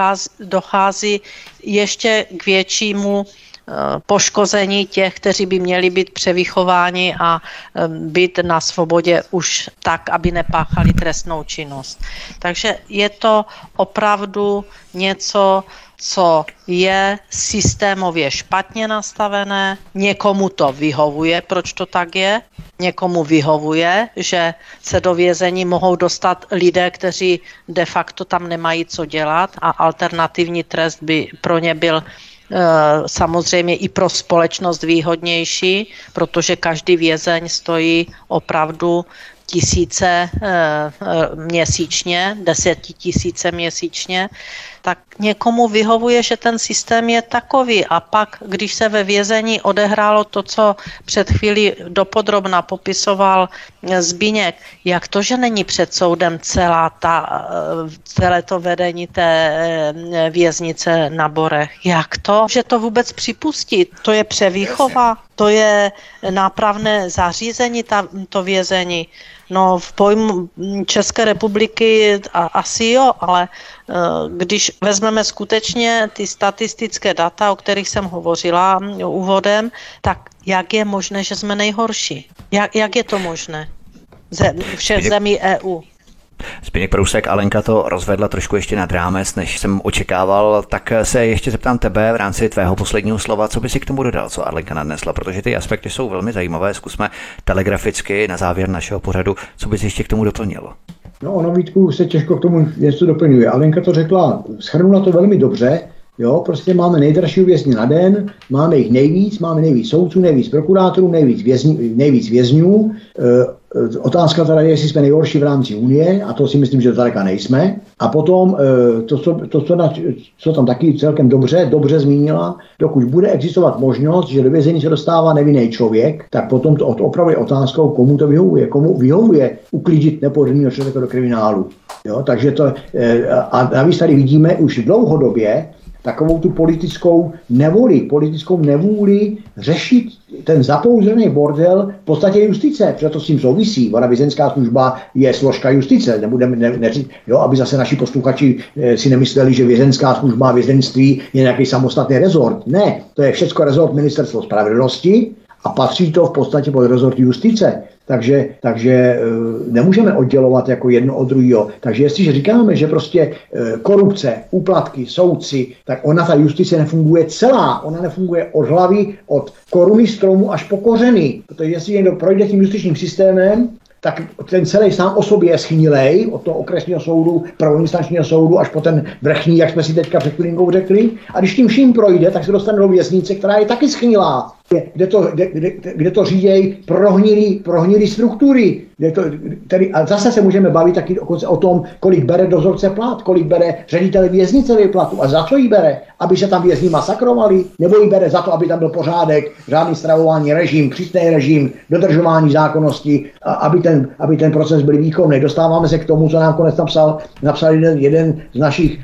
[SPEAKER 2] dochází ještě k většímu poškození těch, kteří by měli být převychováni a být na svobodě už tak, aby nepáchali trestnou činnost. Takže je to opravdu něco, co je systémově špatně nastavené, někomu to vyhovuje, proč to tak je, někomu vyhovuje, že se do vězení mohou dostat lidé, kteří de facto tam nemají co dělat a alternativní trest by pro ně byl samozřejmě i pro společnost výhodnější, protože každý vězeň stojí opravdu tisíce měsíčně, desetitisíce měsíčně, tak někomu vyhovuje, že ten systém je takový. A pak, když se ve vězení odehrálo to, co před chvílí dopodrobna popisoval Zbyněk, jak to, že není před soudem celá ta, celé to vedení té věznice na Borech? Jak to, že to vůbec připustí? To je převýchova, to je nápravné zařízení, ta, to vězení. No v pojmu České republiky a, asi jo, ale když vezmeme skutečně ty statistické data, o kterých jsem hovořila úvodem, tak jak je možné, že jsme nejhorší? Jak, jak je to možné? Ze všech zemí E U.
[SPEAKER 1] Zbyněk Prousek, Alenka to rozvedla trošku ještě nad rámec, než jsem očekával, tak se ještě zeptám tebe v rámci tvého posledního slova, co by si k tomu dodal, co Alenka nadnesla, protože ty aspekty jsou velmi zajímavé, zkusme telegraficky na závěr našeho pořadu, co by si ještě k tomu doplnilo.
[SPEAKER 3] No ono, Vítku, se těžko k tomu něco doplňuje. Alenka to řekla, shrnula to velmi dobře, jo, prostě máme nejdražší vězně na den, máme jich nejvíc, máme nejvíc soudců, nejvíc prokurátorů, nejvíc, vězni, nejvíc vězňů. E, Otázka teda je, jestli jsme nejhorší v rámci Unie, a to si myslím, že zdaleka nejsme. A potom to, co, to, co, na, co tam taky celkem dobře, dobře zmínila, dokud bude existovat možnost, že do vězení se dostává nevinný člověk, tak potom to opravdu je otázkou, komu to vyhovuje, komu vyhovuje uklidit nepohodlného člověka do kriminálu. Jo, takže to, a navíc tady vidíme už dlouhodobě takovou tu politickou nevoli, politickou nevůli řešit ten zapouzený bordel v podstatě justice, protože to s tím souvisí. Ona vězeňská služba je složka justice, nebudeme ne, ne, jo, aby zase naši posluchači e, si nemysleli, že vězeňská služba a vězeňství je nějaký samostatný rezort. Ne, to je všechno rezort Ministerstva spravedlnosti a patří to v podstatě pod rezort justice. Takže, takže e, nemůžeme oddělovat jako jedno od druhého. Takže jestliže říkáme, že prostě e, korupce, úplatky, soudci, tak ona ta justice nefunguje celá. Ona nefunguje od hlavy, od koruny stromu až po kořeny. Protože jestli někdo projde tím justičním systémem, tak ten celý sám o sobě je schnilej, od toho okresního soudu, prvoinstančního soudu, až po ten vrchní, jak jsme si teďka před chvilinkou řekli. A když tím vším projde, tak se dostane do věznice, která je taky schnilá, kde to, kde, kde, kde to řídějí prohnilý, prohnilý struktury. Kde to, tedy, a zase se můžeme bavit taky o tom, kolik bere dozorce plat, kolik bere ředitel věznice platu a za co jí bere, aby se tam vězni masakrovali, nebo jí bere za to, aby tam byl pořádek, řádný stravování, režim, přísný režim, dodržování zákonnosti, a aby ten, aby ten proces byl výkonný. Dostáváme se k tomu, co nám konec napsal, napsal jeden, jeden z našich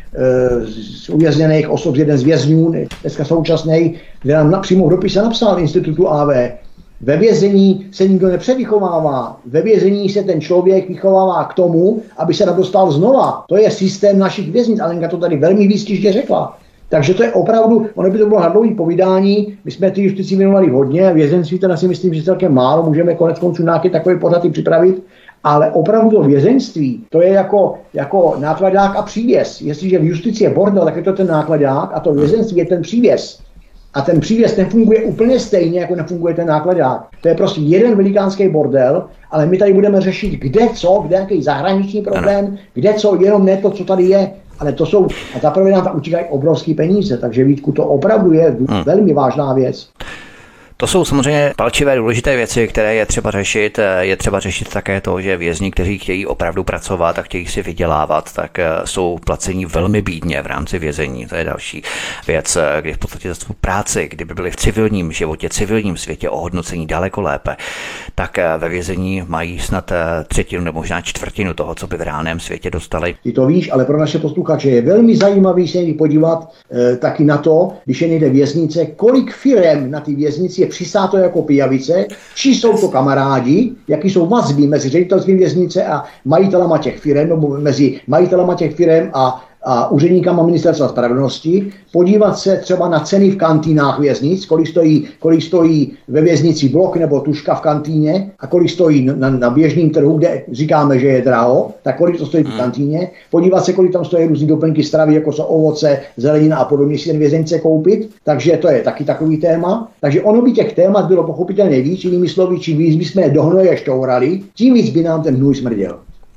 [SPEAKER 3] e, uvězněných osob, jeden z vězňů, dneska současný, kde nám přímo v dopise napsal institutu A V. Ve vězení se nikdo nepřevychovává. Ve vězení se ten člověk vychovává k tomu, aby se dostal znova. To je systém našich věznic. Alenka to tady velmi výstižně řekla. Takže to je opravdu, ono by to bylo na dlouhý povídání, my jsme ty justici věnovali hodně, vězenství teda si myslím, že celkem málo, můžeme konec konců nějaký takový pořad i připravit, ale opravdu to vězenství, to je jako, jako nákladák a přívěs. Jestliže v justici je bordel, tak je to ten nákladák a to vězenství je ten přívěs. A ten přívěs nefunguje úplně stejně, jako nefunguje ten nákladák. To je prostě jeden velikánský bordel, ale my tady budeme řešit kde co, kde nějaký zahraniční problém, kde co, jenom ne to, co tady je. Ale to jsou, a zaprvé nám tam utíkají obrovský peníze, takže Vítku, to opravdu je hmm. velmi vážná věc.
[SPEAKER 1] To jsou samozřejmě palčivé důležité věci, které je třeba řešit. Je třeba řešit také to, že vězni, kteří chtějí opravdu pracovat a chtějí si vydělávat, tak jsou placeni velmi bídně v rámci vězení. To je další věc, kdy v podstatě za svou práci, kdyby byli v civilním životě, civilním světě ohodnocení daleko lépe, tak ve vězení mají snad třetinu nebo možná čtvrtinu toho, co by v reálném světě dostali.
[SPEAKER 3] Ty to víš, ale pro naše posluchače je velmi zajímavý se podívat e, taky na to, když je někde věznice, kolik firem na ty věznici je přisáto jako pijavice, či jsou to kamarádi, jaký jsou vazby mezi ředitelstvím věznice a majitelama těch firem, nebo mezi majitelama těch firem a a úředníkama ministerstva spravedlnosti, podívat se třeba na ceny v kantýnách věznic, kolik stojí, kolik stojí ve věznici blok nebo tuška v kantýně a kolik stojí na, na běžném trhu, kde říkáme, že je draho, tak kolik to stojí v kantýně, podívat se, kolik tam stojí různý doplňky stravy, jako jsou ovoce, zelenina a podobně, si ten vězeň chce koupit, takže to je taky takový téma. Takže ono by těch témat bylo pochopitelně víc, jinými slovy, čím víc bychom je do hnoje štourali, tím víc by nám ten hnůj smrděl.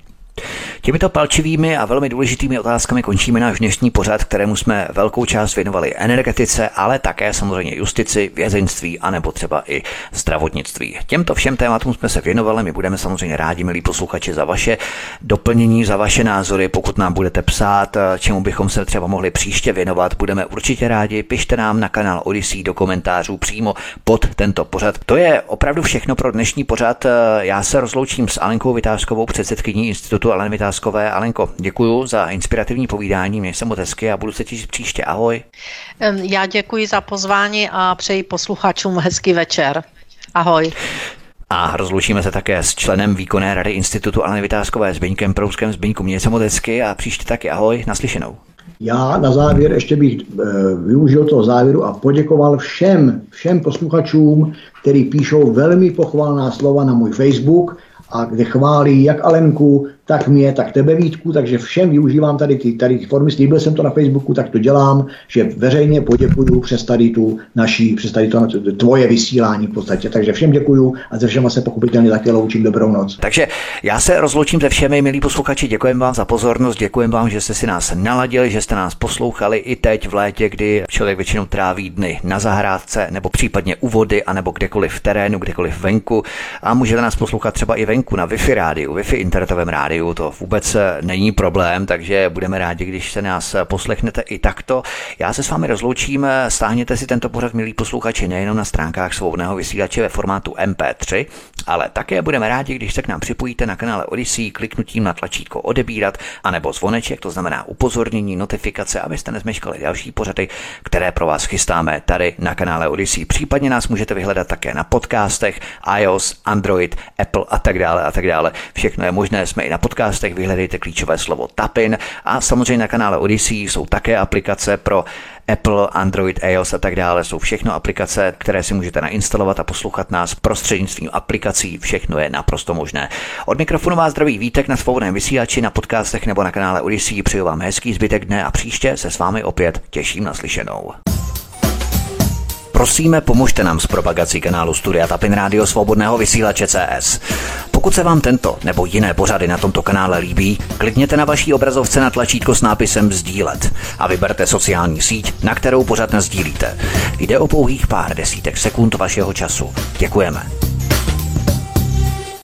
[SPEAKER 1] Těmito palčivými a velmi důležitými otázkami končíme náš dnešní pořad, kterému jsme velkou část věnovali energetice, ale také samozřejmě justici, vězeňství a nebo třeba i zdravotnictví. Těmto všem tématům jsme se věnovali, my budeme samozřejmě rádi, milí posluchači, za vaše doplnění, za vaše názory, pokud nám budete psát, čemu bychom se třeba mohli příště věnovat, budeme určitě rádi, pište nám na kanál Odyssey do komentářů přímo pod tento pořad. To je opravdu všechno pro dnešní pořad. Já se rozloučím s Alenkou Vytázkovou, předsedkyní Institutu Aleny Vytázkové. Alenko, děkuji za inspirativní povídání, měj se moc hezky a budu se těšit příště. Ahoj.
[SPEAKER 2] Já děkuji za pozvání a přeji posluchačům hezký večer. Ahoj.
[SPEAKER 1] A rozloučíme se také s členem výkonné rady Institutu Aleny Vytázkové Zbyňkem Prouskem. Zbyňku, měj se moc hezky a příště taky. Ahoj, naslyšenou.
[SPEAKER 3] Já na závěr ještě bych e, využil toho závěru a poděkoval všem, všem posluchačům, kteří píšou velmi pochvalná slova na můj Facebook a kde chválí jak Alenku, tak mě, tak tebe, Vítku, takže všem využívám tady ty, tady ty formy, slíbil jsem to na Facebooku, tak to dělám, že veřejně poděkuju přes tady tu naší, přes tady to tvoje vysílání v podstatě, takže všem děkuju a ze všema se pochopitelně také loučím, dobrou noc.
[SPEAKER 1] Takže já se rozloučím se všemi, milí posluchači, děkujeme vám za pozornost, děkujeme vám, že jste si nás naladili, že jste nás poslouchali i teď v létě, kdy člověk většinou tráví dny na zahrádce nebo případně u vody, anebo kdekoliv v terénu, kdekoliv venku a můžete nás poslouchat třeba i venku na Wi-Fi rádiu, Wi-Fi internetovém rádiu. To vůbec není problém, takže budeme rádi, když se nás poslechnete i takto. Já se s vámi rozloučím, stáhněte si tento pořad, milí posluchači, nejenom na stránkách svobodného vysílače ve formátu em pé tři, ale také budeme rádi, když se k nám připojíte na kanále Odyssey kliknutím na tlačítko odebírat, anebo zvoneček, to znamená upozornění, notifikace, abyste nezmeškali další pořady, které pro vás chystáme tady na kanále Odyssey. Případně nás můžete vyhledat také na podcastech, iOS, Android, Apple a tak dále a tak dále. Všechno je možné, jsme i na podcastech, vyhledejte klíčové slovo Tapin a samozřejmě na kanále Odyssey jsou také aplikace pro Apple, Android, iOS a tak dále. Jsou všechno aplikace, které si můžete nainstalovat a poslouchat nás prostřednictvím aplikací. Všechno je naprosto možné. Od mikrofonu vás zdraví Vítek na svobodném vysílači, na podcastech nebo na kanále Odyssey. Přeju vám hezký zbytek dne a příště se s vámi opět těším na slyšenou. Prosíme, pomožte nám s propagací kanálu Studia Tapin Rádio Svobodného vysílače C S. Pokud Pokud se vám tento nebo jiné pořady na tomto kanále líbí, klikněte na vaší obrazovce na tlačítko s nápisem sdílet a vyberte sociální síť, na kterou pořad nasdílíte. Jde o pouhých pár desítek sekund vašeho času. Děkujeme.